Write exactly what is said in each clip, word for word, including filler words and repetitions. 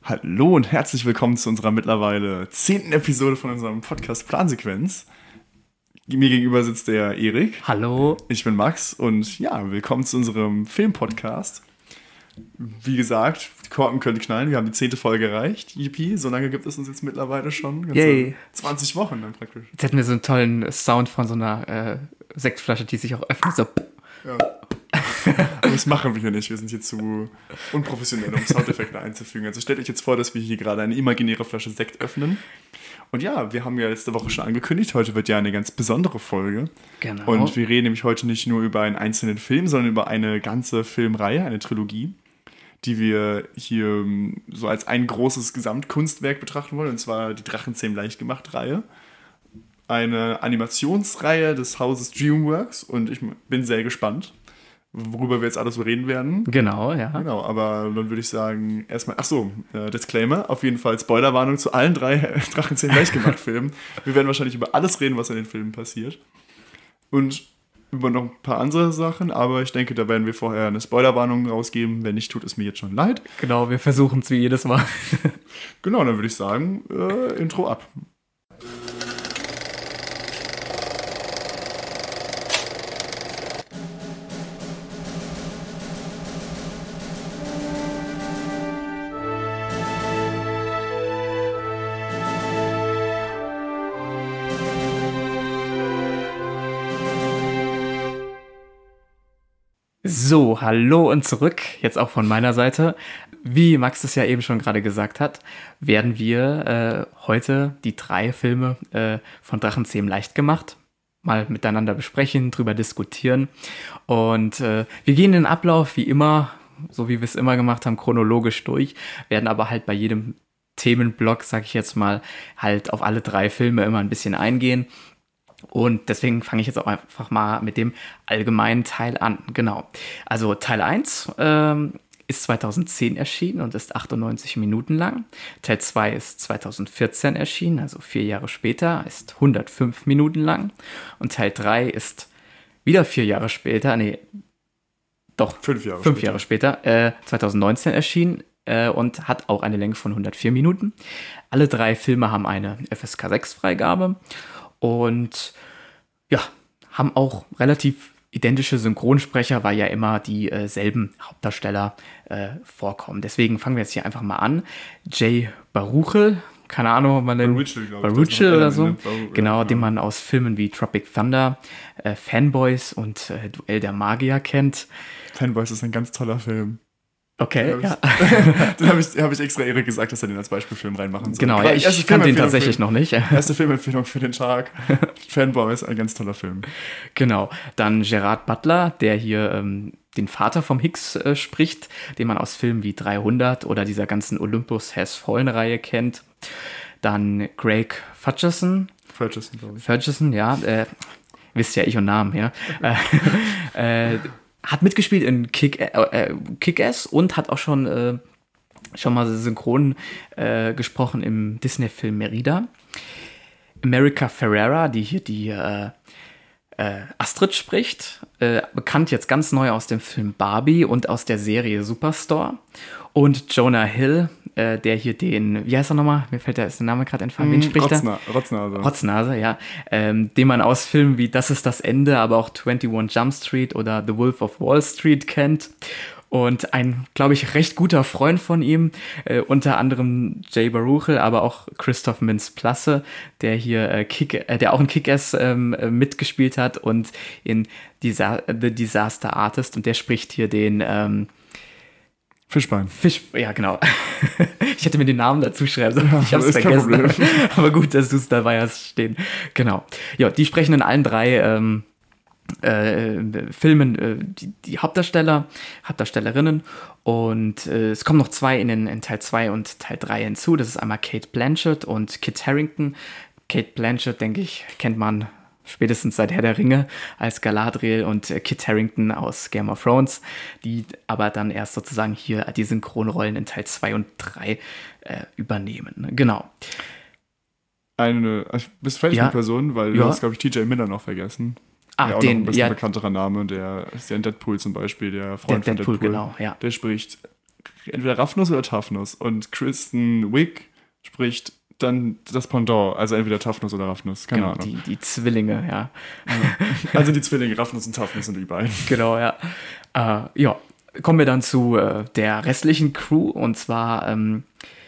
Hallo und herzlich willkommen zu unserer mittlerweile zehnten Episode von unserem Podcast Plansequenz. Mir gegenüber sitzt der Erik. Hallo. Ich bin Max und ja, willkommen zu unserem Filmpodcast. Wie gesagt, die Korken können knallen, wir haben die zehnte Folge erreicht. Yippie, so lange gibt es uns jetzt mittlerweile schon. Ganze Yay. zwanzig Wochen dann praktisch. Jetzt hätten wir so einen tollen Sound von so einer äh, Sektflasche, die sich auch öffnet. So. Ja. Aber das machen wir hier nicht. Wir sind hier zu unprofessionell, um Soundeffekte einzufügen. Also stellt euch jetzt vor, dass wir hier gerade eine imaginäre Flasche Sekt öffnen. Und ja, wir haben ja letzte Woche schon angekündigt, heute wird ja eine ganz besondere Folge. Genau. Und wir reden nämlich heute nicht nur über einen einzelnen Film, sondern über eine ganze Filmreihe, eine Trilogie, die wir hier so als ein großes Gesamtkunstwerk betrachten wollen. Und zwar die Drachenzähmen leicht gemacht Reihe. Eine Animationsreihe des Hauses DreamWorks. Und ich bin sehr gespannt, worüber wir jetzt alles so reden werden. Genau, ja. Genau, aber dann würde ich sagen, erstmal, ach so, äh, Disclaimer, auf jeden Fall Spoilerwarnung zu allen drei Drachenzähmen leicht gemacht Filmen. Wir werden wahrscheinlich über alles reden, was in den Filmen passiert. Und über noch ein paar andere Sachen, aber ich denke, da werden wir vorher eine Spoilerwarnung rausgeben. Wenn nicht, tut es mir jetzt schon leid. Genau, wir versuchen es wie jedes Mal. Genau, dann würde ich sagen, äh, Intro ab. So, hallo und zurück, jetzt auch von meiner Seite. Wie Max es ja eben schon gerade gesagt hat, werden wir äh, heute die drei Filme äh, von Drachenzähmen leicht gemacht mal miteinander besprechen, drüber diskutieren. Und äh, wir gehen den Ablauf wie immer, so wie wir es immer gemacht haben, chronologisch durch, werden aber halt bei jedem Themenblock, sag ich jetzt mal, halt auf alle drei Filme immer ein bisschen eingehen. Und deswegen fange ich jetzt auch einfach mal mit dem allgemeinen Teil an. Genau. Also Teil eins ähm, ist zweitausendzehn erschienen und ist achtundneunzig Minuten lang. Teil zwei ist zweitausendvierzehn erschienen, also vier Jahre später, ist hundertfünf Minuten lang. Und Teil drei ist wieder vier Jahre später, nee, doch, fünf Jahre fünf später, Jahre später äh, zweitausendneunzehn erschienen. Und hat auch eine Länge von hundertvier Minuten. Alle drei Filme haben eine F S K sechs Freigabe und ja, haben auch relativ identische Synchronsprecher, weil ja immer dieselben äh, Hauptdarsteller äh, vorkommen. Deswegen fangen wir jetzt hier einfach mal an. Jay Baruchel, keine Ahnung, ob man den Baruchel, glaube ich. Baruchel oder so, Baruchel, genau, ja. den man aus Filmen wie Tropic Thunder, äh, Fanboys und äh, Duell der Magier kennt. Fanboys ist ein ganz toller Film. Okay, Den ja. Den habe ich, hab ich extra Erik gesagt, dass er den als Beispielfilm reinmachen soll. Genau, ja, ich Erste fand den Filmempfehlung tatsächlich für, noch nicht. Erste Filmempfehlung für den Tag. Fanboys, ein ganz toller Film. Genau, dann Gerard Butler, der hier ähm, den Vater vom Hicks äh, spricht, den man aus Filmen wie dreihundert oder dieser ganzen Olympus Has Fallen-Reihe kennt. Dann Craig Ferguson. Ferguson, glaube ich. Ferguson, ja, äh, wisst ja, ich und Namen, ja. äh, äh, hat mitgespielt in Kick, äh, Kick-Ass und hat auch schon, äh, schon mal synchron äh, gesprochen im Disney-Film Merida. America Ferrera, die hier die äh, äh, Astrid spricht, äh, bekannt jetzt ganz neu aus dem Film Barbie und aus der Serie Superstore. Und Jonah Hill, äh, der hier den, wie heißt er nochmal? Mir fällt der, ist der Name gerade entfallen. Wen spricht Rotzna, er? Rotznase. Rotznase, ja. Ähm, den man aus Filmen wie Das ist das Ende, aber auch einundzwanzig Jump Street oder The Wolf of Wall Street kennt. Und ein, glaube ich, recht guter Freund von ihm, äh, unter anderem Jay Baruchel, aber auch Christoph Mintz-Plasse, der hier äh, Kick, äh, der auch in Kick-Ass ähm, äh, mitgespielt hat und in Disa- The Disaster Artist, und der spricht hier den ähm, Fischbein. Fisch, ja, genau. Ich hätte mir den Namen dazu schreiben sollen. Ja, ich hab's ist kein vergessen. Problem. Aber gut, dass du es dabei hast stehen. Genau. Ja, die sprechen in allen drei ähm, äh, Filmen äh, die, die Hauptdarsteller, Hauptdarstellerinnen. Und äh, es kommen noch zwei in, den, in Teil zwei und Teil drei hinzu. Das ist einmal Cate Blanchett und Kit Harington. Kate Blanchett, denke ich, kennt man spätestens seit Herr der Ringe als Galadriel, und äh, Kit Harington aus Game of Thrones, die aber dann erst sozusagen hier die Synchronrollen in Teil zwei und drei äh, übernehmen. Genau. Eine, ich bist fertig Ja. mit Person, weil Ja. du hast, glaube ich, T J Miller noch vergessen. Ah, ja, auch den, noch ein bisschen ja, bekannterer Name, der ist ja in Deadpool zum Beispiel, der der Freund von Deadpool, Deadpool. genau, ja. Der spricht entweder Raffnuss oder Toughnus. Und Kristen Wiig spricht dann das Pendant, also entweder Toughnus oder Raffnuss, keine genau, Ahnung. Die, die Zwillinge, ja. Also die Zwillinge, Raffnuss und Toughnus sind die beiden. Genau, ja. Äh, ja, kommen wir dann zu äh, der restlichen Crew, und zwar ähm,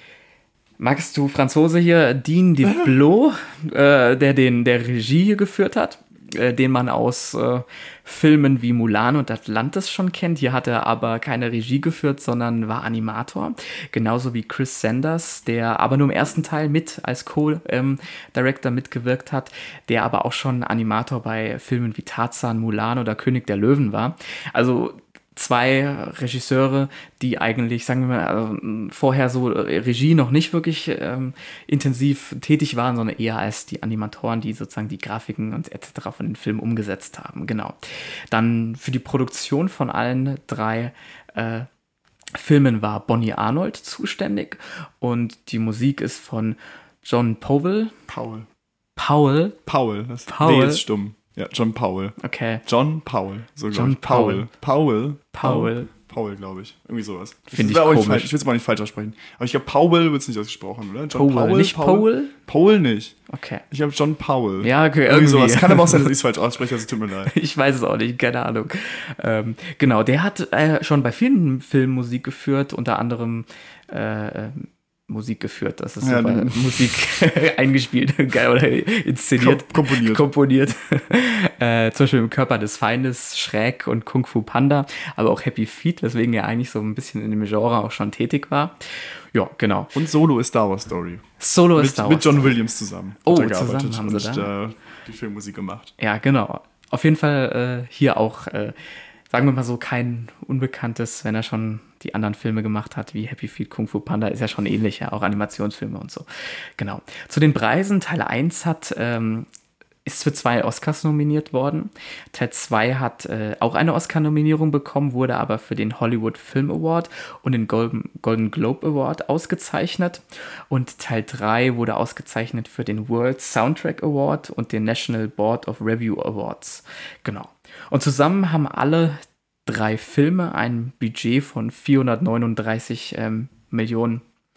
magst du Franzose hier, Dean Diplo, äh, der den der Regie geführt hat, äh, den man aus äh, Filmen wie Mulan und Atlantis schon kennt. Hier hat er aber keine Regie geführt, sondern war Animator. Genauso wie Chris Sanders, der aber nur im ersten Teil mit als Co-Director mitgewirkt hat, der aber auch schon Animator bei Filmen wie Tarzan, Mulan oder König der Löwen war. Also zwei Regisseure, die eigentlich, sagen wir mal, also vorher so Regie noch nicht wirklich ähm, intensiv tätig waren, sondern eher als die Animatoren, die sozusagen die Grafiken und et cetera von den Filmen umgesetzt haben. Genau. Dann für die Produktion von allen drei äh, Filmen war Bonnie Arnold zuständig, und die Musik ist von John Powell. Powell. Powell? Powell. Das Powell. D ist stumm. Ja, John Powell. Okay. John Powell. So John ich. Powell. Powell. Powell. Powell, glaube ich. Irgendwie sowas. Finde ich auch nicht komisch. falsch. Ich will es mal nicht falsch aussprechen. Aber ich glaube, Powell wird es nicht ausgesprochen, oder? John Powell. Nicht Powell? Powell nicht. Okay. Ich habe John Powell. Ja, okay, irgendwie irgendwie. sowas. Kann aber auch sein, dass ich es falsch ausspreche, also tut mir leid. Ich weiß es auch nicht, keine Ahnung. Ähm, genau, der hat äh, schon bei vielen Filmen Musik geführt, unter anderem äh, Musik geführt, das ist Ja, so, äh, Musik eingespielt oder inszeniert. Kom- komponiert. Komponiert. äh, zum Beispiel im Körper des Feindes, Shrek und Kung Fu Panda, aber auch Happy Feet, weswegen er eigentlich so ein bisschen in dem Genre auch schon tätig war. Ja, genau. Und Solo ist Star Wars Story. Solo Mit, ist Star Wars. mit John Williams zusammen. Oh, hat er zusammen gearbeitet haben sie und da. äh, die Filmmusik gemacht. Ja, genau. Auf jeden Fall äh, hier auch, äh, sagen wir mal so, kein Unbekanntes, wenn er schon die anderen Filme gemacht hat, wie Happy Feet, Kung Fu Panda, ist ja schon ähnlich, ja, auch Animationsfilme und so. Genau. Zu den Preisen, Teil eins hat, ähm, ist für zwei Oscars nominiert worden. Teil zwei hat äh, auch eine Oscar-Nominierung bekommen, wurde aber für den Hollywood Film Award und den Golden, Golden Globe Award ausgezeichnet. Und Teil drei wurde ausgezeichnet für den World Soundtrack Award und den National Board of Review Awards. Genau. Und zusammen haben alle drei Filme ein Budget von vierhundertneununddreißig ähm, Millionen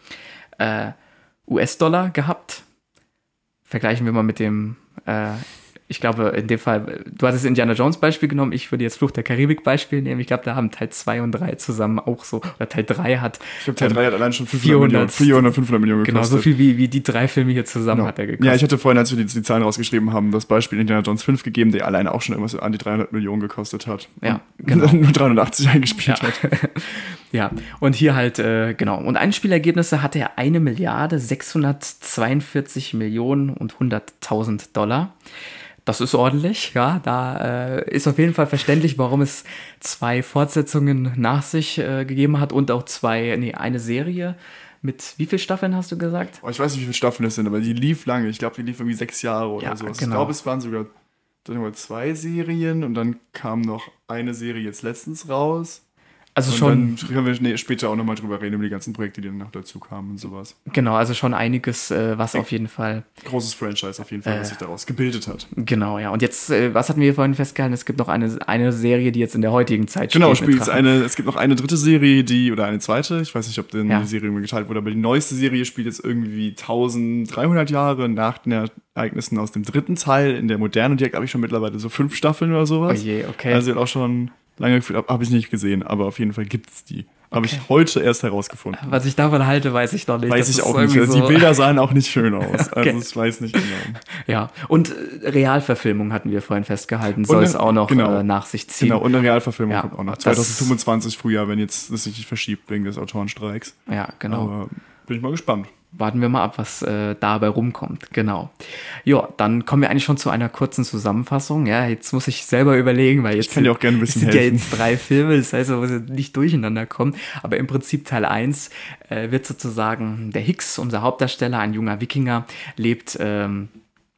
äh, U S-Dollar gehabt. Vergleichen wir mal mit dem, äh, ich glaube, in dem Fall, du hattest Indiana Jones Beispiel genommen, ich würde jetzt Fluch der Karibik Beispiel nehmen. Ich glaube, da haben Teil zwei und drei zusammen auch so, oder Teil drei hat. Ich glaube, Teil ähm, drei hat allein schon vierhundert Millionen, vierhundert, fünfhundert Millionen gekostet. Genau, so viel wie, wie die drei Filme hier zusammen Genau. hat er gekostet. Ja, ich hatte vorhin, als wir die, die Zahlen rausgeschrieben haben, das Beispiel Indiana Jones fünf gegeben, der alleine auch schon irgendwas an die dreihundert Millionen gekostet hat. Ja, und genau. nur dreihundertachtzig eingespielt Ja. hat. Ja, und hier halt, äh, genau. Und Einspielergebnisse hatte er eine Milliarde sechshundertzweiundvierzig Millionen und hunderttausend Dollar. Das ist ordentlich, ja. Da äh, ist auf jeden Fall verständlich, warum es zwei Fortsetzungen nach sich äh, gegeben hat und auch zwei, nee, eine Serie. Mit wie vielen Staffeln hast du gesagt? Oh, ich weiß nicht, wie viele Staffeln es sind, aber die lief lange. Ich glaube, die lief irgendwie sechs Jahre oder Ja, sowas. genau. Ich glaube, es waren sogar, sogar zwei Serien und dann kam noch eine Serie jetzt letztens raus. Also Und schon, dann können wir nee, später auch nochmal drüber reden, über die ganzen Projekte, die dann noch dazu kamen und sowas. genau, also schon einiges, äh, was auf jeden Fall, Großes Franchise auf jeden Fall, Äh. was sich daraus gebildet hat. genau, ja. Und jetzt, äh, was hatten wir vorhin festgehalten? Es gibt noch eine, eine Serie, die jetzt in der heutigen Zeit Genau, steht. mit spielt Drachen. eine, es gibt noch eine dritte Serie, die, oder eine zweite, ich weiß nicht, ob denn Ja. die Serie irgendwie geteilt wurde, aber die neueste Serie spielt jetzt irgendwie eintausenddreihundert Jahre nach den Ereignissen aus dem dritten Teil in der Moderne und die hat, glaube ich, schon mittlerweile so fünf Staffeln oder Oh sowas. je, okay. Also die hat auch schon lange gefühlt, habe ich nicht gesehen, aber auf jeden Fall gibt's die. Habe Okay. ich heute erst herausgefunden. Was ich davon halte, weiß ich noch nicht. Weiß Das ich ist auch nicht. irgendwie Also die so- Bilder sahen auch nicht schön aus. Okay. Also ich weiß nicht genau. Ja, und äh, Realverfilmung hatten wir vorhin festgehalten, soll Und es eine- auch noch genau. äh, nach sich ziehen. Genau, und eine Realverfilmung Ja, kommt auch noch. das- zweitausendfünfundzwanzig Frühjahr, wenn jetzt das sich nicht verschiebt wegen des Autorenstreiks. Ja, genau. Aber bin ich mal gespannt. Warten wir mal ab, was äh, dabei rumkommt. Genau. Ja, dann kommen wir eigentlich schon zu einer kurzen Zusammenfassung. Ja, jetzt muss ich selber überlegen, weil jetzt kann dir auch gerne ein bisschen es sind ja helfen. jetzt drei Filme, das heißt, wir müssen nicht durcheinander kommen. Aber im Prinzip Teil eins äh, wird sozusagen der Hicks, unser Hauptdarsteller, ein junger Wikinger, lebt ähm,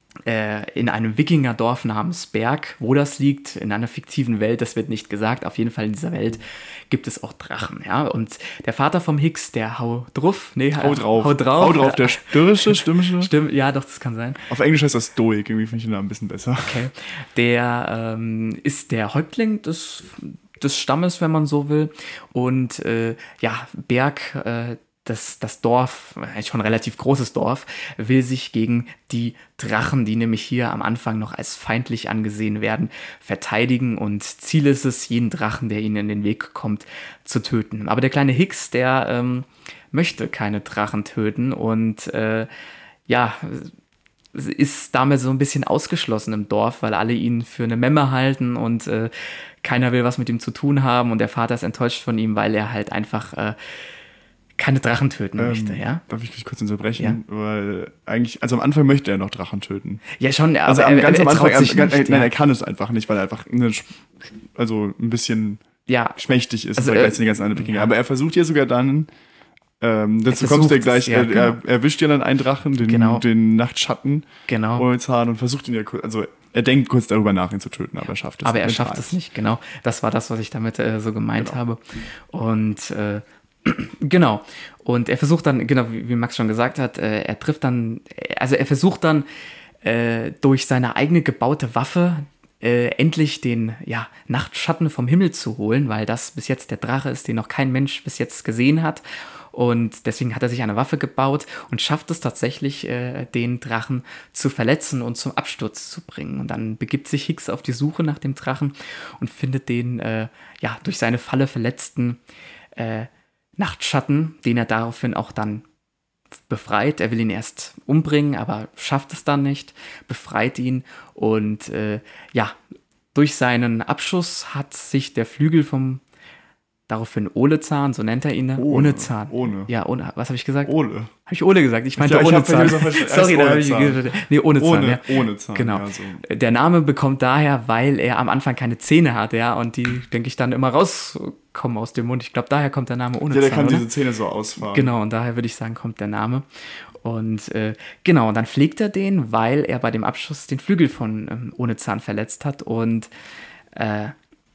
äh, in einem Wikingerdorf namens Berg. Wo das liegt, in einer fiktiven Welt, das wird nicht gesagt. Auf jeden Fall in dieser Welt gibt es auch Drachen. Ja? Und der Vater vom Hicks, der Hau drauf, nee, Hau drauf. Hau drauf, Hau drauf, der störrische, stimmische. Stimmt, ja, doch, das kann sein. Auf Englisch heißt das Stoik, irgendwie finde ich den Namen ein bisschen besser. Okay. Der ähm, ist der Häuptling des des Stammes, wenn man so will. Und äh, ja, Berg, äh, das, das Dorf, eigentlich schon ein relativ großes Dorf, will sich gegen die Drachen, die nämlich hier am Anfang noch als feindlich angesehen werden, verteidigen. Und Ziel ist es, jeden Drachen, der ihnen in den Weg kommt, zu töten. Aber der kleine Hicks, der ähm, möchte keine Drachen töten und äh, ja, ist damit so ein bisschen ausgeschlossen im Dorf, weil alle ihn für eine Memme halten und äh, keiner will was mit ihm zu tun haben und der Vater ist enttäuscht von ihm, weil er halt einfach äh, keine Drachen töten Ähm, möchte, ja? Darf ich dich kurz unterbrechen? Ja. Weil eigentlich, also am Anfang möchte er noch Drachen töten. Ja, schon, aber also er, am, ganz er, am Anfang, traut sich er, nicht, er, nein, ja. er kann es einfach nicht, weil er einfach eine, also ein bisschen ja. schmächtig ist, also, weil er die ganzen anderen Wikinger. Ja. Aber er versucht ja sogar dann, ähm, dazu er kommst du ja gleich, es, ja, er, genau. er erwischt ja dann einen Drachen, den, genau. den Nachtschatten, genau. Ornithar, und versucht ihn ja kurz, also er denkt kurz darüber nach, ihn zu töten, aber er schafft es nicht. Aber er nicht. schafft es nicht, genau. Das war das, was ich damit äh, so gemeint genau. habe. Und äh, genau. Und er versucht dann, genau, wie, wie Max schon gesagt hat, äh, er trifft dann, also er versucht dann äh, durch seine eigene gebaute Waffe äh, endlich den ja, Nachtschatten vom Himmel zu holen, weil das bis jetzt der Drache ist, den noch kein Mensch bis jetzt gesehen hat. Und deswegen hat er sich eine Waffe gebaut und schafft es tatsächlich, äh, den Drachen zu verletzen und zum Absturz zu bringen. Und dann begibt sich Hicks auf die Suche nach dem Drachen und findet den äh, ja, durch seine Falle verletzten äh, Nachtschatten, den er daraufhin auch dann befreit. Er will ihn erst umbringen, aber schafft es dann nicht, befreit ihn und äh, ja, durch seinen Abschuss hat sich der Flügel vom daraufhin Olezahn, so nennt er ihn, ohne, ohne Zahn. Ohne. Ja, ohne, was habe ich gesagt? Ole. Habe ich Ole gesagt? Ich meinte ja, ich ohne Zahn. Sorry, da habe ich Zahn. Nee, ohne Zahn. Ohne, ja. ohne Zahn. Genau. Ja, so. Der Name bekommt daher, weil er am Anfang keine Zähne hat, ja, und die, denke ich, dann immer rauskommen aus dem Mund. Ich glaube, daher kommt der Name ohne ja, der Zahn. kann oder? diese Zähne so ausfahren. Genau, und daher würde ich sagen, kommt der Name. Und äh, genau, und dann pflegt er den, weil er bei dem Abschuss den Flügel von ähm, ohne Zahn verletzt hat und äh,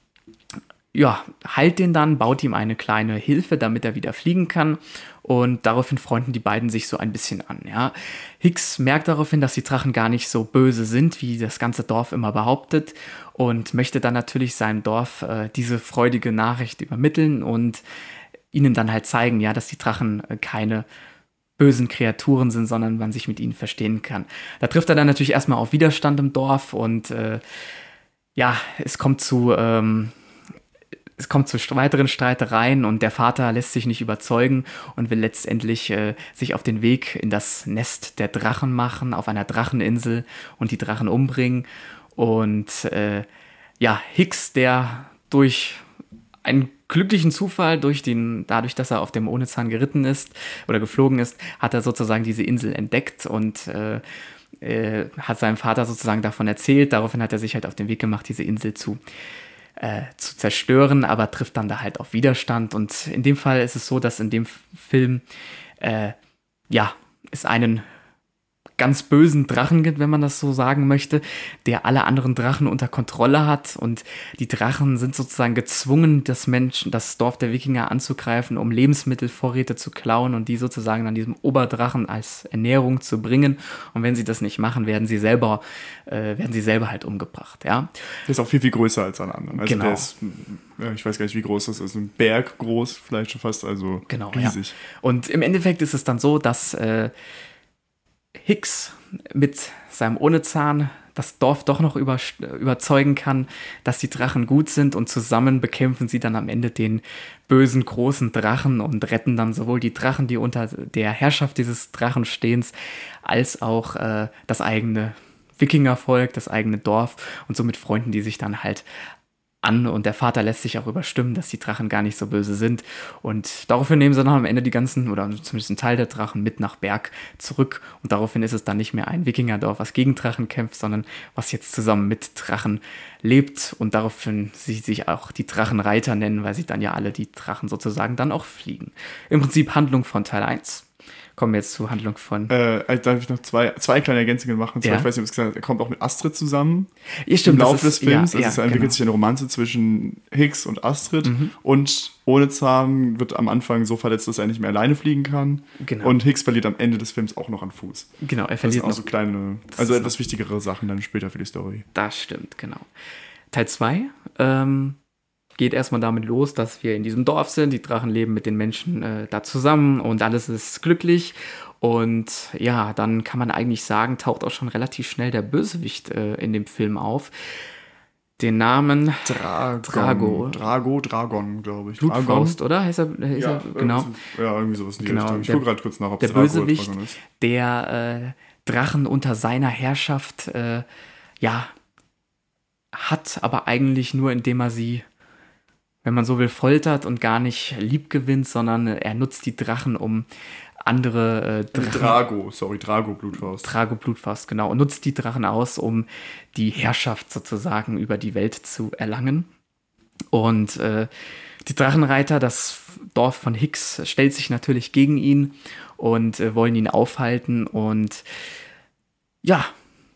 ja, heilt den dann, baut ihm eine kleine Hilfe, damit er wieder fliegen kann. Und daraufhin freunden die beiden sich so ein bisschen an. Ja. Hicks merkt daraufhin, dass die Drachen gar nicht so böse sind, wie das ganze Dorf immer behauptet. Und möchte dann natürlich seinem Dorf äh, diese freudige Nachricht übermitteln und ihnen dann halt zeigen, ja, dass die Drachen äh, keine bösen Kreaturen sind, sondern man sich mit ihnen verstehen kann. Da trifft er dann natürlich erstmal auf Widerstand im Dorf und äh, ja, es kommt zu... Ähm, Es kommt zu weiteren Streitereien und der Vater lässt sich nicht überzeugen und will letztendlich äh, sich auf den Weg in das Nest der Drachen machen, auf einer Dracheninsel und die Drachen umbringen. Und äh, ja, Hicks, der durch einen glücklichen Zufall, durch den, dadurch, dass er auf dem Ohnezahn geritten ist oder geflogen ist, hat er sozusagen diese Insel entdeckt und äh, äh, hat seinem Vater sozusagen davon erzählt. Daraufhin hat er sich halt auf den Weg gemacht, diese Insel zu Äh, zu zerstören, aber trifft dann da halt auf Widerstand. Und in dem Fall ist es so, dass in dem Film äh, ja, es einen ganz bösen Drachen gibt, wenn man das so sagen möchte, der alle anderen Drachen unter Kontrolle hat und die Drachen sind sozusagen gezwungen, das Menschen, das Dorf der Wikinger anzugreifen, um Lebensmittelvorräte zu klauen und die sozusagen an diesem Oberdrachen als Ernährung zu bringen. Und wenn sie das nicht machen, werden sie selber, äh, werden sie selber halt umgebracht, ja. Der ist auch viel, viel größer als alle anderen. Also genau. Der ist, ich weiß gar nicht, wie groß das ist, ein Berg groß, vielleicht schon fast, also genau, riesig. Ja. Und im Endeffekt ist es dann so, dass äh, Hicks mit seinem Ohnezahn das Dorf doch noch über, überzeugen kann, dass die Drachen gut sind und zusammen bekämpfen sie dann am Ende den bösen großen Drachen und retten dann sowohl die Drachen, die unter der Herrschaft dieses Drachen stehen, als auch äh, das eigene Wikingervolk, das eigene Dorf und somit freunden die sich dann halt an und der Vater lässt sich auch überstimmen, dass die Drachen gar nicht so böse sind und daraufhin nehmen sie dann am Ende die ganzen, oder zumindest einen Teil der Drachen mit nach Berg zurück und daraufhin ist es dann nicht mehr ein Wikingerdorf, was gegen Drachen kämpft, sondern was jetzt zusammen mit Drachen lebt und daraufhin sie sich auch die Drachenreiter nennen, weil sie dann ja alle die Drachen sozusagen dann auch fliegen. Im Prinzip Handlung von Teil eins. Kommen wir jetzt zur Handlung von... Äh, darf ich noch zwei, zwei kleine Ergänzungen machen? Und zwar, ja. Ich weiß nicht, ob es gesagt hat, er kommt auch mit Astrid zusammen. Ja, stimmt, Im Laufe ist, des Films. Ja, also ja, es entwickelt genau. sich eine Romanze zwischen Hicks und Astrid. Mhm. Und Ohnezahn wird am Anfang so verletzt, dass er nicht mehr alleine fliegen kann. Genau. Und Hicks verliert am Ende des Films auch noch an Fuß. Genau, er Das verliert sind auch noch... so kleine, also etwas wichtigere Sachen dann später für die Story. Das stimmt, genau. Teil zwei, ähm, geht erstmal damit los, dass wir in diesem Dorf sind. Die Drachen leben mit den Menschen äh, da zusammen und alles ist glücklich. Und ja, dann kann man eigentlich sagen, taucht auch schon relativ schnell der Bösewicht äh, in dem Film auf. Den Namen Dragon, Drago. Drago, Dragon, glaube ich. Blutfaust, oder? Heißt er, heißt Ja, er? Genau. Ja, irgendwie sowas in die Genau, Richtung. Ich der- gucke gerade kurz nach, ob Der es Drago Bösewicht, Dragon ist. der äh, Drachen unter seiner Herrschaft, äh, ja, hat, aber eigentlich nur, indem er sie, wenn man so will, foltert und gar nicht lieb gewinnt, sondern er nutzt die Drachen, um andere äh, Drachen... Drago, sorry, Drago Blutfaust. Drago Blutfaust, genau. Und nutzt die Drachen aus, um die Herrschaft sozusagen über die Welt zu erlangen. Und äh, die Drachenreiter, das Dorf von Hicks, stellt sich natürlich gegen ihn und äh, wollen ihn aufhalten. Und ja,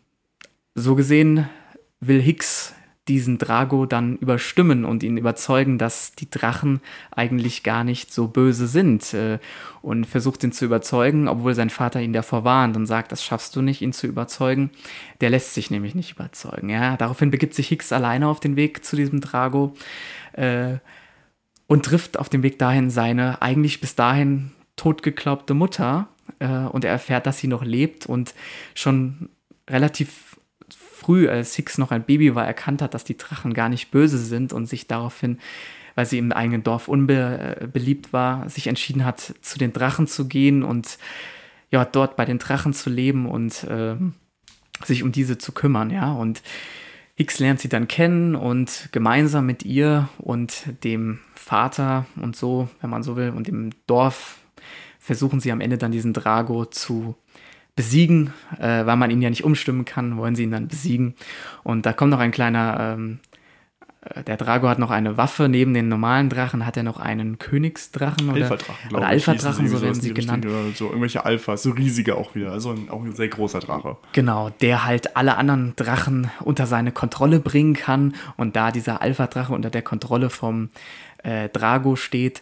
so gesehen will Hicks diesen Drago dann überstimmen und ihn überzeugen, dass die Drachen eigentlich gar nicht so böse sind, äh, und versucht ihn zu überzeugen, obwohl sein Vater ihn davor warnt und sagt, das schaffst du nicht, ihn zu überzeugen. Der lässt sich nämlich nicht überzeugen. Ja? Daraufhin begibt sich Hicks alleine auf den Weg zu diesem Drago äh, und trifft auf dem Weg dahin seine eigentlich bis dahin totgeglaubte Mutter, äh, und er erfährt, dass sie noch lebt und schon relativ früh, als Hicks noch ein Baby war, erkannt hat, dass die Drachen gar nicht böse sind und sich daraufhin, weil sie im eigenen Dorf unbeliebt war, sich entschieden hat, zu den Drachen zu gehen und ja, dort bei den Drachen zu leben und äh, sich um diese zu kümmern, ja. Und Hicks lernt sie dann kennen und gemeinsam mit ihr und dem Vater und so, wenn man so will, und dem Dorf versuchen sie am Ende dann diesen Drago zu besiegen, äh, weil man ihn ja nicht umstimmen kann, wollen sie ihn dann besiegen. Und da kommt noch ein kleiner, ähm, äh, der Drago hat noch eine Waffe, neben den normalen Drachen hat er noch einen Königsdrachen oder Alpha-Drachen, oder glaube ich. Alpha-Drachen, hießen so sie werden sowas sie in die genannt. Richtung, oder so irgendwelche Alphas, so riesige auch wieder. Also ein, auch ein sehr großer Drache. Genau, der halt alle anderen Drachen unter seine Kontrolle bringen kann. Und da dieser Alpha-Drache unter der Kontrolle vom äh, Drago steht,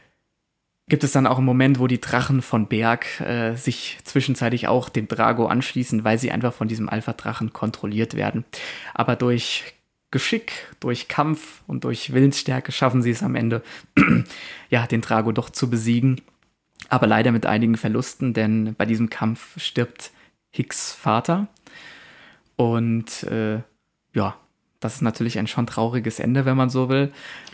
gibt es dann auch einen Moment, wo die Drachen von Berg äh, sich zwischenzeitlich auch dem Drago anschließen, weil sie einfach von diesem Alpha-Drachen kontrolliert werden. Aber durch Geschick, durch Kampf und durch Willensstärke schaffen sie es am Ende, ja, den Drago doch zu besiegen. Aber leider mit einigen Verlusten, denn bei diesem Kampf stirbt Hicks Vater. Und äh, ja, das ist natürlich ein schon trauriges Ende, wenn man so will.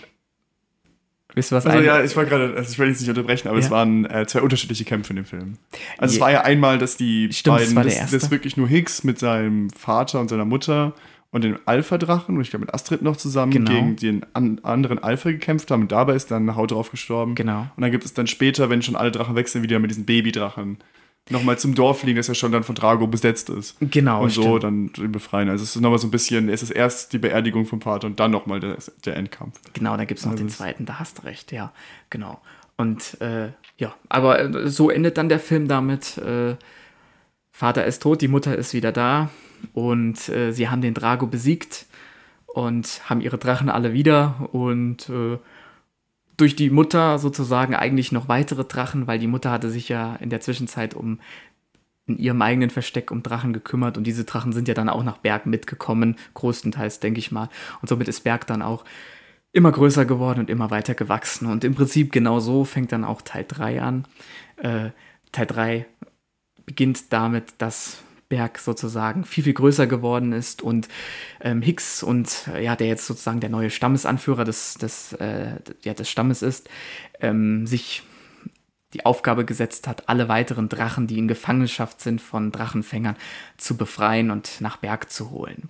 Wisst ihr, was Also ein- ja, ich war gerade, also ich will jetzt nicht unterbrechen, aber Ja. es waren äh, zwei unterschiedliche Kämpfe in dem Film. Also Je- es war ja einmal, dass die Stimmt, das beiden, war der das, erste. das wirklich nur Hicks mit seinem Vater und seiner Mutter und dem Alpha-Drachen und ich glaube mit Astrid noch zusammen Genau. gegen den an, anderen Alpha gekämpft haben und dabei ist dann Haut drauf gestorben. Genau. Und dann gibt es dann später, wenn schon alle Drachen weg sind, wieder mit diesen Babydrachen nochmal zum Dorf fliegen, das ja schon dann von Drago besetzt ist. Genau, Und so stimmt. dann den befreien. Also es ist nochmal so ein bisschen, es ist erst die Beerdigung vom Vater und dann nochmal der, der Endkampf. Genau, da gibt es noch Also den es- zweiten, da hast du recht, ja, genau. Und äh, ja, aber äh, so endet dann der Film damit, äh, Vater ist tot, die Mutter ist wieder da und äh, sie haben den Drago besiegt und haben ihre Drachen alle wieder und äh, durch die Mutter sozusagen eigentlich noch weitere Drachen, weil die Mutter hatte sich ja in der Zwischenzeit um in ihrem eigenen Versteck um Drachen gekümmert und diese Drachen sind ja dann auch nach Berg mitgekommen, größtenteils, denke ich mal. Und somit ist Berg dann auch immer größer geworden und immer weiter gewachsen. Und im Prinzip genau so fängt dann auch Teil drei an. Äh, Teil drei beginnt damit, dass Berg sozusagen viel, viel größer geworden ist und ähm, Hicks und äh, ja, der jetzt sozusagen der neue Stammesanführer des, des, äh, ja, des Stammes ist, ähm, sich die Aufgabe gesetzt hat, alle weiteren Drachen, die in Gefangenschaft sind von Drachenfängern, zu befreien und nach Berg zu holen.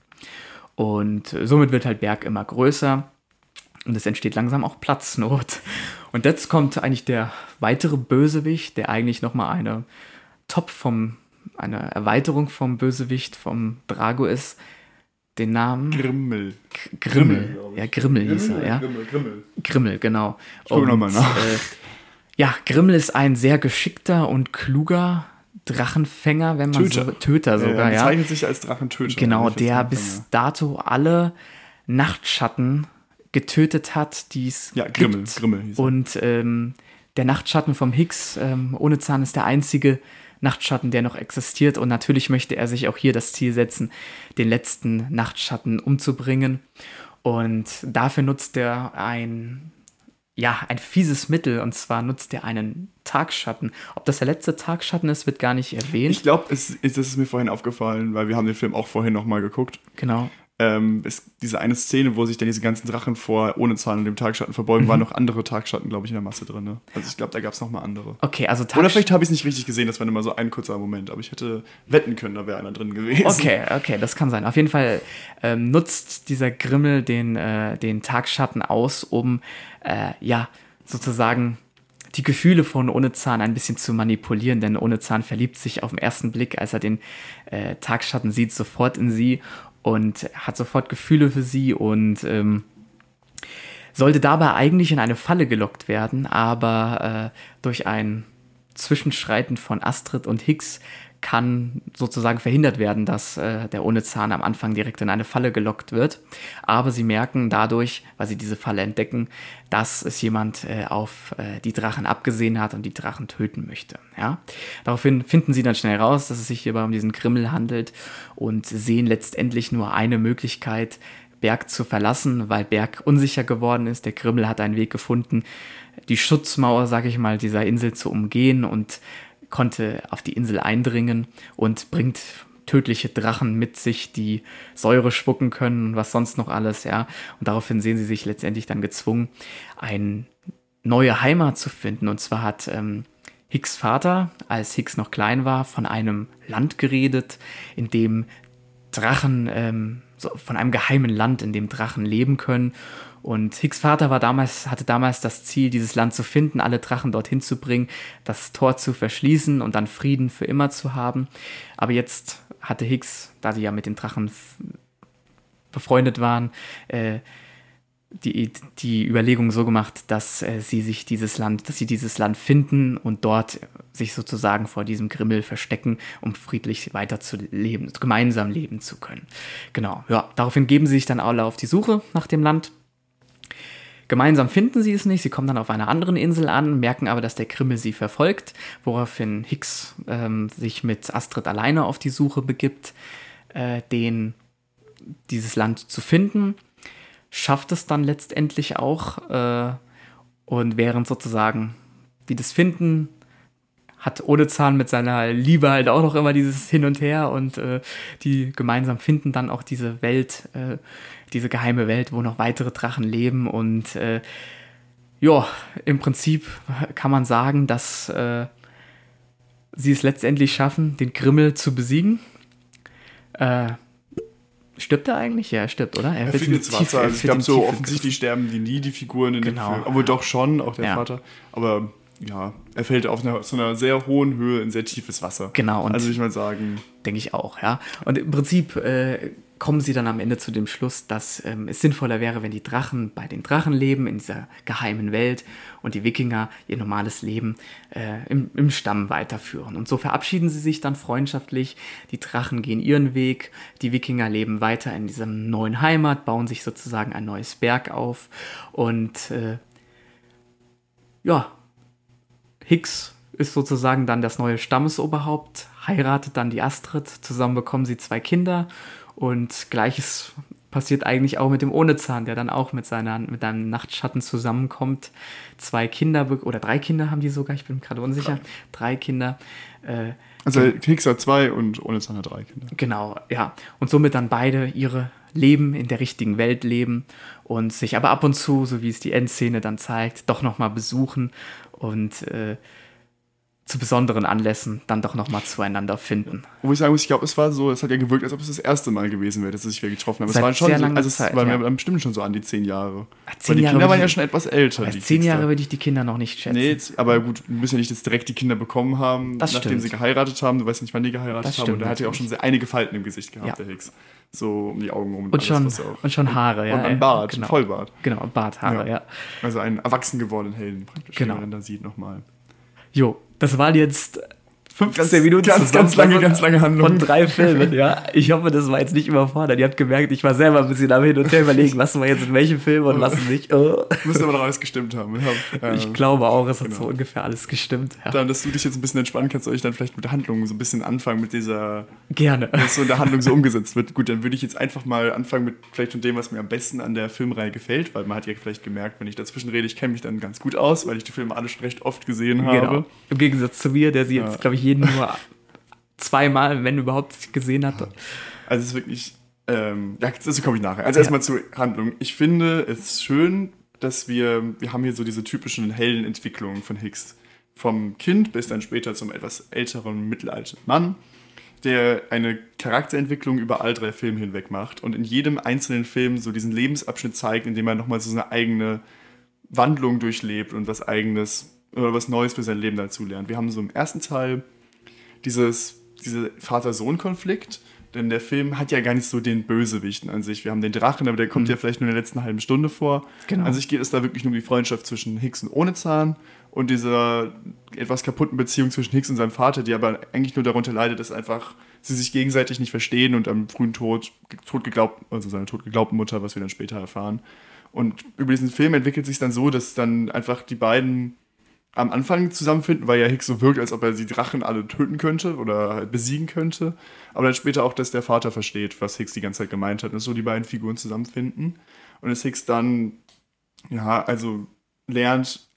Und äh, somit wird halt Berg immer größer und es entsteht langsam auch Platznot. Und jetzt kommt eigentlich der weitere Bösewicht, der eigentlich nochmal eine Top vom, eine Erweiterung vom Bösewicht vom Drago ist. Den Namen Grimmel. G- Grimmel. glaub ich. Ja, Grimmel hieß er, ja. Grimmel, Grimmel. Grimmel, genau. Ich gucke Und, nochmal nach. Äh, ja, Grimmel ist ein sehr geschickter und kluger Drachenfänger, wenn man Töter. so Töter sogar, er ja. bezeichnet sich als Drachentöter. Genau, nicht als der Drachenfänger. bis dato alle Nachtschatten getötet hat, die es Ja, Grimmel, gibt. Grimmel hieß er. Und ähm, der Nachtschatten vom Hicks, ähm, ohne Zahn, ist der einzige Nachtschatten, der noch existiert. Und natürlich möchte er sich auch hier das Ziel setzen, den letzten Nachtschatten umzubringen. Und dafür nutzt er ein, ja, ein fieses Mittel, und zwar nutzt er einen Tagschatten. Ob das der letzte Tagschatten ist, wird gar nicht erwähnt. Ich glaube, es ist, das ist mir vorhin aufgefallen, weil wir haben den Film auch vorhin nochmal geguckt. Genau. Ähm, es, diese eine Szene, wo sich dann diese ganzen Drachen vor ohne Zahn und dem Tagschatten verbeugen, mhm. waren noch andere Tagschatten, glaube ich, in der Masse drin. Ne? Also ich glaube, da gab es nochmal andere. Okay, also Tagsch- Oder vielleicht habe ich es nicht richtig gesehen, das war immer so ein kurzer Moment, aber ich hätte wetten können, da wäre einer drin gewesen. Okay, okay, das kann sein. Auf jeden Fall ähm, nutzt dieser Grimmel den, äh, den Tagschatten aus, um äh, ja, sozusagen die Gefühle von Ohne-Zahn ein bisschen zu manipulieren, denn Ohne-Zahn verliebt sich auf den ersten Blick, als er den äh, Tagschatten sieht, sofort in sie und hat sofort Gefühle für sie und ähm, sollte dabei eigentlich in eine Falle gelockt werden, aber äh, durch ein Zwischenschreiten von Astrid und Hicks kann sozusagen verhindert werden, dass äh, der Ohne-Zahn am Anfang direkt in eine Falle gelockt wird. Aber sie merken dadurch, weil sie diese Falle entdecken, dass es jemand äh, auf äh, die Drachen abgesehen hat und die Drachen töten möchte. Ja? Daraufhin finden sie dann schnell raus, dass es sich hierbei um diesen Grimmel handelt und sehen letztendlich nur eine Möglichkeit, Berg zu verlassen, weil Berg unsicher geworden ist. Der Grimmel hat einen Weg gefunden, die Schutzmauer, sag ich mal, dieser Insel zu umgehen und konnte auf die Insel eindringen und bringt tödliche Drachen mit sich, die Säure spucken können und was sonst noch alles, ja. Und daraufhin sehen sie sich letztendlich dann gezwungen, eine neue Heimat zu finden. Und zwar hat ähm, Hicks Vater, als Hicks noch klein war, von einem Land geredet, in dem Drachen, ähm, so von einem geheimen Land, in dem Drachen leben können. Und Hicks Vater war damals, hatte damals das Ziel, dieses Land zu finden, alle Drachen dorthin zu bringen, das Tor zu verschließen und dann Frieden für immer zu haben. Aber jetzt hatte Hicks, da sie ja mit den Drachen f- befreundet waren, äh, die, die Überlegung so gemacht, dass äh, sie sich dieses Land, dass sie dieses Land finden und dort sich sozusagen vor diesem Grimmel verstecken, um friedlich weiter zu leben, gemeinsam leben zu können. Genau, ja, daraufhin geben sie sich dann alle auf die Suche nach dem Land. Gemeinsam finden sie es nicht, sie kommen dann auf einer anderen Insel an, merken aber, dass der Grimmel sie verfolgt, woraufhin Hicks ähm, sich mit Astrid alleine auf die Suche begibt, äh, den, dieses Land zu finden, schafft es dann letztendlich auch äh, und während sozusagen die das finden, hat Ohne-Zahn mit seiner Liebe halt auch noch immer dieses Hin und Her und äh, die gemeinsam finden dann auch diese Welt, äh, diese geheime Welt, wo noch weitere Drachen leben und äh, ja, im Prinzip kann man sagen, dass äh, sie es letztendlich schaffen, den Grimmel zu besiegen. Äh, stirbt er eigentlich? Ja, er stirbt, oder? Er, er fliegt ins Wasser. Also ich glaube, so offensichtlich sterben die nie, die Figuren in genau. dem Film. Aber doch schon, auch der ja. Vater. Aber ja, er fällt auf einer, so einer sehr hohen Höhe in sehr tiefes Wasser. Genau. Und also ich mal sagen. Denke ich auch, ja. Und im Prinzip äh, kommen sie dann am Ende zu dem Schluss, dass ähm, es sinnvoller wäre, wenn die Drachen bei den Drachen leben, in dieser geheimen Welt und die Wikinger ihr normales Leben äh, im, im Stamm weiterführen. Und so verabschieden sie sich dann freundschaftlich, die Drachen gehen ihren Weg, die Wikinger leben weiter in dieser neuen Heimat, bauen sich sozusagen ein neues Berg auf und äh, ja, Hicks ist sozusagen dann das neue Stammesoberhaupt, heiratet dann die Astrid, zusammen bekommen sie zwei Kinder und Gleiches passiert eigentlich auch mit dem Ohne-Zahn, der dann auch mit seiner, mit einem Nachtschatten zusammenkommt. Zwei Kinder, be- oder drei Kinder haben die sogar, ich bin gerade unsicher, drei, drei Kinder. Äh, also Hicks hat zwei und Ohne-Zahn hat drei Kinder. Genau, ja. Und somit dann beide ihre Leben in der richtigen Welt leben und sich aber ab und zu, so wie es die Endszene dann zeigt, doch nochmal besuchen und äh, zu besonderen Anlässen dann doch nochmal zueinander finden. Wo ich sagen muss, ich glaube, es war so, es hat ja gewirkt, als ob es das erste Mal gewesen wäre, dass sie sich wieder getroffen haben. Seit es waren schon sehr so, langer also es Zeit, waren ja. ja dann bestimmt schon so an die zehn Jahre. Ach, zehn Weil die Jahre Kinder waren würde ja ich- schon etwas älter. Aber die zehn Kids Jahre da. würde ich die Kinder noch nicht schätzen. Nee, jetzt, aber gut, du müssen ja nicht jetzt direkt die Kinder bekommen haben, Das nachdem stimmt. sie geheiratet haben. Du weißt nicht, wann die geheiratet Das haben. stimmt Und er hatte ja auch natürlich. schon sehr einige Falten im Gesicht gehabt, Ja. der Hicks. So um die Augen rum. Und, alles, schon, was er auch- und schon Haare, ja. Und ein Bart, genau. ein Vollbart. Genau, Barthaare, ja. Ja. Also einen erwachsen gewordenen Helden praktisch, Genau. den man dann da sieht nochmal. Jo, das waren jetzt fünfzehn Minuten ganz, ganz lange, ganz lange Handlung. Von drei Filmen, ja. Ich hoffe, das war jetzt nicht überfordert. Ihr habt gemerkt, ich war selber ein bisschen am Hin und Her überlegen, was wir jetzt in welchem Film und was nicht. Oh. Müsste aber doch alles gestimmt haben. Ja, ich äh, glaube auch, es hat genau. so ungefähr alles gestimmt. Ja. Dann, dass du dich jetzt ein bisschen entspannen kannst, soll ich dann vielleicht mit der Handlung so ein bisschen anfangen, mit dieser... Gerne. Dass so in der Handlung so umgesetzt wird. Gut, dann würde ich jetzt einfach mal anfangen mit vielleicht von dem, was mir am besten an der Filmreihe gefällt, weil man hat ja vielleicht gemerkt, wenn ich dazwischen rede, ich kenne mich dann ganz gut aus, weil ich die Filme alle schon recht oft gesehen habe. Genau. Im Gegensatz zu mir, der sie jetzt, ja. glaube ich, jeden nur zweimal, wenn überhaupt, gesehen hatte. Also es ist wirklich, ähm, ja, dazu komme ich nachher. Also erstmal zur Handlung. Ich finde es schön, dass wir, wir haben hier so diese typischen hellen Entwicklungen von Hicks. Vom Kind bis dann später zum etwas älteren, mittelalten Mann, der eine Charakterentwicklung über all drei Filme hinweg macht und in jedem einzelnen Film so diesen Lebensabschnitt zeigt, in dem er nochmal so eine eigene Wandlung durchlebt und was Eigenes oder was Neues für sein Leben dazu lernt. Wir haben so im ersten Teil dieses diese Vater-Sohn-Konflikt, denn der Film hat ja gar nicht so den Bösewichten an sich. Wir haben den Drachen, aber der kommt mhm. ja vielleicht nur in der letzten halben Stunde vor. Genau. An sich geht es da wirklich nur um die Freundschaft zwischen Hicks und Ohnezahn und dieser etwas kaputten Beziehung zwischen Hicks und seinem Vater, die aber eigentlich nur darunter leidet, dass einfach sie sich gegenseitig nicht verstehen und am frühen Tod, Tod geglaubt, also seine tot geglaubten Mutter, was wir dann später erfahren. Und über diesen Film entwickelt sich dann so, dass dann einfach die beiden am Anfang zusammenfinden, weil ja Hicks so wirkt, als ob er die Drachen alle töten könnte oder halt besiegen könnte. Aber dann später auch, dass der Vater versteht, was Hicks die ganze Zeit gemeint hat. Und so die beiden Figuren zusammenfinden. Und dass Hicks dann, ja, also lernt,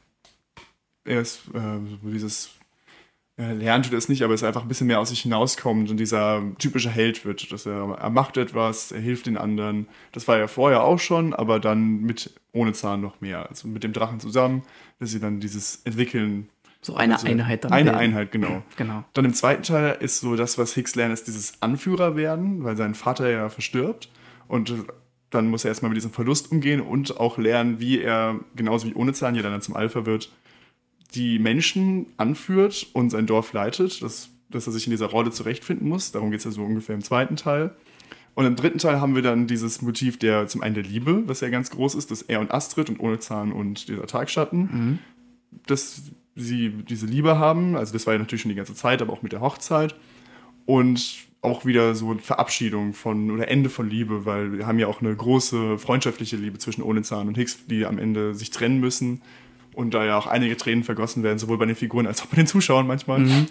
er ist, äh, dieses, er lernt oder es nicht, aber es einfach ein bisschen mehr aus sich hinauskommt und dieser typische Held wird. Dass er, er macht etwas, er hilft den anderen. Das war ja vorher auch schon, aber dann mit Ohnezahn noch mehr. Also mit dem Drachen zusammen, dass sie dann dieses entwickeln. So eine also Einheit dann. Eine bilden. Einheit, genau. genau. Dann im zweiten Teil ist so das, was Hicks lernt, ist dieses Anführer werden, weil sein Vater ja verstirbt. Und dann muss er erstmal mit diesem Verlust umgehen und auch lernen, wie er, genauso wie Ohnezahn, ja dann zum Alpha wird, die Menschen anführt und sein Dorf leitet, dass, dass er sich in dieser Rolle zurechtfinden muss. Darum geht es ja so ungefähr im zweiten Teil. Und im dritten Teil haben wir dann dieses Motiv der zum einen der Liebe, was ja ganz groß ist, dass er und Astrid und Ohnezahn und dieser Tagschatten, mhm. dass sie diese Liebe haben. Also das war ja natürlich schon die ganze Zeit, aber auch mit der Hochzeit. Und auch wieder so Verabschiedung von oder Ende von Liebe, weil wir haben ja auch eine große freundschaftliche Liebe zwischen Ohnezahn und Hicks, die am Ende sich trennen müssen. Und da ja auch einige Tränen vergossen werden, sowohl bei den Figuren als auch bei den Zuschauern manchmal. Mhm.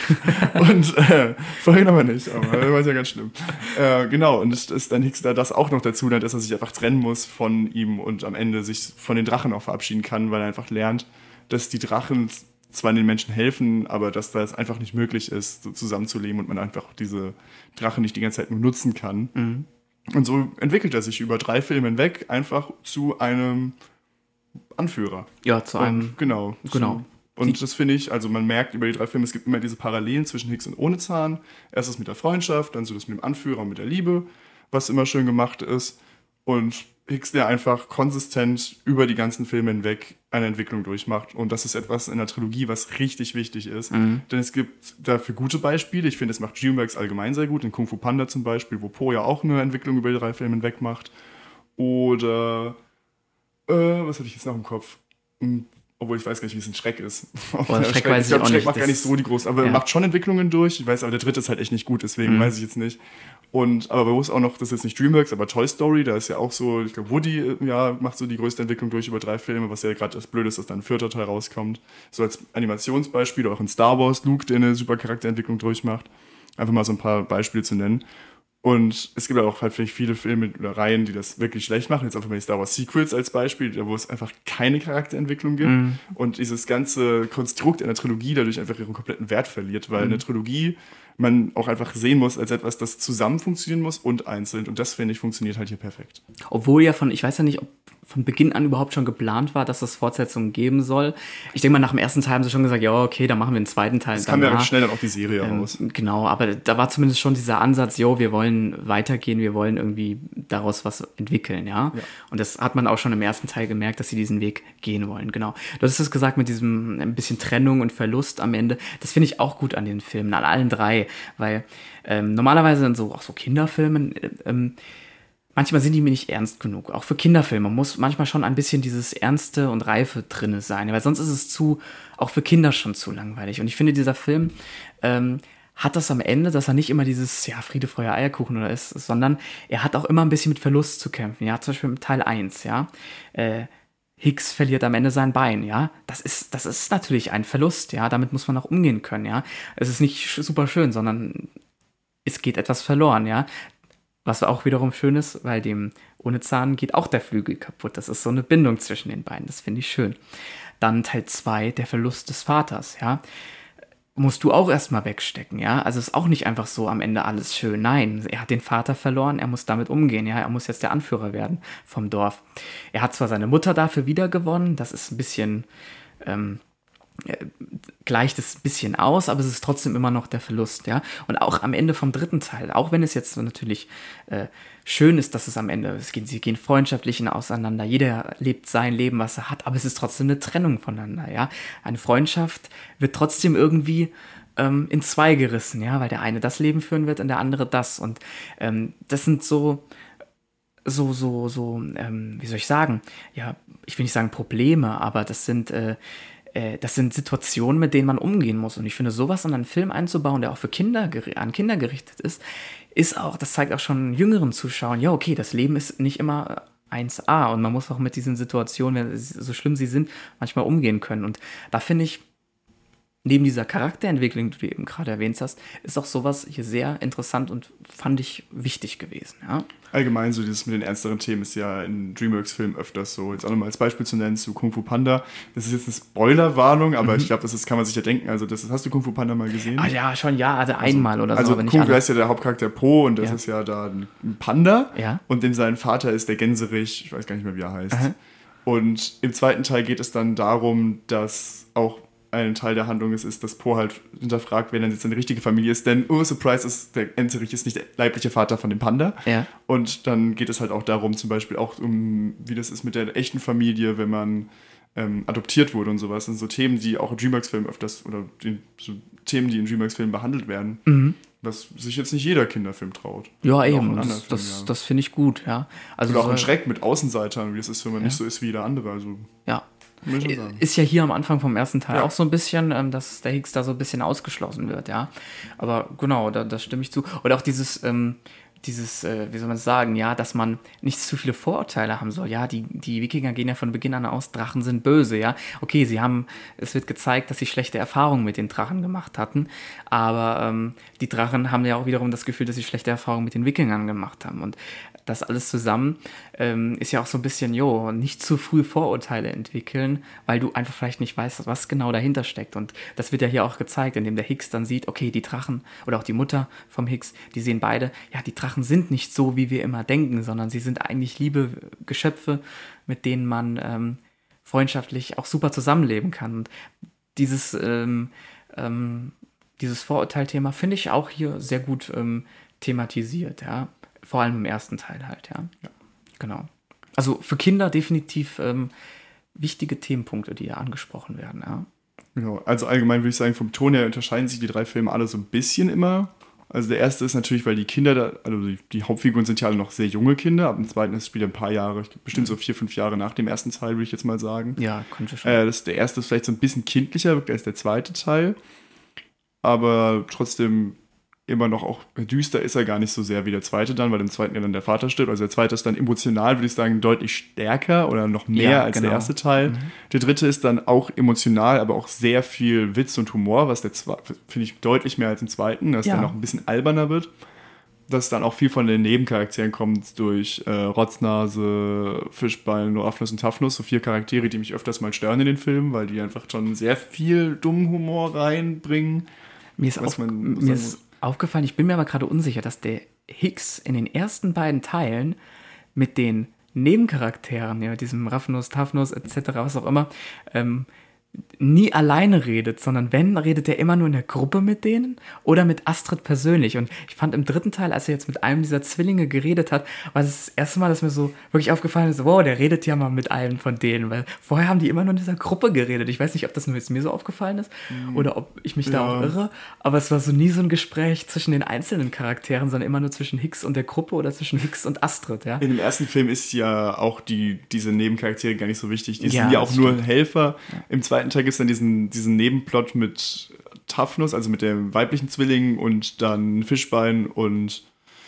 und äh, vorhin aber nicht, aber das war ja ganz schlimm. Äh, genau, und es ist dann Hicks da das auch noch dazu, dass er sich einfach trennen muss von ihm und am Ende sich von den Drachen auch verabschieden kann, weil er einfach lernt, dass die Drachen zwar den Menschen helfen, aber dass das einfach nicht möglich ist, so zusammenzuleben und man einfach diese Drachen nicht die ganze Zeit nur nutzen kann. Mhm. Und so entwickelt er sich über drei Filme hinweg einfach zu einem Anführer. Ja, zu einem. Und, genau. genau. Zu, und das finde ich, also man merkt über die drei Filme, es gibt immer diese Parallelen zwischen Hicks und Ohnezahn. Erst das mit der Freundschaft, dann so das mit dem Anführer und mit der Liebe, was immer schön gemacht ist. Und Hicks, der einfach konsistent über die ganzen Filme hinweg eine Entwicklung durchmacht. Und das ist etwas in der Trilogie, was richtig wichtig ist. Mhm. Denn es gibt dafür gute Beispiele. Ich finde, es macht DreamWorks allgemein sehr gut. In Kung Fu Panda zum Beispiel, wo Po ja auch eine Entwicklung über die drei Filme hinweg macht. Oder Äh, was hatte ich jetzt noch im Kopf? Hm, obwohl ich weiß gar nicht, wie es in Schreck ist. Oh, Schreck, Schreck weiß ich, ich glaub, auch Schreck nicht. macht gar nicht so die großen, aber ja. macht schon Entwicklungen durch. Ich weiß, aber der dritte ist halt echt nicht gut, deswegen mhm. weiß ich jetzt nicht. Und, aber wo ist auch noch, das ist jetzt nicht DreamWorks, aber Toy Story, da ist ja auch so, ich glaube, Woody ja, macht so die größte Entwicklung durch über drei Filme, was ja gerade das Blöde ist, dass dann ein vierter Teil rauskommt. So als Animationsbeispiel, auch in Star Wars, Luke, der eine super Charakterentwicklung durchmacht. Einfach mal so ein paar Beispiele zu nennen. Und es gibt auch halt vielleicht viele Filme oder Reihen, die das wirklich schlecht machen. Jetzt einfach mal die Star Wars Sequels als Beispiel, wo es einfach keine Charakterentwicklung gibt. Mm. Und dieses ganze Konstrukt einer Trilogie dadurch einfach ihren kompletten Wert verliert, weil mm. eine Trilogie man auch einfach sehen muss als etwas, das zusammen funktionieren muss und einzeln. Und das, finde ich, funktioniert halt hier perfekt. Obwohl ja von, ich weiß ja nicht, ob von Beginn an überhaupt schon geplant war, dass es Fortsetzungen geben soll. Ich denke mal, nach dem ersten Teil haben sie schon gesagt, ja, okay, dann machen wir einen zweiten Teil. Das kam ja recht schnell dann auch die Serie ähm, raus. Genau, aber da war zumindest schon dieser Ansatz, jo, wir wollen weitergehen, wir wollen irgendwie daraus was entwickeln, ja? ja. Und das hat man auch schon im ersten Teil gemerkt, dass sie diesen Weg gehen wollen, genau. Du hast es gesagt mit diesem ein bisschen Trennung und Verlust am Ende. Das finde ich auch gut an den Filmen, an allen drei, weil ähm, normalerweise in so, auch so Kinderfilmen ähm, manchmal sind die mir nicht ernst genug. Auch für Kinderfilme muss manchmal schon ein bisschen dieses Ernste und Reife drinne sein, weil sonst ist es zu, auch für Kinder schon zu langweilig. Und ich finde, dieser Film ähm, hat das am Ende, dass er nicht immer dieses, ja, Friede, Freude, Eierkuchen oder ist, sondern er hat auch immer ein bisschen mit Verlust zu kämpfen. Ja, zum Beispiel mit Teil eins, ja. Äh, Hicks verliert am Ende sein Bein, ja. Das ist, das ist natürlich ein Verlust, ja. Damit muss man auch umgehen können, ja. Es ist nicht super schön, sondern es geht etwas verloren, ja. Was auch wiederum schön ist, weil dem ohne Zahn geht auch der Flügel kaputt. Das ist so eine Bindung zwischen den beiden. Das finde ich schön. Dann Teil zwei, der Verlust des Vaters, ja. Musst du auch erstmal wegstecken, ja. Also ist auch nicht einfach so am Ende alles schön. Nein, er hat den Vater verloren, er muss damit umgehen, ja. Er muss jetzt der Anführer werden vom Dorf. Er hat zwar seine Mutter dafür wiedergewonnen, das ist ein bisschen, ähm, gleicht es ein bisschen aus, aber es ist trotzdem immer noch der Verlust, ja. Und auch am Ende vom dritten Teil, auch wenn es jetzt so natürlich äh, schön ist, dass es am Ende, es geht, sie gehen freundschaftlich auseinander, jeder lebt sein Leben, was er hat, aber es ist trotzdem eine Trennung voneinander, ja. Eine Freundschaft wird trotzdem irgendwie ähm, in zwei gerissen, ja, weil der eine das Leben führen wird und der andere das. Und ähm, das sind so so, so, so, ähm, wie soll ich sagen, ja, ich will nicht sagen Probleme, aber das sind äh, das sind Situationen, mit denen man umgehen muss. Und ich finde, sowas in einen Film einzubauen, der auch für Kinder, an Kinder gerichtet ist, ist auch, das zeigt auch schon jüngeren Zuschauern, ja, okay, das Leben ist nicht immer eins a und man muss auch mit diesen Situationen, wenn, so schlimm sie sind, manchmal umgehen können. Und da finde ich, neben dieser Charakterentwicklung, die du eben gerade erwähnt hast, ist auch sowas hier sehr interessant und fand ich wichtig gewesen. Ja? Allgemein so dieses mit den ernsteren Themen ist ja in Dreamworks-Filmen öfters so. Jetzt auch nochmal als Beispiel zu nennen zu Kung Fu Panda. Das ist jetzt eine Spoilerwarnung, aber mhm. ich glaube, das ist, kann man sich ja denken. Also das ist, hast du Kung Fu Panda mal gesehen? Ah ja, schon ja, also einmal oder so. Also aber nicht Kung alle. Fu ist ja der Hauptcharakter Po und das ja. ist ja da ein Panda. Ja. Und dem sein Vater ist der Gänserich, ich weiß gar nicht mehr, wie er heißt. Aha. Und im zweiten Teil geht es dann darum, dass auch ein Teil der Handlung ist, ist, dass Po halt hinterfragt, wer denn jetzt seine richtige Familie ist, denn, oh, Surprise, ist, der Gänserich ist nicht der leibliche Vater von dem Panda. Ja. Und dann geht es halt auch darum, zum Beispiel auch um, wie das ist mit der echten Familie, wenn man ähm, adoptiert wurde und sowas. Das sind so Themen, die auch in Dreamworks-Filmen öfters, oder die, so Themen, die in Dreamworks-Filmen behandelt werden, mhm. was sich jetzt nicht jeder Kinderfilm traut. Ja, eben, das, das, das finde ich gut, ja. Also oder auch so, in Schreck mit Außenseitern, wie es ist, wenn man ja. nicht so ist wie jeder andere, also... Ja. Ist ja hier am Anfang vom ersten Teil ja. auch so ein bisschen, ähm, dass der Hicks da so ein bisschen ausgeschlossen wird, ja. Aber genau, da, da stimme ich zu. Oder auch dieses, ähm, dieses, äh, wie soll man sagen, ja, dass man nicht zu viele Vorurteile haben soll. Ja, die, die Wikinger gehen ja von Beginn an aus, Drachen sind böse, ja. Okay, sie haben, es wird gezeigt, dass sie schlechte Erfahrungen mit den Drachen gemacht hatten, aber ähm, die Drachen haben ja auch wiederum das Gefühl, dass sie schlechte Erfahrungen mit den Wikingern gemacht haben. Und das alles zusammen ähm, ist ja auch so ein bisschen, jo, nicht zu früh Vorurteile entwickeln, weil du einfach vielleicht nicht weißt, was genau dahinter steckt. Und das wird ja hier auch gezeigt, indem der Hicks dann sieht, okay, die Drachen oder auch die Mutter vom Hicks, die sehen beide, ja, die Drachen sind nicht so, wie wir immer denken, sondern sie sind eigentlich liebe Geschöpfe, mit denen man ähm, freundschaftlich auch super zusammenleben kann. Und dieses, ähm, ähm, dieses Vorurteilthema finde ich auch hier sehr gut ähm, thematisiert, ja. Vor allem im ersten Teil halt, ja. ja. Genau. Also für Kinder definitiv ähm, wichtige Themenpunkte, die hier angesprochen werden, ja. Genau. Also allgemein würde ich sagen, vom Ton her unterscheiden sich die drei Filme alle so ein bisschen immer. Also der erste ist natürlich, weil die Kinder, da, also die, die Hauptfiguren sind ja alle noch sehr junge Kinder. Ab dem zweiten ist es wieder ein paar Jahre, bestimmt so vier, fünf Jahre nach dem ersten Teil, würde ich jetzt mal sagen. Ja, könnte schon. Äh, das, der erste ist vielleicht so ein bisschen kindlicher als der zweite Teil. Aber trotzdem immer noch auch düster ist er gar nicht so sehr wie der zweite dann, weil im zweiten ja dann der Vater stirbt. Also der zweite ist dann emotional, würde ich sagen, deutlich stärker oder noch mehr ja, als genau. der erste Teil. Mhm. Der dritte ist dann auch emotional, aber auch sehr viel Witz und Humor, was der zweite, finde ich, deutlich mehr als im zweiten, dass ja. dann noch ein bisschen alberner wird. Dass dann auch viel von den Nebencharakteren kommt durch äh, Rotznase, Fischbein, Roughness und Toughness, so vier Charaktere, die mich öfters mal stören in den Filmen, weil die einfach schon sehr viel dummen Humor reinbringen. Mir ist, auf, man, mir ist aufgefallen, ich bin mir aber gerade unsicher, dass der Hicks in den ersten beiden Teilen mit den Nebencharakteren, ja, diesem Roughness, Toughness et cetera, was auch immer, ähm, nie alleine redet, sondern wenn, redet er immer nur in der Gruppe mit denen oder mit Astrid persönlich. Und ich fand im dritten Teil, als er jetzt mit einem dieser Zwillinge geredet hat, war das das erste Mal, dass mir so wirklich aufgefallen ist, wow, der redet ja mal mit einem von denen, weil vorher haben die immer nur in dieser Gruppe geredet. Ich weiß nicht, ob das nur jetzt mir so aufgefallen ist mhm. oder ob ich mich ja. da auch irre, aber es war so nie so ein Gespräch zwischen den einzelnen Charakteren, sondern immer nur zwischen Hicks und der Gruppe oder zwischen Hicks und Astrid, ja. In dem ersten Film ist ja auch die, diese Nebencharaktere gar nicht so wichtig. Die Ja, sind ja auch das nur stimmt. Helfer. Ja. Im zweiten Teil gibt es dann diesen, diesen Nebenplot mit Toughness, also mit dem weiblichen Zwilling und dann Fischbein und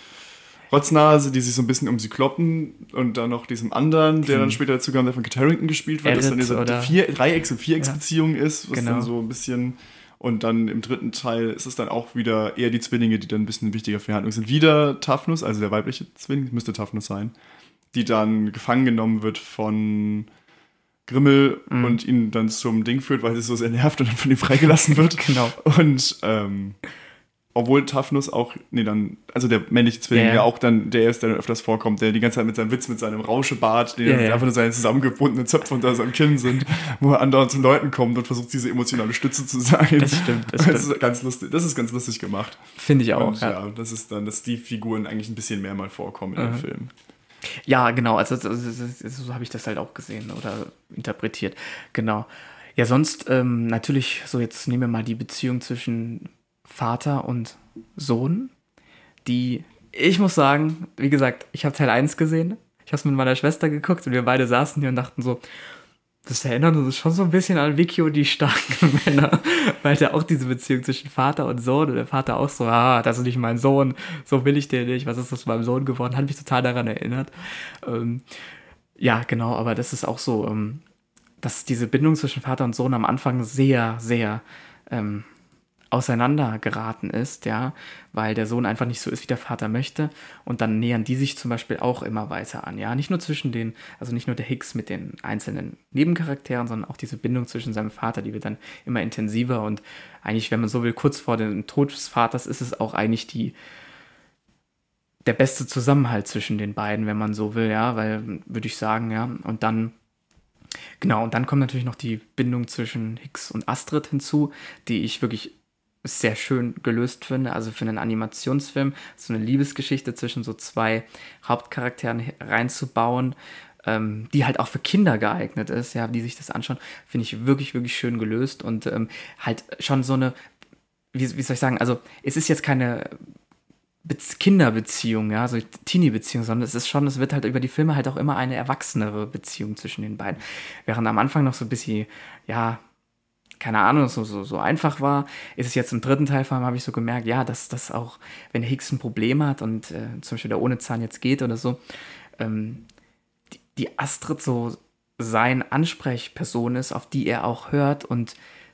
Rotznase, die sich so ein bisschen um sie kloppen und dann noch diesem anderen, der dann später dazu kam, der von Kit Harington gespielt wird, dass dann diese Vier, Dreiecks- und Vierecksbeziehung ja. ist, was genau. dann so ein bisschen... Und dann im dritten Teil ist es dann auch wieder eher die Zwillinge, die dann ein bisschen wichtiger für die Handlung sind. Wieder Toughness, also der weibliche Zwilling, müsste Toughness sein, die dann gefangen genommen wird von Grimmel mm. und ihn dann zum Ding führt, weil sie so sehr nervt und dann von ihm freigelassen wird. Genau. Und ähm, obwohl Toughness auch, nee, dann, also der männliche Zwilling, yeah. ja auch dann, der ist, der öfters vorkommt, der die ganze Zeit mit seinem Witz, mit seinem Rauschebart, der yeah, yeah. einfach nur seine zusammengebundenen Zöpfe unter seinem Kinn sind, wo er andauernd zu Leuten kommt und versucht, diese emotionale Stütze zu sein. Das stimmt, das, das stimmt. ist ganz lustig, das ist ganz lustig gemacht. Finde ich auch, und, ja. ja. Das ist dann, dass die Figuren eigentlich ein bisschen mehr mal vorkommen in mhm. dem Film. Ja, genau, also, also, also so habe ich das halt auch gesehen oder interpretiert, genau. Ja, sonst ähm, natürlich, so jetzt nehmen wir mal die Beziehung zwischen Vater und Sohn, die, ich muss sagen, wie gesagt, ich habe Teil eins gesehen, ich habe es mit meiner Schwester geguckt und wir beide saßen hier und dachten so, das erinnert uns schon so ein bisschen an Vicky und die starken Männer, weil da auch diese Beziehung zwischen Vater und Sohn und der Vater auch so, ah, das ist nicht mein Sohn, so will ich den nicht, was ist das mit meinem Sohn geworden, hat mich total daran erinnert. Ähm, ja, genau, aber das ist auch so, ähm, dass diese Bindung zwischen Vater und Sohn am Anfang sehr, sehr ähm, auseinandergeraten ist, ja, weil der Sohn einfach nicht so ist, wie der Vater möchte und dann nähern die sich zum Beispiel auch immer weiter an, ja, nicht nur zwischen den, also nicht nur der Hicks mit den einzelnen Nebencharakteren, sondern auch diese Bindung zwischen seinem Vater, die wird dann immer intensiver und eigentlich, wenn man so will, kurz vor dem Tod des Vaters ist es auch eigentlich die der beste Zusammenhalt zwischen den beiden, wenn man so will, ja, weil, würde ich sagen, ja, und dann genau, und dann kommt natürlich noch die Bindung zwischen Hicks und Astrid hinzu, die ich wirklich sehr schön gelöst finde, also für einen Animationsfilm so eine Liebesgeschichte zwischen so zwei Hauptcharakteren reinzubauen, ähm, die halt auch für Kinder geeignet ist, ja, die sich das anschauen, finde ich wirklich, wirklich schön gelöst und ähm, halt schon so eine, wie, wie soll ich sagen, also es ist jetzt keine Be- Kinderbeziehung, ja, so Teenie-Beziehung, sondern es ist schon, es wird halt über die Filme halt auch immer eine erwachsenere Beziehung zwischen den beiden, während am Anfang noch so ein bisschen, ja, keine Ahnung, so, so, so einfach war, ist es jetzt im dritten Teil vor allem, habe ich so gemerkt, ja, dass das auch, wenn der Hicks ein Problem hat und äh, zum Beispiel der ohne Zahn jetzt geht oder so, ähm, die, die Astrid so seine Ansprechperson ist, auf die er auch hört und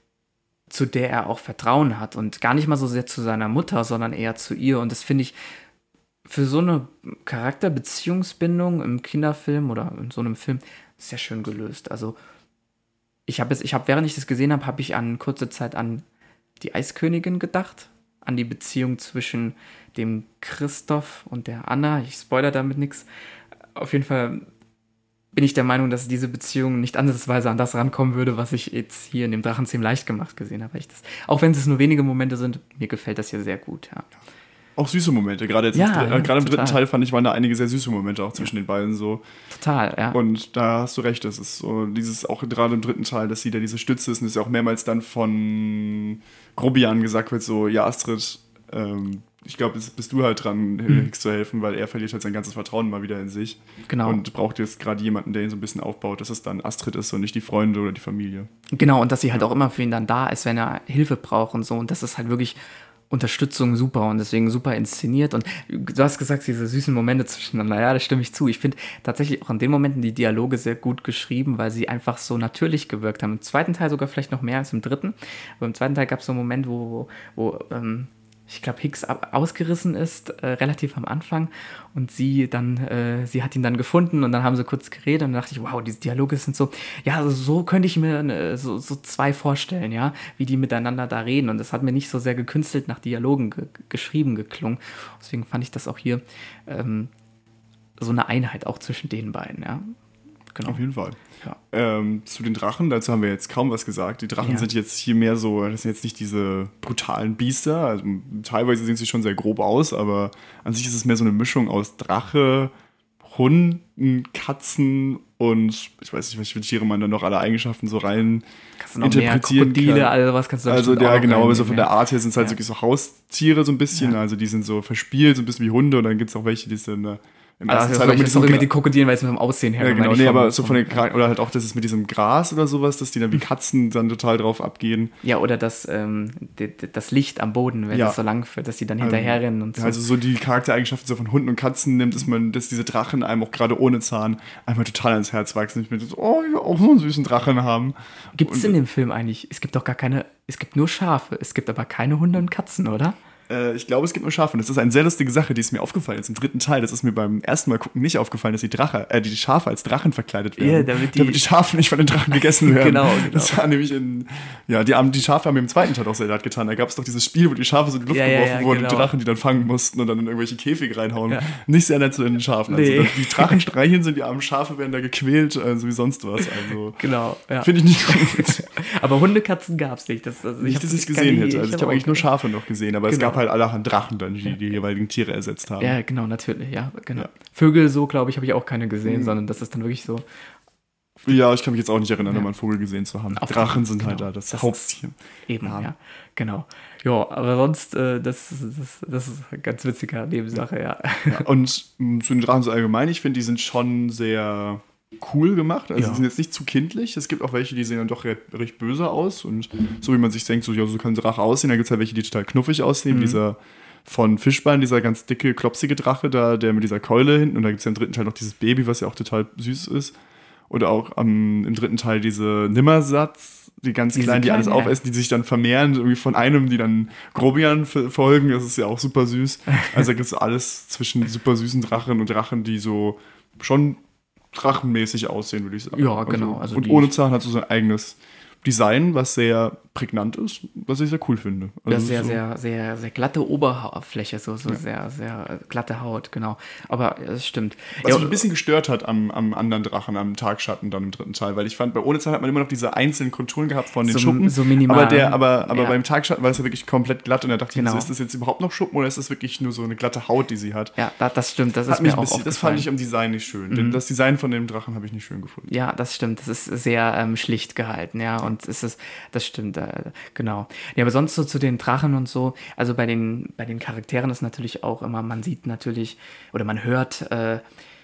zu der er auch Vertrauen hat und gar nicht mal so sehr zu seiner Mutter, sondern eher zu ihr und das finde ich für so eine Charakterbeziehungsbindung im Kinderfilm oder in so einem Film sehr schön gelöst, also Ich habe jetzt, ich habe, während ich das gesehen habe, habe ich an kurze Zeit an die Eiskönigin gedacht, an die Beziehung zwischen dem Christoph und der Anna. Ich spoilere damit nichts. Auf jeden Fall bin ich der Meinung, dass diese Beziehung nicht ansatzweise an das rankommen würde, was ich jetzt hier in dem Drachenzähm leicht gemacht gesehen habe. Weil ich das, auch wenn es nur wenige Momente sind, mir gefällt das hier sehr gut, ja. Auch süße Momente, gerade jetzt ja, im, ja, gerade im dritten total. Teil fand ich, waren da einige sehr süße Momente auch zwischen ja. den beiden so. Total, ja. Und da hast du recht, das ist so dieses, auch gerade im dritten Teil, dass sie da diese Stütze ist und es ja auch mehrmals dann von Grobian gesagt wird, so, ja Astrid, ähm, ich glaube, jetzt bist du halt dran, mhm. Hicks zu helfen, weil er verliert halt sein ganzes Vertrauen mal wieder in sich. Genau. Und braucht jetzt gerade jemanden, der ihn so ein bisschen aufbaut, dass es dann Astrid ist und nicht die Freunde oder die Familie. Genau, und dass sie halt auch immer für ihn dann da ist, wenn er Hilfe braucht und so. Und das ist halt wirklich Unterstützung super und deswegen super inszeniert. Und du hast gesagt, diese süßen Momente zwischeneinander, ja, das stimme ich zu. Ich finde tatsächlich auch in den Momenten die Dialoge sehr gut geschrieben, weil sie einfach so natürlich gewirkt haben. Im zweiten Teil sogar vielleicht noch mehr als im dritten. Aber im zweiten Teil gab es so einen Moment, wo, wo, wo ähm, ich glaube, Hicks ab- ausgerissen ist, äh, relativ am Anfang und sie dann, äh, sie hat ihn dann gefunden und dann haben sie kurz geredet und dann dachte ich, wow, diese Dialoge sind so, ja, also so könnte ich mir äh, so, so zwei vorstellen, ja, wie die miteinander da reden und das hat mir nicht so sehr gekünstelt nach Dialogen ge- geschrieben geklungen, deswegen fand ich das auch hier ähm, so eine Einheit auch zwischen den beiden, ja. genau. Auf jeden Fall. Ja. Ähm, zu den Drachen, dazu haben wir jetzt kaum was gesagt. Die Drachen Ja. sind jetzt hier mehr so, das sind jetzt nicht diese brutalen Biester. Also, teilweise sehen sie schon sehr grob aus, aber an sich ist es mehr so eine Mischung aus Drache, Hunden, Katzen und ich weiß nicht, welche Tiere man dann noch alle Eigenschaften so rein Kannst du noch mehr Krokodile, kann. also was kannst du da Also bestimmt auch ja, noch genau, aber so reinnehmen, von der ja. Art her sind es halt Ja. wirklich so Haustiere so ein bisschen. Ja. Also die sind so verspielt, so ein bisschen wie Hunde und dann gibt es auch welche, die sind äh, im Also ersten das Teil auch ist mit auch diesem immer Gra- die Krokodilen, weil es mit dem Aussehen her ja, genau, meine ich nee, vom- aber so von den vom- Gra- oder halt auch, dass es mit diesem Gras oder sowas, dass die dann wie Katzen dann total drauf abgehen. Ja, oder das, ähm, d- d- das Licht am Boden, wenn Ja. das so lang wird, dass die dann hinterherrennen und so. Ja, also so die Charaktereigenschaften so von Hunden und Katzen nimmt, dass man, dass diese Drachen einem auch gerade ohne Zahn einmal total ans Herz wachsen. Ich bin so, oh, ich will auch so einen süßen Drachen haben. Gibt es und- in dem Film eigentlich, es gibt doch gar keine, es gibt nur Schafe, es gibt aber keine Hunde und Katzen, oder? Äh, ich glaube, es gibt nur Schafe. Und das ist eine sehr lustige Sache, die ist mir aufgefallen jetzt im dritten Teil. Das ist mir beim ersten Mal gucken nicht aufgefallen, dass die Drache, äh, die Schafe als Drachen verkleidet werden. Ja, damit die- damit die Schafe nicht von den Drachen gegessen werden. Genau, genau. Das war nämlich in, ja, die, haben- die Schafe haben mir im zweiten Teil auch sehr leid getan. Da gab es doch dieses Spiel, wo die Schafe so in die Luft Ja, ja, geworfen ja, wurden und genau. die Drachen die dann fangen mussten und dann in irgendwelche Käfige reinhauen. Ja. Nicht sehr nett zu den Schafen. Nee. Also die Drachen streicheln sind, die armen Schafe werden da gequält, also wie sonst was. Also Genau, ja. finde ich nicht gut. Aber Hunde, Katzen gab es nicht. Das, also Nicht, hab dass ich es keine- gesehen hätte. Also ich hab habe eigentlich auch- nur Schafe noch gesehen, aber es Genau. gab halt allerhand Drachen dann, die die jeweiligen Tiere ersetzt haben. Ja, genau, natürlich, ja, genau. Ja. Vögel so, glaube ich, habe ich auch keine gesehen, Mhm. sondern das ist dann wirklich so. Ja, ich kann mich jetzt auch nicht erinnern, Ja. mal einen Vogel gesehen zu haben. Auf Drachen jeden- sind halt genau. da das, Das Haupttier. Eben, Ja. ja, genau. Ja, aber sonst, äh, das, das, das ist eine ganz witzige Nebensache, ja. Ja, und mh, zu den Drachen so allgemein, ich finde, die sind schon sehr cool gemacht. Also Ja. die sind jetzt nicht zu kindlich. Es gibt auch welche, die sehen dann doch recht, recht böse aus. Und so wie man sich denkt, so, ja, so kann ein Drache aussehen. Da gibt es halt welche, die total knuffig aussehen. Mhm. Dieser von Fischbein, dieser ganz dicke, klopsige Drache da, der mit dieser Keule hinten. Und da gibt es ja im dritten Teil noch dieses Baby, was ja auch total süß ist. Oder auch am, im dritten Teil diese Nimmersatz, die ganz Diese kleinen, die alles kleinen, ja. aufessen, die sich dann vermehren, irgendwie von einem, die dann Grobian f- folgen. Das ist ja auch super süß. Also da gibt es alles zwischen super süßen Drachen und Drachen, die so schon drachenmäßig aussehen, würde ich sagen. Ja, genau. Also und die- ohne Zahn hat so sein eigenes Design, was sehr prägnant ist, was ich sehr cool finde. Ja, Also sehr, so, sehr, sehr, sehr glatte Oberfläche, so, so sehr, sehr äh, glatte Haut, genau. Aber ja, das stimmt. Was Ja, mich ein bisschen gestört hat am, am anderen Drachen, am Tagschatten dann im dritten Teil, weil ich fand, bei Ohne Zahn hat man immer noch diese einzelnen Konturen gehabt von den So- Schuppen. so minimal. Aber, der, aber, aber Ja. beim Tagschatten war es ja wirklich komplett glatt und da dachte ich, Genau. mir so, ist das jetzt überhaupt noch Schuppen oder ist das wirklich nur so eine glatte Haut, die sie hat? ja, da- das stimmt, das Hat ist mich mir ein auch bisschen, das aufgefallen. fand ich am Design nicht schön. Denn das Design von dem Drachen habe ich nicht schön gefunden. Ja, das stimmt. Das ist sehr ähm, schlicht gehalten, ja. Und es ist, das stimmt, äh, genau. Ja, aber sonst so zu den Drachen und so, also bei den, bei den Charakteren ist natürlich auch immer, man sieht natürlich, oder man hört, äh,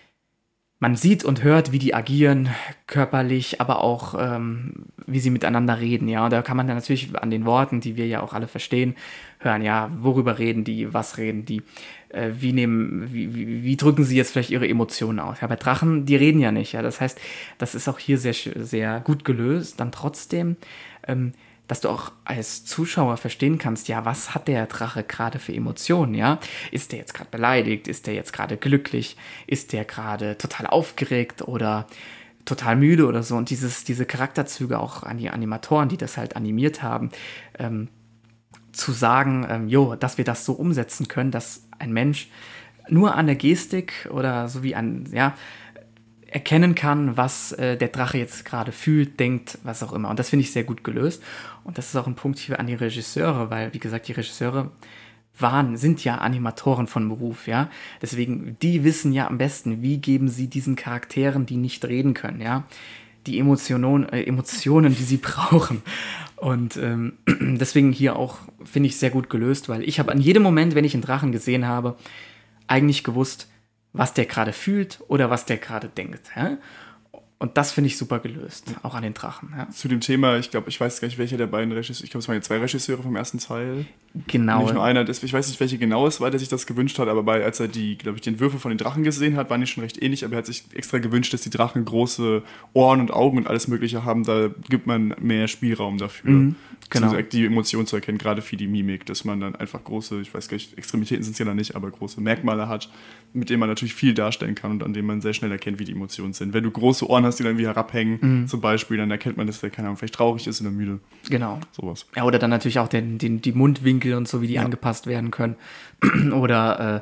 man sieht und hört, wie die agieren, körperlich, aber auch, ähm, wie sie miteinander reden, ja. Und da kann man dann natürlich an den Worten, die wir ja auch alle verstehen, hören, ja, worüber reden die, was reden die, äh, wie nehmen, wie, wie, wie drücken sie jetzt vielleicht ihre Emotionen aus. Ja, bei Drachen, die reden ja nicht, ja. Das heißt, das ist auch hier sehr, sch- sehr gut gelöst. Dann trotzdem, ähm, dass du auch als Zuschauer verstehen kannst, ja, was hat der Drache gerade für Emotionen, ja? Ist der jetzt gerade beleidigt? Ist der jetzt gerade glücklich? Ist der gerade total aufgeregt oder total müde oder so? Und dieses, diese Charakterzüge auch an die Animatoren, die das halt animiert haben, ähm, zu sagen, ähm, jo, dass wir das so umsetzen können, dass ein Mensch nur an der Gestik oder so wie an, ja, erkennen kann, was äh, der Drache jetzt gerade fühlt, denkt, was auch immer. Und das finde ich sehr gut gelöst. Und das ist auch ein Punkt hier an die Regisseure, weil, wie gesagt, die Regisseure waren, sind ja Animatoren von Beruf, ja. Deswegen, die wissen ja am besten, wie geben sie diesen Charakteren, die nicht reden können, ja, die Emotionen, äh, Emotionen, die sie brauchen. Und ähm, deswegen hier auch, finde ich, sehr gut gelöst, weil ich habe an jedem Moment, wenn ich einen Drachen gesehen habe, eigentlich gewusst, was der gerade fühlt oder was der gerade denkt. Ja? Und das finde ich super gelöst, auch an den Drachen. Ja? Zu dem Thema, ich glaube, ich weiß gar nicht, welcher der beiden Regisseure, ich glaube, es waren ja zwei Regisseure vom ersten Teil. Genau. Nicht nur einer, das, ich weiß nicht, welche genau es war, der sich das gewünscht hat, aber bei, als er die, glaube ich, die Entwürfe von den Drachen gesehen hat, waren die schon recht ähnlich, aber er hat sich extra gewünscht, dass die Drachen große Ohren und Augen und alles Mögliche haben, da gibt man mehr Spielraum dafür, Mhm, genau. zu, die Emotionen zu erkennen, gerade für die Mimik, dass man dann einfach große, ich weiß gar nicht, Extremitäten sind es ja dann nicht, aber große Merkmale hat, mit denen man natürlich viel darstellen kann und an denen man sehr schnell erkennt, wie die Emotionen sind. Wenn du große Ohren hast, die dann wie herabhängen, Mhm. zum Beispiel, dann erkennt man, dass der, keine Ahnung, vielleicht traurig ist oder müde, Genau. sowas. Ja, oder dann natürlich auch den, den, die Mundwinkel und so, wie die Ja. angepasst werden können. Oder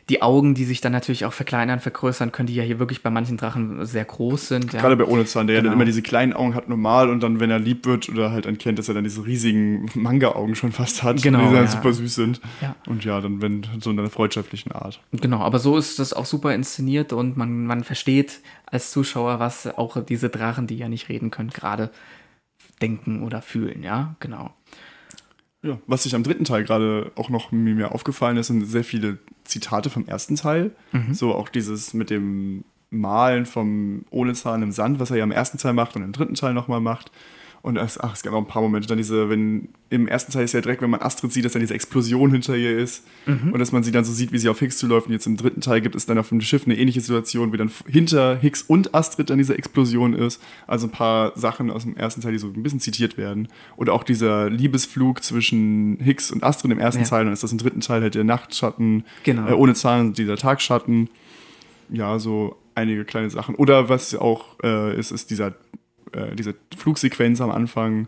Die Augen, die sich dann natürlich auch verkleinern, vergrößern können, die ja hier wirklich bei manchen Drachen sehr groß sind. Ja. Gerade bei Onezan, der Genau. ja dann immer diese kleinen Augen hat normal und dann, wenn er lieb wird oder halt erkennt, dass er dann diese riesigen Manga-Augen schon fast hat, Genau, die dann ja. super süß sind. Ja. Und ja, dann wenn so in einer freundschaftlichen Art. Genau, aber so ist das auch super inszeniert und man, man versteht als Zuschauer, was auch diese Drachen, die ja nicht reden können, gerade denken oder fühlen, ja, genau. Ja, was sich am dritten Teil gerade auch noch mir mehr aufgefallen ist, sind sehr viele Zitate vom ersten Teil. Mhm. So auch dieses mit dem Malen vom Onezan im Sand, was er ja im ersten Teil macht und im dritten Teil nochmal macht. Und es, ach, es gab auch ein paar Momente, dann diese, wenn im ersten Teil ist ja direkt, wenn man Astrid sieht, dass dann diese Explosion hinter ihr ist mhm. und dass man sie dann so sieht, wie sie auf Hicks zuläuft. Und jetzt im dritten Teil gibt es dann auf dem Schiff eine ähnliche Situation, wie dann hinter Hicks und Astrid dann diese Explosion ist. Also ein paar Sachen aus dem ersten Teil, die so ein bisschen zitiert werden. Oder auch dieser Liebesflug zwischen Hicks und Astrid im ersten ja. Teil. Dann ist das im dritten Teil halt der Nachtschatten, genau. äh, ohne Zahn, dieser Tagschatten. Ja, so einige kleine Sachen. Oder was auch äh, ist, ist dieser diese Flugsequenz am Anfang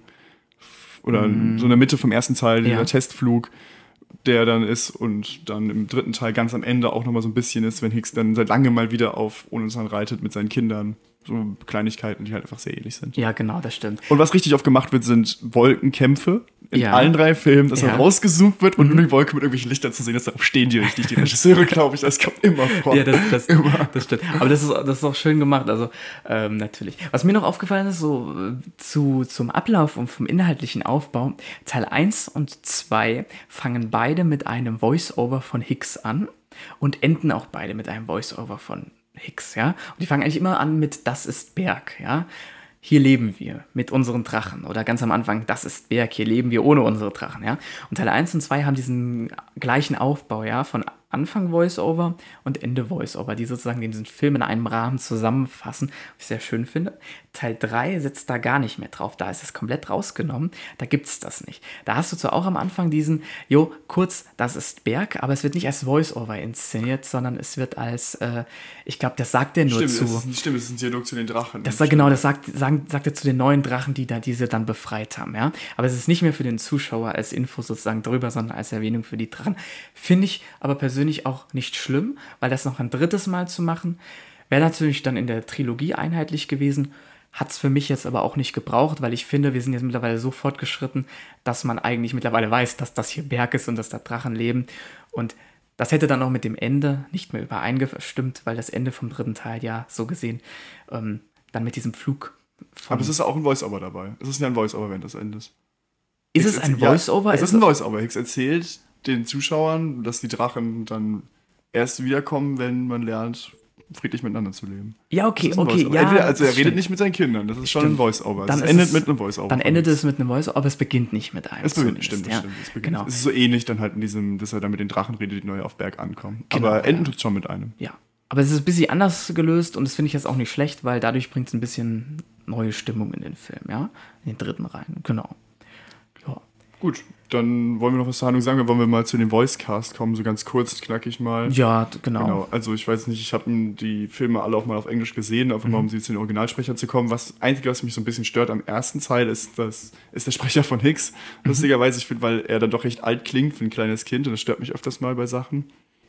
oder mm. so in der Mitte vom ersten Teil, dieser ja. Testflug, der dann ist und dann im dritten Teil ganz am Ende auch nochmal so ein bisschen ist, wenn Hicks dann seit langem mal wieder auf Onezan reitet mit seinen Kindern. So Kleinigkeiten, die halt einfach sehr ähnlich sind. Ja, genau, das stimmt. Und was richtig oft gemacht wird, sind Wolkenkämpfe. In ja. allen drei Filmen, dass ja. dann rausgezoomt wird und mhm. nur die Wolke mit irgendwelchen Lichtern zu sehen ist. Darauf stehen die richtig. Die Regisseure, glaube ich, das kommt immer vor. Ja, das, das, immer. das stimmt. Aber das ist, das ist auch schön gemacht. Also, ähm, natürlich. Was mir noch aufgefallen ist, so zu, zum Ablauf und vom inhaltlichen Aufbau, Teil eins und zwei fangen beide mit einem Voice-Over von Hicks an und enden auch beide mit einem Voice-Over von Hicks, ja. Und die fangen eigentlich immer an mit Das ist Berg, ja. Hier leben wir mit unseren Drachen. Oder ganz am Anfang, das ist Berg, hier leben wir ohne unsere Drachen, ja. Und Teil eins und zwei haben diesen gleichen Aufbau, ja, von Anfang Voice-Over und Ende Voice-Over, die sozusagen diesen Film in einem Rahmen zusammenfassen, was ich sehr schön finde. Teil drei setzt da gar nicht mehr drauf, da ist es komplett rausgenommen, da gibt's das nicht. Da hast du zwar auch am Anfang diesen, jo, kurz, das ist Berg, aber es wird nicht als Voice-Over inszeniert, sondern es wird als, äh, ich glaube, das sagt er nur stimmt, zu. Es ist, stimmt, es ist ein Dialog zu den Drachen. Das sagt, genau, das sagt, sagen, sagt er zu den neuen Drachen, die da diese dann befreit haben, ja. Aber es ist nicht mehr für den Zuschauer als Info sozusagen drüber, sondern als Erwähnung für die Drachen. Finde ich aber persönlich auch nicht schlimm, weil das noch ein drittes Mal zu machen, wäre natürlich dann in der Trilogie einheitlich gewesen, hat es für mich jetzt aber auch nicht gebraucht, weil ich finde, wir sind jetzt mittlerweile so fortgeschritten, dass man eigentlich mittlerweile weiß, dass das hier Berg ist und dass da Drachen leben und das hätte dann auch mit dem Ende nicht mehr übereingestimmt, weil das Ende vom dritten Teil ja so gesehen ähm, dann mit diesem Flug aber es ist ja auch ein Voice-Over dabei. Es ist ja ein Voice-Over, wenn das Ende ist. Ist es ein Voice-Over? Ja, es ist ein Voice-Over. Hicks erzählt den Zuschauern, dass die Drachen dann erst wiederkommen, wenn man lernt, friedlich miteinander zu leben. Ja, okay, okay. Ja, Entweder, also er redet stimmt. nicht mit seinen Kindern, das ist schon stimmt. ein Voice-Over. Dann es endet es, mit einem Voice-Over. Dann endet es mit einem Voice-Over, aber es beginnt nicht mit einem. Es beginnt, stimmt, ja. stimmt. Es beginnt. Genau. Es ist so ähnlich dann halt in diesem, dass er dann mit den Drachen redet, die neu auf Berg ankommen. Genau, aber enden ja. tut es schon mit einem. Ja, aber es ist ein bisschen anders gelöst und das finde ich jetzt auch nicht schlecht, weil dadurch bringt es ein bisschen neue Stimmung in den Film, ja, in den dritten rein, genau. Ja. Gut, dann wollen wir noch was zur Handlung sagen, dann wollen wir mal zu dem Voicecast kommen, so ganz kurz, knackig mal. Ja, genau. genau. Also ich weiß nicht, ich habe die Filme alle auch mal auf Englisch gesehen, einfach mal, um sie zu den Originalsprecher zu kommen. Was Einzige, was mich so ein bisschen stört am ersten Teil, ist, das, ist der Sprecher von Hicks. Mhm. Lustigerweise, ich finde, weil er dann doch recht alt klingt für ein kleines Kind und das stört mich öfters mal bei Sachen.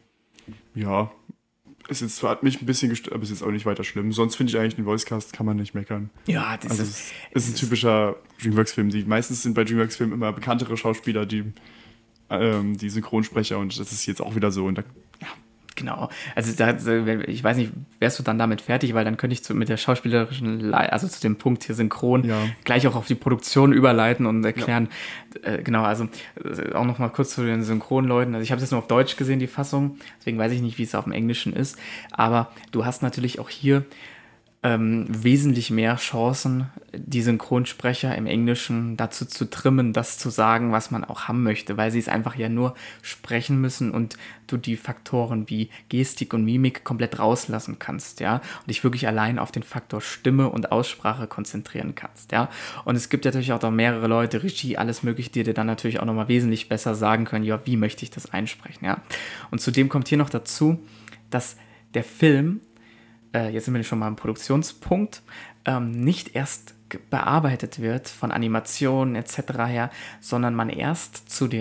Ja, es ist, hat mich ein bisschen gestört, aber es ist auch nicht weiter schlimm. Sonst finde ich eigentlich, den Voicecast kann man nicht meckern. Ja, das also ist, es ist ein typischer DreamWorks-Film. Die, meistens sind bei DreamWorks-Filmen immer bekanntere Schauspieler, die, ähm, die Synchronsprecher und das ist jetzt auch wieder so. Und da, ja. Genau, also da, ich weiß nicht, wärst du dann damit fertig, weil dann könnte ich zu, mit der schauspielerischen, Le- also zu dem Punkt hier Synchron, ja. gleich auch auf die Produktion überleiten und erklären, ja. äh, genau, also äh, auch noch mal kurz zu den Synchronleuten, also ich habe es jetzt nur auf Deutsch gesehen, die Fassung, deswegen weiß ich nicht, wie es auf dem Englischen ist, aber du hast natürlich auch hier ähm, wesentlich mehr Chancen, die Synchronsprecher im Englischen dazu zu trimmen, das zu sagen, was man auch haben möchte, weil sie es einfach ja nur sprechen müssen und du die Faktoren wie Gestik und Mimik komplett rauslassen kannst, ja, und dich wirklich allein auf den Faktor Stimme und Aussprache konzentrieren kannst, ja, und es gibt natürlich auch noch mehrere Leute, Regie, alles mögliche, die dir dann natürlich auch nochmal wesentlich besser sagen können, ja, wie möchte ich das einsprechen, ja, und zudem kommt hier noch dazu, dass der Film, äh, jetzt sind wir schon mal am Produktionspunkt, ähm, nicht erst bearbeitet wird von Animationen et cetera her, sondern man erst zu den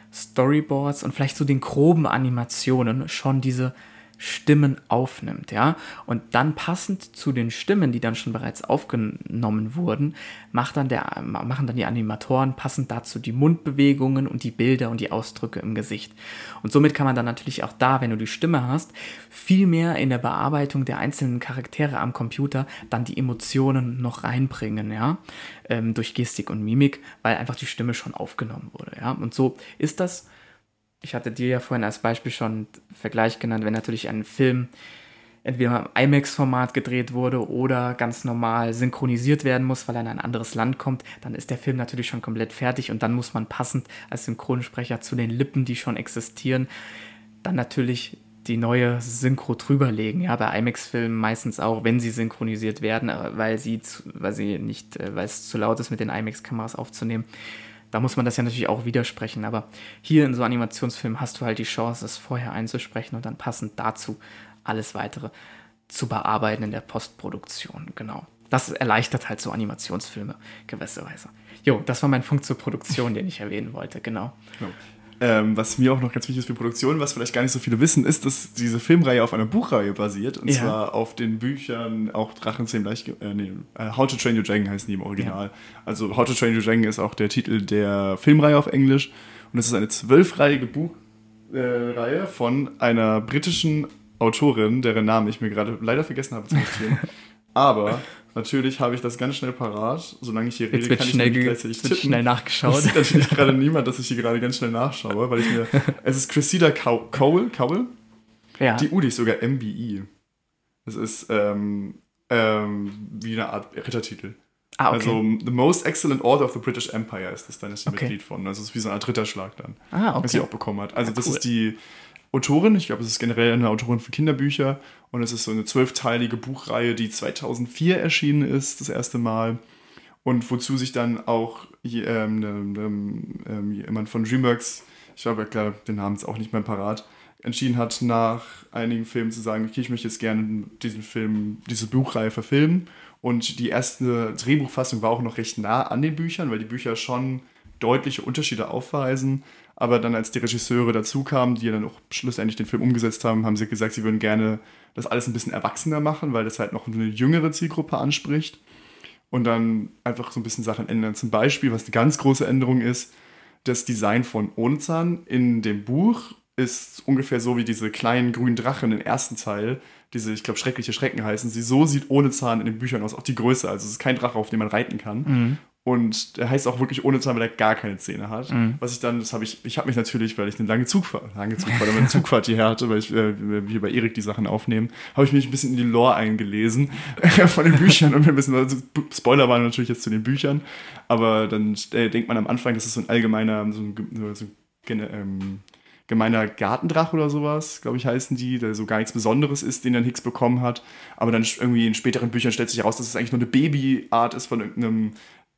Storyboards und vielleicht so den groben Animationen schon diese Stimmen aufnimmt, ja. Und dann passend zu den Stimmen, die dann schon bereits aufgenommen wurden, macht dann der, machen dann die Animatoren passend dazu die Mundbewegungen und die Bilder und die Ausdrücke im Gesicht. Und somit kann man dann natürlich auch da, wenn du die Stimme hast, viel mehr in der Bearbeitung der einzelnen Charaktere am Computer dann die Emotionen noch reinbringen, ja, ähm, durch Gestik und Mimik, weil einfach die Stimme schon aufgenommen wurde, ja. Und so ist das. Ich hatte dir ja vorhin als Beispiel schon einen Vergleich genannt, wenn natürlich ein Film entweder im IMAX-Format gedreht wurde oder ganz normal synchronisiert werden muss, weil er in ein anderes Land kommt, dann ist der Film natürlich schon komplett fertig und dann muss man passend als Synchronsprecher zu den Lippen, die schon existieren, dann natürlich die neue Synchro drüberlegen. Ja, bei IMAX-Filmen meistens auch, wenn sie synchronisiert werden, weil sie, zu, weil sie nicht, weil es zu laut ist, mit den IMAX-Kameras aufzunehmen. Da muss man das ja natürlich auch widersprechen, aber hier in so Animationsfilmen hast du halt die Chance, es vorher einzusprechen und dann passend dazu alles Weitere zu bearbeiten in der Postproduktion, genau. Das erleichtert halt so Animationsfilme gewisserweise. Jo, das war mein Punkt zur Produktion, den ich erwähnen wollte, genau. genau. Ähm, was mir auch noch ganz wichtig ist für Produktion, was vielleicht gar nicht so viele wissen, ist, dass diese Filmreihe auf einer Buchreihe basiert. Und ja. zwar auf den Büchern auch Drachenzähmen leicht, äh, nee, How to Train Your Dragon heißen die im Original. Ja. Also How to Train Your Dragon ist auch der Titel der Filmreihe auf Englisch. Und es ist eine zwölfreihige Buchreihe äh, von einer britischen Autorin, deren Namen ich mir gerade leider vergessen habe zu notieren. Aber natürlich habe ich das ganz schnell parat. Solange ich hier rede, kann ich schnell nicht gleichzeitig tippen. Schnell nachgeschaut. Das sieht natürlich gerade niemand, dass ich hier gerade ganz schnell nachschaue, weil ich mir... Es ist Cressida Cowell, Cowell? Ja. Die U, die ist sogar M B I. Das ist ähm, ähm, wie eine Art Rittertitel. Ah, okay. Also The Most Excellent Order of the British Empire ist das dann ist die okay. Mitglied von. Also es ist wie so eine Art Ritterschlag dann, ah, okay. was sie auch bekommen hat. Also ah, das cool. ist die Autorin, ich glaube, es ist generell eine Autorin für Kinderbücher und es ist so eine zwölfteilige Buchreihe, die zweitausendvier erschienen ist, das erste Mal und wozu sich dann auch ähm, ähm, ähm, jemand von DreamWorks, ich glaube, klar, den Namen ist auch nicht mehr parat, entschieden hat, nach einigen Filmen zu sagen, okay, ich möchte jetzt gerne diesen Film, diese Buchreihe verfilmen und die erste Drehbuchfassung war auch noch recht nah an den Büchern, weil die Bücher schon deutliche Unterschiede aufweisen. Aber dann, als die Regisseure dazu kamen, die dann auch schlussendlich den Film umgesetzt haben, haben sie gesagt, sie würden gerne das alles ein bisschen erwachsener machen, weil das halt noch eine jüngere Zielgruppe anspricht. Und dann einfach so ein bisschen Sachen ändern. Zum Beispiel, was eine ganz große Änderung ist, das Design von Onezan in dem Buch ist ungefähr so wie diese kleinen grünen Drachen im ersten Teil. Diese, ich glaube, schreckliche Schrecken heißen sie. So sieht Onezan in den Büchern aus, auch die Größe. Also es ist kein Drache, auf dem man reiten kann. Mhm. Und der heißt auch wirklich Onezan, weil er gar keine Zähne hat. Mhm. Was ich dann, das habe ich, ich habe mich natürlich, weil ich eine lange Zugfahrt, lange Zugfahrt, aber eine Zugfahrt hierher hatte, weil ich äh, hier bei Erik die Sachen aufnehmen, habe ich mich ein bisschen in die Lore eingelesen von den Büchern und mir ein bisschen, also Spoiler waren natürlich jetzt zu den Büchern, aber dann äh, denkt man am Anfang, das ist so ein allgemeiner, so ein, so ein ähm, gemeiner Gartendrache oder sowas, glaube ich, heißen die, der so gar nichts Besonderes ist, den dann Hicks bekommen hat. Aber dann irgendwie in späteren Büchern stellt sich heraus, dass es eigentlich nur eine Babyart ist von irgendeinem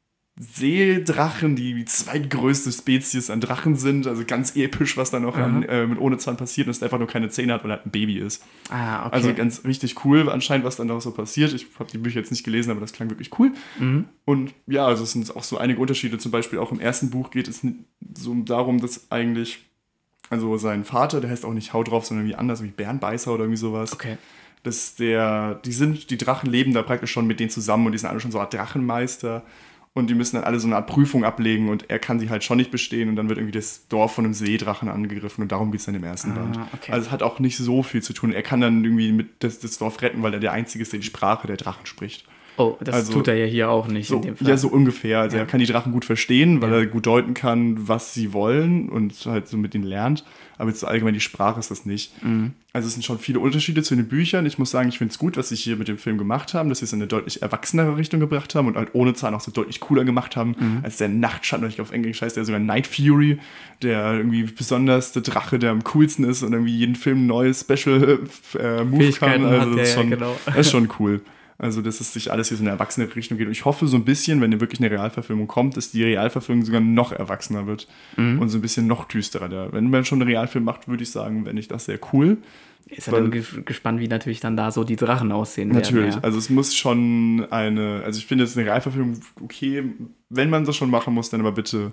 Seedrachen, die die zweitgrößte Spezies an Drachen sind, also ganz episch, was da noch an, äh, mit Onezan passiert und es einfach nur keine Zähne hat, weil er halt ein Baby ist. Ah, okay. Also ganz richtig cool anscheinend, was dann noch so passiert. Ich habe die Bücher jetzt nicht gelesen, aber das klang wirklich cool. Mhm. Und ja, also es sind auch so einige Unterschiede. Zum Beispiel auch im ersten Buch geht es so darum, dass eigentlich, also sein Vater, der heißt auch nicht Hau drauf, sondern wie anders, wie Bärenbeißer oder irgendwie sowas. Okay. Dass der, die sind, die Drachen leben da praktisch schon mit denen zusammen und die sind alle schon so eine Art Drachenmeister. Und die müssen dann alle so eine Art Prüfung ablegen und er kann sie halt schon nicht bestehen und dann wird irgendwie das Dorf von einem Seedrachen angegriffen und darum geht es dann im ersten ah, Band. Okay. Also es hat auch nicht so viel zu tun. Er kann dann irgendwie mit das, das Dorf retten, weil er der Einzige ist, der die Sprache der Drachen spricht. Oh, das also, tut er ja hier auch nicht so, in dem Fall. Ja, so ungefähr. Also ja. Er kann die Drachen gut verstehen, weil ja. er gut deuten kann, was sie wollen und halt so mit ihnen lernt. Aber jetzt so allgemein die Sprache ist das nicht. Mhm. Also es sind schon viele Unterschiede zu den Büchern. Ich muss sagen, ich finde es gut, was sie hier mit dem Film gemacht haben, dass sie es in eine deutlich erwachsenere Richtung gebracht haben und halt Onezan auch so deutlich cooler gemacht haben, mhm. als der Nachtschatten, ich auf Englisch heißt der sogar Night Fury, der irgendwie besonders der Drache, der am coolsten ist und irgendwie jeden Film ein neues Special äh, Move kann. Also das ist, schon, ja, genau. das ist schon cool. Also, dass es sich alles hier so in eine erwachsene Richtung geht. Und ich hoffe so ein bisschen, wenn wirklich eine Realverfilmung kommt, dass die Realverfilmung sogar noch erwachsener wird mhm. und so ein bisschen noch düsterer. Wenn man schon einen Realfilm macht, würde ich sagen, fände ich das sehr cool. Ist ja dann gespannt, wie natürlich dann da so die Drachen aussehen werden. Natürlich, ja. Also es muss schon eine, also ich finde jetzt eine Realverfilmung okay, wenn man das schon machen muss, dann aber bitte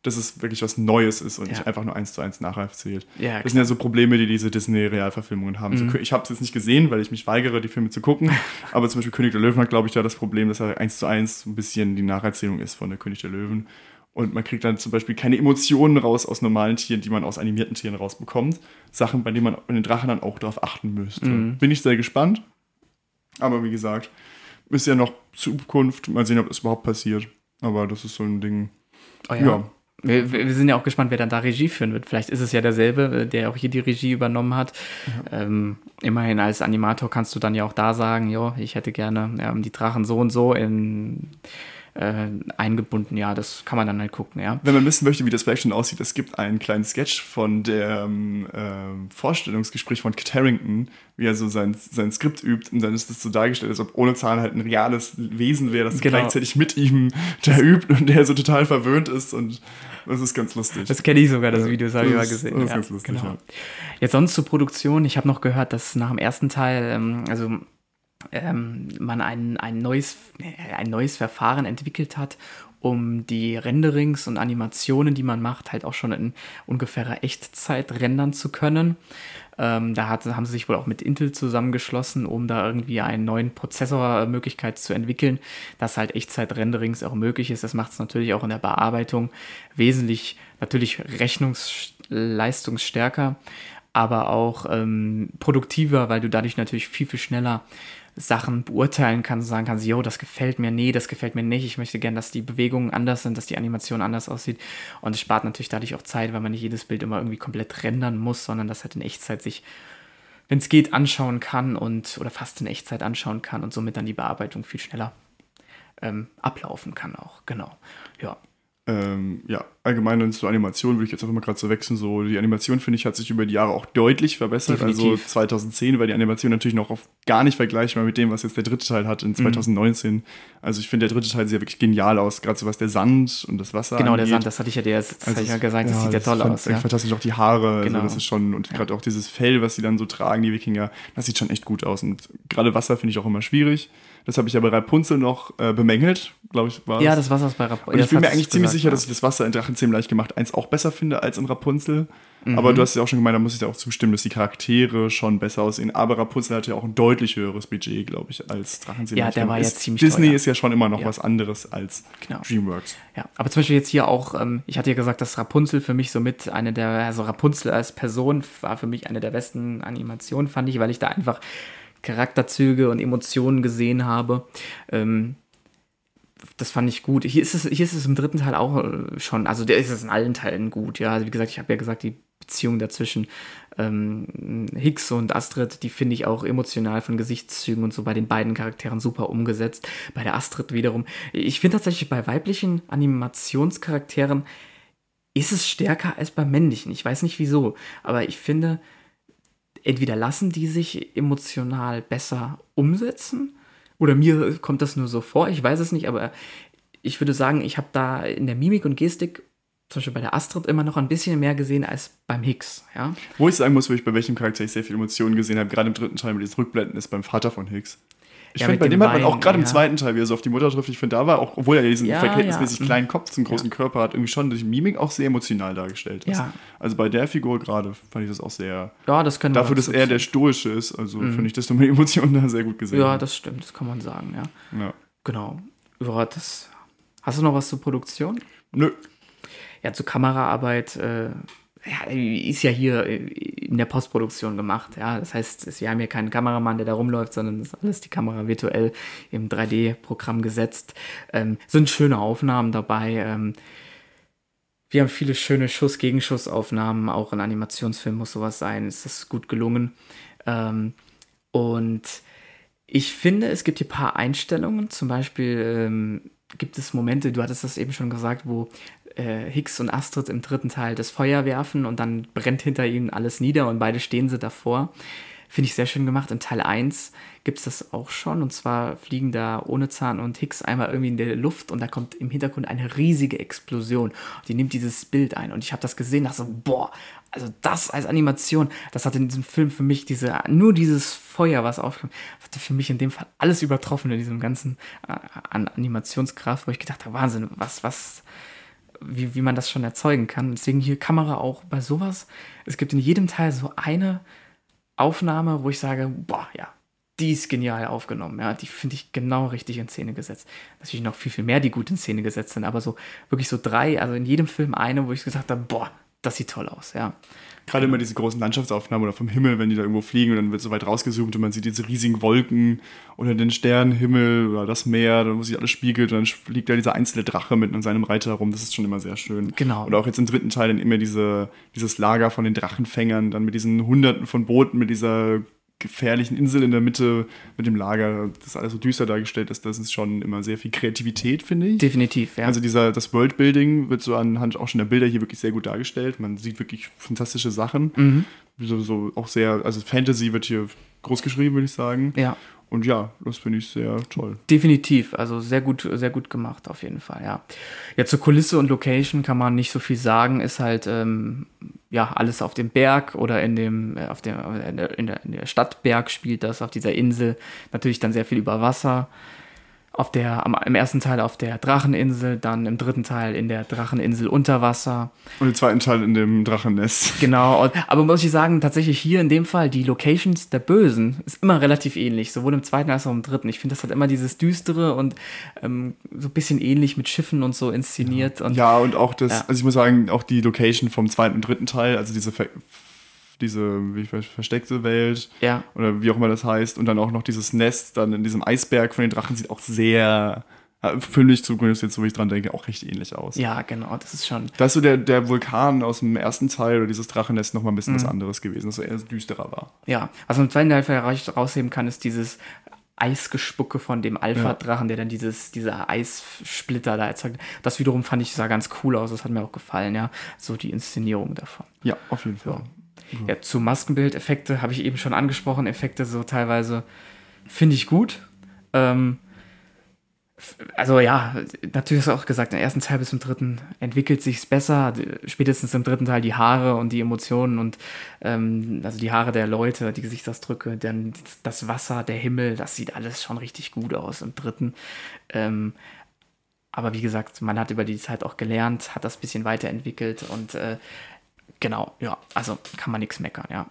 dass es wirklich was Neues ist und Ja. nicht einfach nur eins zu eins nacherzählt. Ja, das sind ja so Probleme, die diese Disney-Realverfilmungen haben. Mhm. So, ich habe es jetzt nicht gesehen, weil ich mich weigere, die Filme zu gucken, aber zum Beispiel König der Löwen hat, glaube ich, da das Problem, dass er eins zu eins ein bisschen die Nacherzählung ist von der König der Löwen. Und man kriegt dann zum Beispiel keine Emotionen raus aus normalen Tieren, die man aus animierten Tieren rausbekommt. Sachen, bei denen man bei den Drachen dann auch darauf achten müsste. Mhm. Bin ich sehr gespannt. Aber wie gesagt, ist ja noch Zukunft. Mal sehen, ob das überhaupt passiert. Aber das ist so ein Ding. Oh ja. Ja. Wir, wir sind ja auch gespannt, wer dann da Regie führen wird. Vielleicht ist es ja derselbe, der auch hier die Regie übernommen hat. Ja. Ähm, immerhin als Animator kannst du dann ja auch da sagen, jo, ich hätte gerne ähm, die Drachen so und so in, äh, eingebunden. Ja, das kann man dann halt gucken, ja. Wenn man wissen möchte, wie das vielleicht schon aussieht, es gibt einen kleinen Sketch von dem ähm, Vorstellungsgespräch von Kit Harington, wie er so sein, sein Skript übt, und dann ist das so dargestellt, als ob ohne Zahn halt ein reales Wesen wäre, das genau. gleichzeitig mit ihm da übt und der so total verwöhnt ist, und das ist ganz lustig. Das kenne ich sogar, das Video, das habe ich mal gesehen. Das ist ja, ganz lustig, genau. ja. Jetzt sonst zur Produktion, ich habe noch gehört, dass nach dem ersten Teil, ähm, also ähm, man ein, ein, neues, ein neues Verfahren entwickelt hat, um die Renderings und Animationen, die man macht, halt auch schon in ungefährer Echtzeit rendern zu können. Ähm, da hat, haben sie sich wohl auch mit Intel zusammengeschlossen, um da irgendwie einen neuen Prozessormöglichkeit zu entwickeln, dass halt Echtzeit-Renderings auch möglich ist. Das macht es natürlich auch in der Bearbeitung wesentlich, natürlich rechnungsleistungsstärker, aber auch ähm, produktiver, weil du dadurch natürlich viel, viel schneller Sachen beurteilen kannst und sagen kannst, jo, das gefällt mir, nee, das gefällt mir nicht, ich möchte gerne, dass die Bewegungen anders sind, dass die Animation anders aussieht, und es spart natürlich dadurch auch Zeit, weil man nicht jedes Bild immer irgendwie komplett rendern muss, sondern das halt in Echtzeit sich, wenn es geht, anschauen kann und oder fast in Echtzeit anschauen kann und somit dann die Bearbeitung viel schneller ähm, ablaufen kann auch, genau, ja. Ähm, ja, allgemein dann zur Animation würde ich jetzt auch immer gerade so wechseln. So, die Animation, finde ich, hat sich über die Jahre auch deutlich verbessert. Definitiv. Also zwanzig zehn war die Animation natürlich noch auf gar nicht vergleichbar mit dem, was jetzt der dritte Teil hat in zwanzig neunzehn. Mhm. Also ich finde, der dritte Teil sieht ja wirklich genial aus, gerade so was der Sand und das Wasser Genau, angeht. der Sand, das hatte ich ja dir das also hatte ich ja gesagt, das ja, sieht ja toll fand, aus. Ja. Fantastisch, auch die Haare, genau. also das ist schon, und gerade ja. auch dieses Fell, was sie dann so tragen, die Wikinger, das sieht schon echt gut aus. Und gerade Wasser finde ich auch immer schwierig. Das habe ich ja bei Rapunzel noch äh, bemängelt, glaube ich, war Ja, das Wasser ist bei Rapunzel. Und ich bin mir eigentlich ziemlich gesagt, sicher, ja. dass ich das Wasser in Drachenzähmen leicht gemacht eins auch besser finde als in Rapunzel. Mhm. Aber du hast ja auch schon gemeint, da muss ich dir auch zustimmen, dass die Charaktere schon besser aussehen. Aber Rapunzel hatte ja auch ein deutlich höheres Budget, glaube ich, als Drachenzähmen. Ja, der war ist, ja ziemlich Disney teuer. ist ja schon immer noch Ja. was anderes als Genau. DreamWorks. Ja, aber zum Beispiel jetzt hier auch, ähm, ich hatte ja gesagt, dass Rapunzel für mich somit eine der, also Rapunzel als Person war für mich eine der besten Animationen, fand ich, weil ich da einfach Charakterzüge und Emotionen gesehen habe. Ähm, das fand ich gut. Hier ist es, hier ist es im dritten Teil auch äh, schon, also der ist es in allen Teilen gut, ja. Also wie gesagt, ich habe ja gesagt, die Beziehung dazwischen ähm, Hicks und Astrid, die finde ich auch emotional von Gesichtszügen und so bei den beiden Charakteren super umgesetzt. Bei der Astrid wiederum. Ich finde tatsächlich bei weiblichen Animationscharakteren ist es stärker als bei männlichen. Ich weiß nicht wieso, aber ich finde, entweder lassen die sich emotional besser umsetzen oder mir kommt das nur so vor, ich weiß es nicht, aber ich würde sagen, ich habe da in der Mimik und Gestik zum Beispiel bei der Astrid immer noch ein bisschen mehr gesehen als beim Hicks, ja. Wo ich sagen muss, wo ich bei welchem Charakter ich sehr viel Emotionen gesehen habe, gerade im dritten Teil mit diesen Rückblenden, ist beim Vater von Hicks. Ich Ja, finde, mit bei dem dem hat man auch Wein, gerade im ja. zweiten Teil, wie er so auf die Mutter trifft, ich finde, da war auch, obwohl er diesen Ja, verhältnismäßig ja. kleinen Kopf zum großen Körper hat, irgendwie schon durch Mimik auch sehr emotional dargestellt ist. Ja. Also bei der Figur gerade fand ich das auch sehr, Ja, das können wir dafür, dass dazu er der ziehen. Stoische ist, also finde ich, dass du mit Emotionen da sehr gut gesehen Ja, hast. das stimmt, das kann man sagen, ja. Ja. Genau. Ja, das. Hast du noch was zur Produktion? Nö. Ja, zur Kameraarbeit, äh, ja, ist ja hier in der Postproduktion gemacht, ja. Das heißt, es- wir haben hier keinen Kameramann, der da rumläuft, sondern es ist alles die Kamera virtuell im drei D-Programm gesetzt. Ähm, sind schöne Aufnahmen dabei. Ähm, wir haben viele schöne Schuss-Gegenschussaufnahmen, auch in Animationsfilmen muss sowas sein. Es ist gut gelungen. Ähm, und ich finde, es gibt hier ein paar Einstellungen. Zum Beispiel ähm, gibt es Momente, du hattest das eben schon gesagt, wo äh, Hicks und Astrid im dritten Teil das Feuer werfen und dann brennt hinter ihnen alles nieder und beide stehen sie davor. Finde ich sehr schön gemacht. In Teil eins gibt es das auch schon. Und zwar fliegen da Ohne Zahn und Hicks einmal irgendwie in der Luft und da kommt im Hintergrund eine riesige Explosion. Die nimmt dieses Bild ein. Und ich habe das gesehen, dachte so, boah, also das als Animation, das hat in diesem Film für mich diese, nur dieses Feuer, was aufkommt, das hatte für mich in dem Fall alles übertroffen in diesem ganzen äh, an Animationskraft, wo ich gedacht habe, Wahnsinn, was, was, wie, wie man das schon erzeugen kann. Deswegen hier Kamera auch bei sowas. Es gibt in jedem Teil so eine Aufnahme, wo ich sage, boah, ja, die ist genial aufgenommen. Ja, die finde ich genau richtig in Szene gesetzt. Natürlich noch viel, viel mehr, die gut in Szene gesetzt sind, aber so wirklich so drei, also in jedem Film eine, wo ich gesagt habe, boah, das sieht toll aus, ja. Gerade immer diese großen Landschaftsaufnahmen oder vom Himmel, wenn die da irgendwo fliegen und dann wird so weit rausgezoomt und man sieht diese riesigen Wolken oder den Sternenhimmel oder das Meer, wo sich alles spiegelt und dann fliegt da dieser einzelne Drache mit seinem Reiter herum. Das ist schon immer sehr schön. Genau. Und auch jetzt im dritten Teil dann immer diese, dieses Lager von den Drachenfängern, dann mit diesen Hunderten von Booten, mit dieser gefährlichen Insel in der Mitte mit dem Lager, das ist alles so düster dargestellt ist, das ist schon immer sehr viel Kreativität, finde ich. Definitiv, ja. Also dieser, das Worldbuilding wird so anhand auch schon der Bilder hier wirklich sehr gut dargestellt. Man sieht wirklich fantastische Sachen. Mhm. So, so auch sehr, also Fantasy wird hier groß geschrieben, würde ich sagen. Ja. Und ja, das finde ich sehr toll. Definitiv, also sehr gut, sehr gut gemacht auf jeden Fall, ja. Ja, zur Kulisse und Location kann man nicht so viel sagen, ist halt ähm, ja alles auf dem Berg oder in dem, äh, auf dem, in der, in der, in der Stadt Berg spielt das, auf dieser Insel, natürlich dann sehr viel über Wasser. Auf der, am, im ersten Teil auf der Dracheninsel, dann im dritten Teil in der Dracheninsel unter Wasser. Und im zweiten Teil in dem Drachennest. Genau, und, aber muss ich sagen, tatsächlich hier in dem Fall, die Locations der Bösen ist immer relativ ähnlich, sowohl im zweiten als auch im dritten. Ich finde, das hat immer dieses Düstere und ähm, so ein bisschen ähnlich mit Schiffen und so inszeniert. Ja, und, ja, und auch das, ja. also ich muss sagen, auch die Location vom zweiten und dritten Teil, also diese Ver diese wie, versteckte Welt ja. oder wie auch immer das heißt und dann auch noch dieses Nest dann in diesem Eisberg von den Drachen sieht auch sehr, für mich zumindest jetzt, wo ich dran denke, auch recht ähnlich aus. Ja, genau, das ist schon... Da ist so der, der Vulkan aus dem ersten Teil oder dieses Drachennest noch mal ein bisschen mhm. was anderes gewesen, das so eher düsterer war. Ja, was man im zweiten Teil vielleicht rausheben kann, ist dieses Eisgespucke von dem Alpha-Drachen, ja. der dann dieses, dieser Eissplitter da erzeugt. Das wiederum fand ich, sah ganz cool aus, das hat mir auch gefallen, ja, so die Inszenierung davon. Ja, auf jeden Fall. Ja. Ja, zu Maskenbild-Effekte habe ich eben schon angesprochen. Effekte so teilweise finde ich gut. Ähm, also ja, natürlich hast du auch gesagt, im ersten Teil bis zum dritten entwickelt sich's besser. Spätestens im dritten Teil die Haare und die Emotionen und ähm, also die Haare der Leute, die Gesichtsausdrücke, dann das Wasser, der Himmel, das sieht alles schon richtig gut aus im dritten. Ähm, aber wie gesagt, man hat über die Zeit auch gelernt, hat das ein bisschen weiterentwickelt und äh, genau, ja, also kann man nichts meckern, ja.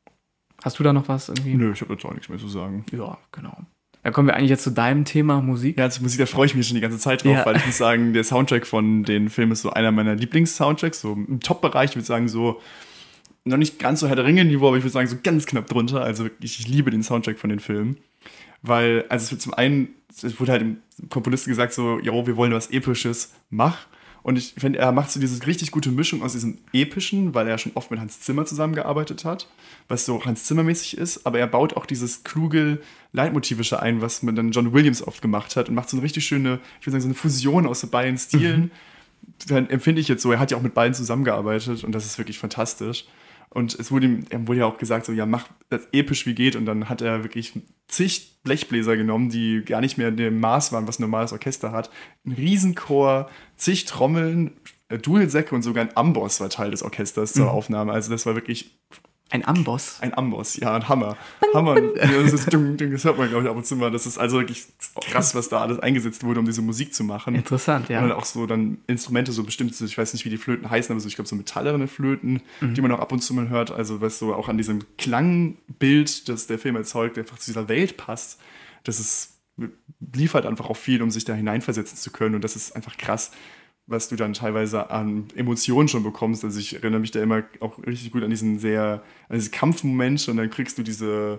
Hast du da noch was irgendwie? Nö, ich habe dazu auch nichts mehr zu sagen. Ja, genau. Dann kommen wir eigentlich jetzt zu deinem Thema Musik. Ja, zu Musik, da freue ich mich schon die ganze Zeit drauf, ja. weil ich muss sagen, der Soundtrack von den Filmen ist so einer meiner Lieblings-Soundtracks, so im Top-Bereich, ich würde sagen so, noch nicht ganz so Herr der Ringe-Niveau, aber ich würde sagen so ganz knapp drunter, also wirklich, ich liebe den Soundtrack von den Filmen, weil, also es wird zum einen, es wurde halt dem Komponisten gesagt so, jo, wir wollen was Episches, mach. Und ich finde, er macht so diese richtig gute Mischung aus diesem Epischen, weil er schon oft mit Hans Zimmer zusammengearbeitet hat, was so Hans Zimmer-mäßig ist, aber er baut auch dieses kluge Leitmotivische ein, was man dann John Williams oft gemacht hat und macht so eine richtig schöne, ich würde sagen, so eine Fusion aus so beiden Stilen. Mhm. Empfinde ich jetzt so, er hat ja auch mit beiden zusammengearbeitet und das ist wirklich fantastisch. Und es wurde ihm, er wurde ja auch gesagt, so, ja, mach das episch wie geht. Und dann hat er wirklich zig Blechbläser genommen, die gar nicht mehr in dem Maß waren, was ein normales Orchester hat. Ein Riesenchor, zig Trommeln, Dudelsäcke und sogar ein Amboss war Teil des Orchesters zur mhm. Aufnahme. Also das war wirklich... Ein Amboss? Ein Amboss, ja, ein Hammer. Hammer. Das, ist, das hört man, glaube ich, ab und zu mal. Das ist also wirklich krass, was da alles eingesetzt wurde, um diese Musik zu machen. Interessant, ja. Und dann auch so dann Instrumente, so bestimmt, ich weiß nicht, wie die Flöten heißen, aber so, ich glaube, so metallerne Flöten, mhm. die man auch ab und zu mal hört. Also, was so auch an diesem Klangbild, das der Film erzeugt, einfach zu dieser Welt passt. Das ist, liefert einfach auch viel, um sich da hineinversetzen zu können. Und das ist einfach krass, was du dann teilweise an Emotionen schon bekommst. Also ich erinnere mich da immer auch richtig gut an diesen sehr, an diesen Kampfmoment und dann kriegst du diese,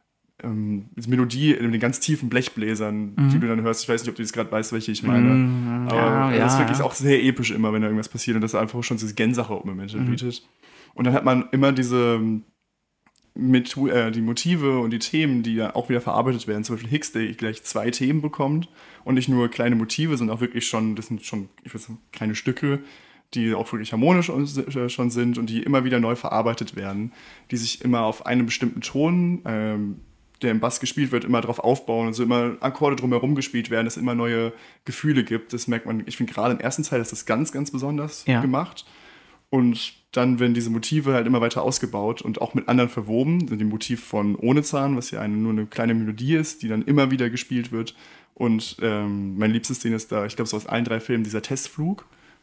ähm, diese Melodie in den ganz tiefen Blechbläsern, mhm. die du dann hörst. Ich weiß nicht, ob du jetzt gerade weißt, welche ich meine. Mhm, aber ja, das ist wirklich ja. auch sehr episch immer, wenn da irgendwas passiert und das einfach schon diese Gänsehaut-Momente mhm. bietet. Und dann hat man immer diese mit, äh, die Motive und die Themen, die ja auch wieder verarbeitet werden. Zum Beispiel Hicks, der gleich zwei Themen bekommt und nicht nur kleine Motive, sondern auch wirklich schon, das sind schon, ich würde sagen, kleine Stücke, die auch wirklich harmonisch schon sind und die immer wieder neu verarbeitet werden, die sich immer auf einen bestimmten Ton, ähm, der im Bass gespielt wird, immer drauf aufbauen und so immer Akkorde drumherum gespielt werden, dass es immer neue Gefühle gibt. Das merkt man, ich finde gerade im ersten Teil ist das ganz, ganz besonders ja. gemacht. Und dann werden diese Motive halt immer weiter ausgebaut und auch mit anderen verwoben. Die Motiv von Ohne Zahn, was ja eine, nur eine kleine Melodie ist, die dann immer wieder gespielt wird. Und ähm, meine liebste Szene ist da, ich glaube, so aus allen drei Filmen, dieser Testflug,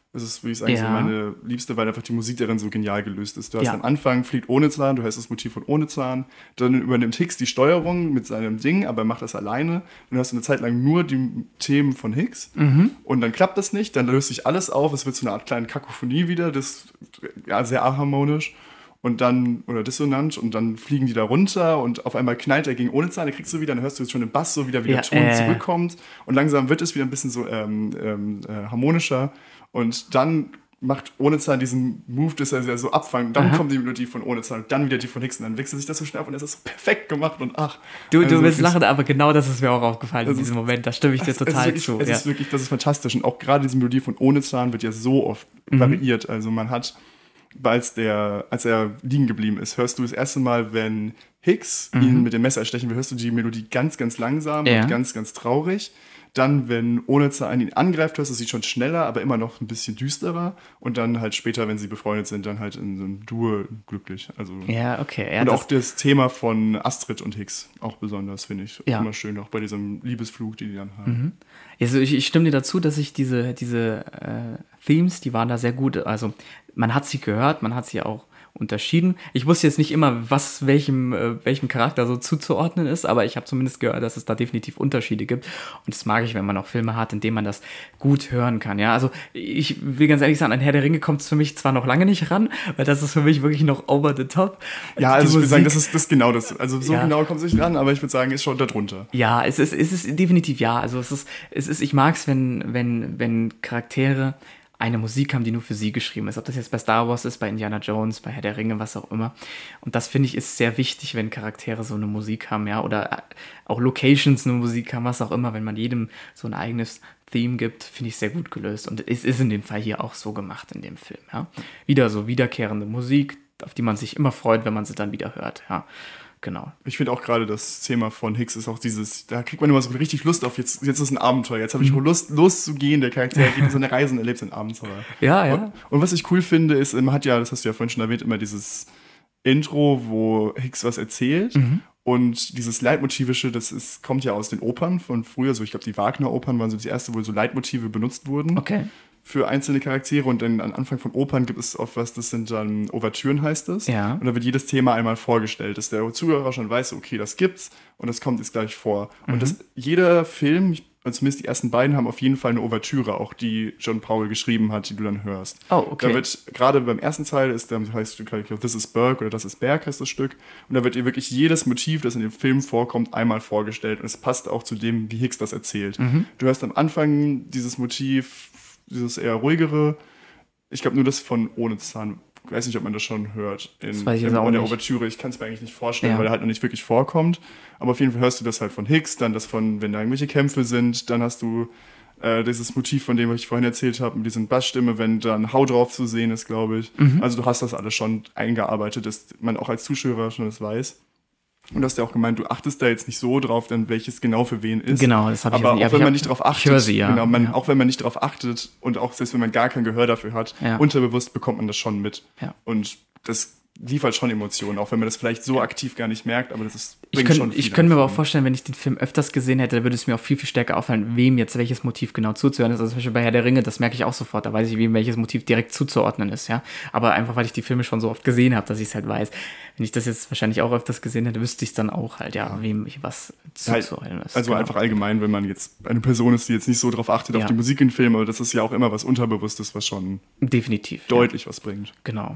Das ist, würde ich sagen, Ja. so meine liebste, weil einfach die Musik darin so genial gelöst ist. Du hast Ja. am Anfang fliegt ohne Zahn, du hörst das Motiv von ohne Zahn, dann übernimmt Hicks die Steuerung mit seinem Ding, aber er macht das alleine. Dann hast du eine Zeit lang nur die Themen von Hicks und dann klappt das nicht, dann löst sich alles auf, es wird so eine Art kleine Kakophonie wieder, das ja sehr aharmonisch. Und dann, oder dissonant, und dann fliegen die da runter und auf einmal knallt er gegen ohne Zahn, dann kriegst du wieder, dann hörst du jetzt schon den Bass so wieder, wie Ja, der Ton äh. zurückkommt und langsam wird es wieder ein bisschen so ähm, ähm, äh, harmonischer und dann macht ohne Zahn diesen Move, dass er so abfangen, dann Aha. kommt die Melodie von ohne Zahn, dann wieder die von Hicks und dann wechselt sich das so schnell ab und das ist so perfekt gemacht und ach. Du, also du willst es- lachen, aber genau das ist mir auch aufgefallen in Das diesem ist- Moment. Da stimme ich dir es- es ist total wirklich, zu. Es Ja. ist wirklich, das ist fantastisch und auch gerade diese Melodie von ohne Zahn wird ja so oft Mhm. variiert, also man hat als, der, als er liegen geblieben ist, hörst du das erste Mal, wenn Hicks ihn mit dem Messer erstechen will, hörst du die Melodie ganz, ganz langsam Ja. und ganz, ganz traurig. Dann, wenn ohne Zahn ihn angreift, hörst du sie schon schneller, aber immer noch ein bisschen düsterer. Und dann halt später, wenn sie befreundet sind, dann halt in so einem Duo glücklich. Also, Ja, okay. Ja, und das, auch das Thema von Astrid und Hicks, auch besonders, finde ich Ja. immer schön, auch bei diesem Liebesflug, die die dann haben. also ich, ich stimme dir dazu, dass ich diese, diese äh, Themes, die waren da sehr gut. Also man hat sie gehört, man hat sie auch unterschieden. Ich wusste jetzt nicht immer, was welchem, äh, welchem Charakter so zuzuordnen ist, aber ich habe zumindest gehört, dass es da definitiv Unterschiede gibt. Und das mag ich, wenn man auch Filme hat, in denen man das gut hören kann. Ja, also ich will ganz ehrlich sagen, an Herr der Ringe kommt es für mich zwar noch lange nicht ran, weil das ist für mich wirklich noch over the top. Ja, Die also ich würde sagen, Musik- das ist das ist genau das. Also so Ja. genau kommt es nicht ran, aber ich würde sagen, ist schon darunter. Ja, es ist, es ist definitiv ja. Also es ist, es ist, ich mag es, wenn, wenn, wenn Charaktere eine Musik haben, die nur für sie geschrieben ist. Ob das jetzt bei Star Wars ist, bei Indiana Jones, bei Herr der Ringe, was auch immer. Und das finde ich ist sehr wichtig, wenn Charaktere so eine Musik haben, ja, oder auch Locations eine Musik haben, was auch immer, wenn man jedem so ein eigenes Theme gibt, finde ich sehr gut gelöst. Und es ist in dem Fall hier auch so gemacht in dem Film, ja. Wieder so wiederkehrende Musik, auf die man sich immer freut, wenn man sie dann wieder hört, ja. Genau. Ich finde auch gerade das Thema von Hicks ist auch dieses, da kriegt man immer so richtig Lust auf, jetzt, jetzt ist ein Abenteuer, jetzt habe ich Lust, loszugehen, der Charakter geht in so eine Reise und erlebt ein Abenteuer. Ja, ja. Und, und was ich cool finde, ist, man hat ja, das hast du ja vorhin schon erwähnt, immer dieses Intro, wo Hicks was erzählt. Mhm. Und dieses Leitmotivische, das ist, kommt ja aus den Opern von früher, so ich glaube, die Wagner-Opern waren so die erste, wo so Leitmotive benutzt wurden. Okay. Für einzelne Charaktere und dann am Anfang von Opern gibt es oft was, das sind dann Ouvertüren, heißt es. Ja. Und da wird jedes Thema einmal vorgestellt, dass der Zuhörer schon weiß, okay, das gibt's und das kommt jetzt gleich vor. Mhm. Und das, jeder Film, also zumindest die ersten beiden, haben auf jeden Fall eine Ouvertüre, auch die John Powell geschrieben hat, die du dann hörst. Oh, okay. Da wird, gerade beim ersten Teil ist, der heißt, ich glaube, This is Berg oder Das ist Berg heißt das Stück. Und da wird dir wirklich jedes Motiv, das in dem Film vorkommt, einmal vorgestellt. Und es passt auch zu dem, wie Hicks das erzählt. Mhm. Du hörst am Anfang dieses Motiv, dieses eher ruhigere. Ich glaube nur das von Ohne Zahn. Ich weiß nicht, ob man das schon hört in, Das weiß ich in, jetzt auch in der nicht. Ouvertüre. Ich kann es mir eigentlich nicht vorstellen, Ja. weil er halt noch nicht wirklich vorkommt. Aber auf jeden Fall hörst du das halt von Hicks, dann das von, wenn da irgendwelche Kämpfe sind, dann hast du äh, dieses Motiv, von dem was ich vorhin erzählt habe, mit diesen Bassstimme, wenn dann Hau drauf zu sehen ist, glaube ich. Mhm. Also du hast das alles schon eingearbeitet, dass man auch als Zuschauer schon das weiß. Und du hast ja auch gemeint, du achtest da jetzt nicht so drauf, dann welches genau für wen ist. Genau, das habe ich Aber jetzt nicht. auch Aber wenn ich man hab- nicht drauf achtet, ich höre sie, ja. genau, man, Ja. auch wenn man nicht drauf achtet und auch selbst wenn man gar kein Gehör dafür hat, Ja. unterbewusst bekommt man das schon mit. Ja. Und das liefert schon Emotionen, auch wenn man das vielleicht so aktiv gar nicht merkt, aber das ist Ich bringt könnte schon viel ich könnte mir aber auch Film. vorstellen, wenn ich den Film öfters gesehen hätte, würde es mir auch viel, viel stärker auffallen, wem jetzt welches Motiv genau zuzuhören ist. Also zum Beispiel bei Herr der Ringe, das merke ich auch sofort, da weiß ich, wem welches Motiv direkt zuzuordnen ist, ja. Aber einfach, weil ich die Filme schon so oft gesehen habe, dass ich es halt weiß. Wenn ich das jetzt wahrscheinlich auch öfters gesehen hätte, wüsste ich es dann auch halt, ja, wem ich was Halt, zuzuordnen ist. also genau. einfach allgemein, wenn man jetzt eine Person ist, die jetzt nicht so drauf achtet Ja. auf die Musik in Filmen, aber das ist ja auch immer was Unterbewusstes, was schon Definitiv. deutlich was bringt. Ja, genau.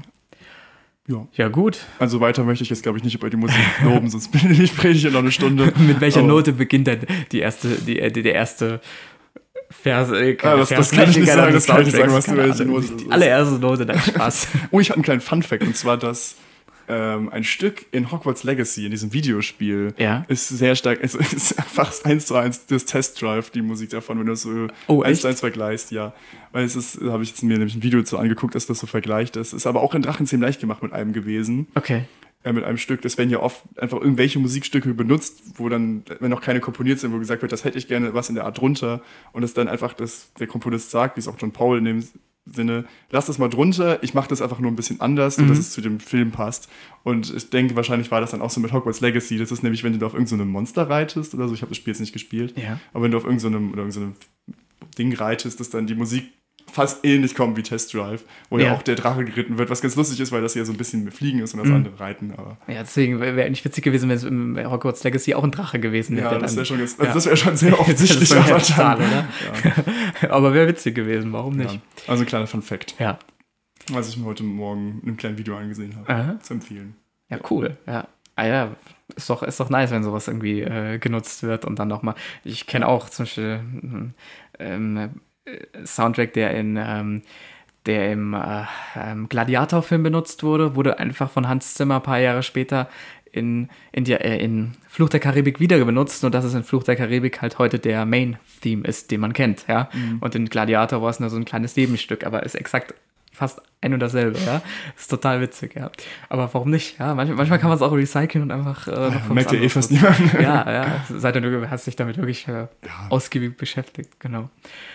Ja. Ja, gut. Also weiter möchte ich jetzt, glaube ich, nicht über die Musik loben, sonst bin ich, spreche ich ja noch eine Stunde. Mit welcher Aber- Note beginnt denn die erste, die, äh, die, der erste Verse? Äh, keine Ah, das- das Verse- kann ich nicht keine sagen, das darf ich nicht sagen, Soundtracks, was du keine welche Ahnung. Note das Die ist. allererste Note, dein Spaß. Oh, ich habe einen kleinen Funfact, und zwar, dass ähm, ein Stück in Hogwarts Legacy, in diesem Videospiel, Ja. ist sehr stark, es ist fast eins zu eins das Test Drive, die Musik davon, wenn du es so Oh, eins echt? zu eins vergleichst, ja. Weil es ist, da habe ich jetzt mir nämlich ein Video zu angeguckt, dass das so vergleicht ist. Ist aber auch in Drachenzähm leicht gemacht mit einem gewesen. Okay. Äh, mit einem Stück, das werden ja oft einfach irgendwelche Musikstücke benutzt, wo dann, wenn noch keine komponiert sind, wo gesagt wird, das hätte ich gerne was in der Art drunter und das dann einfach das, der Komponist sagt, wie es auch John Powell in dem Sinne, lass das mal drunter, ich mache das einfach nur ein bisschen anders, sodass es zu dem Film passt. Und ich denke, wahrscheinlich war das dann auch so mit Hogwarts Legacy, das ist nämlich, wenn du da auf irgendeinem so Monster reitest oder so, ich habe das Spiel jetzt nicht gespielt, Ja. aber wenn du auf irgendeinem so oder irgendeinem Ding reitest, dass dann die Musik fast ähnlich kommen wie Test Drive, wo ja Ja. auch der Drache geritten wird, was ganz lustig ist, weil das ja so ein bisschen Fliegen ist und das Mhm. andere Reiten. Aber Ja, deswegen wäre eigentlich witzig gewesen, wenn es im Hogwarts Legacy auch ein Drache gewesen wäre. ja, der das dann- wäre schon, ganz- ja. also das wär schon sehr offensichtlich. Das wär aber total, dann- oder? Ja, Aber wäre witzig gewesen, warum ja. nicht? Also ein kleiner Fun-Fact, Ja. was ich mir heute Morgen in einem kleinen Video angesehen habe. Aha. Zu empfehlen. Ja, cool. Ja. Ah ja, ist doch, ist doch nice, wenn sowas irgendwie äh, genutzt wird und dann nochmal. Ich kenne auch zum Beispiel hm, ähm, äh, Soundtrack, der in ähm, der im äh, ähm, Gladiator-Film benutzt wurde, wurde einfach von Hans Zimmer ein paar Jahre später in, in, die, äh, in Fluch der Karibik wieder benutzt, nur dass es in Fluch der Karibik halt heute der Main-Theme ist, den man kennt, ja. Und in Gladiator war es nur so ein kleines Nebenstück, aber ist exakt fast ein und dasselbe, ja. Ist total witzig, ja. Aber warum nicht? Ja, manchmal, manchmal kann man es auch recyceln und einfach äh, noch für was Merkt ja eh anderes fast nutzen. niemand. Ja, ja. Seid du hast dich damit wirklich äh, Ja. ausgiebig beschäftigt, genau.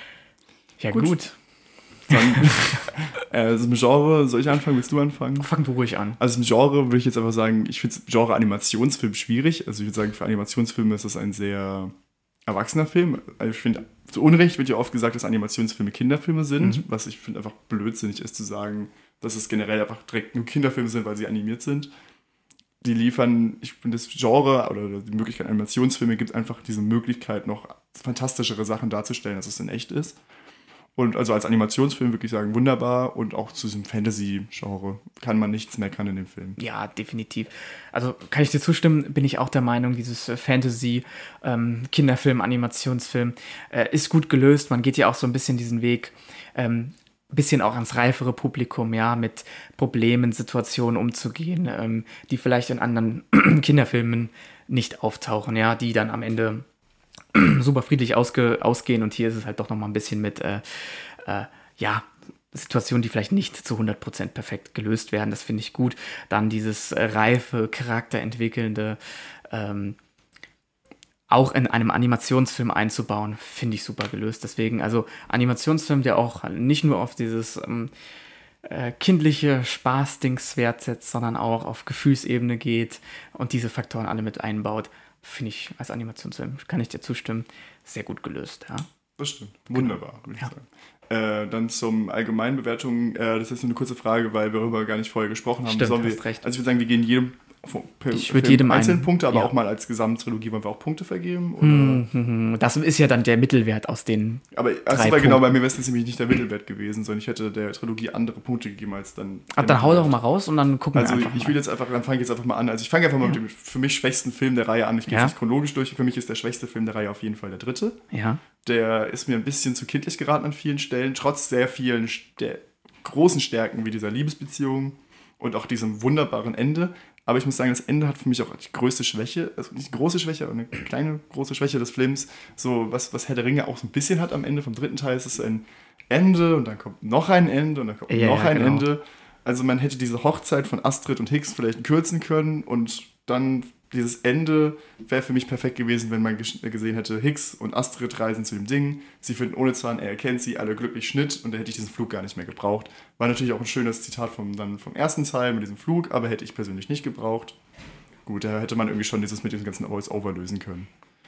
Ja, Gut. gut. Dann, äh, also im Genre, soll ich anfangen? Willst du anfangen? Fang du ruhig an. Also im Genre würde ich jetzt einfach sagen, ich finde Genre Animationsfilm schwierig. Also ich würde sagen, für Animationsfilme ist das ein sehr erwachsener Film. Also ich finde, zu Unrecht wird ja oft gesagt, dass Animationsfilme Kinderfilme sind, Mhm. was ich finde einfach blödsinnig ist zu sagen, dass es generell einfach direkt nur Kinderfilme sind, weil sie animiert sind. Die liefern, ich finde das Genre oder die Möglichkeit Animationsfilme gibt einfach diese Möglichkeit, noch fantastischere Sachen darzustellen, als es in echt ist. Und also als Animationsfilm wirklich sagen, wunderbar. Und auch zu diesem Fantasy-Genre kann man nichts meckern in dem Film. Ja, definitiv. Also kann ich dir zustimmen, bin ich auch der Meinung, dieses äh, Fantasy, ähm, Kinderfilm, Animationsfilm äh, ist gut gelöst. Man geht ja auch so ein bisschen diesen Weg, ähm, bisschen auch ans reifere Publikum, ja, mit Problemen, Situationen umzugehen, ähm, die vielleicht in anderen Kinderfilmen nicht auftauchen, ja, die dann am Ende super friedlich ausge, ausgehen und hier ist es halt doch nochmal ein bisschen mit, äh, äh, ja, Situationen, die vielleicht nicht zu hundert Prozent perfekt gelöst werden, das finde ich gut. Dann dieses äh, reife, charakterentwickelnde, ähm, auch in einem Animationsfilm einzubauen, finde ich super gelöst. Deswegen, also Animationsfilm, der auch nicht nur auf dieses ähm, äh, kindliche Spaßdings Wert setzt, sondern auch auf Gefühlsebene geht und diese Faktoren alle mit einbaut, finde ich als Animationsfilm, kann ich dir zustimmen, sehr gut gelöst, ja. Das stimmt. Wunderbar, würde Ja. ich sagen. Äh, dann zum Allgemeinbewertung. Äh, das ist jetzt nur eine kurze Frage, weil wir darüber gar nicht vorher gesprochen haben. Stimmt, Sollen wir, hast recht. Also ich würde sagen, wir gehen jedem per Ich würd Film jedem einzelnen einen- Punkte, aber ja. auch mal als Gesamttrilogie wollen wir auch Punkte vergeben. Oder? Hm, hm, hm. Das ist ja dann der Mittelwert aus den. Aber Drei also, weil genau, Punkte. bei mir wäre es jetzt nämlich nicht der Mittelwert gewesen, sondern ich hätte der Trilogie andere Punkte gegeben als dann. Ah, der dann hau doch Mittelwert. mal raus und dann gucken Also wir einfach ich mal. will jetzt einfach, dann fange ich jetzt einfach mal an. Also ich fange einfach mal mit dem für mich schwächsten Film der Reihe an. Ich gehe Ja. jetzt nicht chronologisch durch. Für mich ist der schwächste Film der Reihe auf jeden Fall der dritte. Ja. Der ist mir ein bisschen zu kindlich geraten an vielen Stellen, trotz sehr vielen Stä- großen Stärken wie dieser Liebesbeziehung und auch diesem wunderbaren Ende. Aber ich muss sagen, das Ende hat für mich auch die größte Schwäche, also nicht die große Schwäche, aber eine kleine große Schwäche des Films. So, was, was Herr der Ringe auch so ein bisschen hat am Ende vom dritten Teil, ist es ein Ende und dann kommt noch ein Ende und dann kommt Ja, noch ja, ein genau. Ende. Also man hätte diese Hochzeit von Astrid und Hicks vielleicht kürzen können und dann dieses Ende wäre für mich perfekt gewesen, wenn man ges- gesehen hätte, Hicks und Astrid reisen zu dem Ding, sie finden ohne Zahn, er erkennt sie, alle glücklich, Schnitt und dann hätte ich diesen Flug gar nicht mehr gebraucht. War natürlich auch ein schönes Zitat vom, dann vom ersten Teil mit diesem Flug, aber hätte ich persönlich nicht gebraucht. Gut, da hätte man irgendwie schon dieses mit dem ganzen Voice-Over lösen können.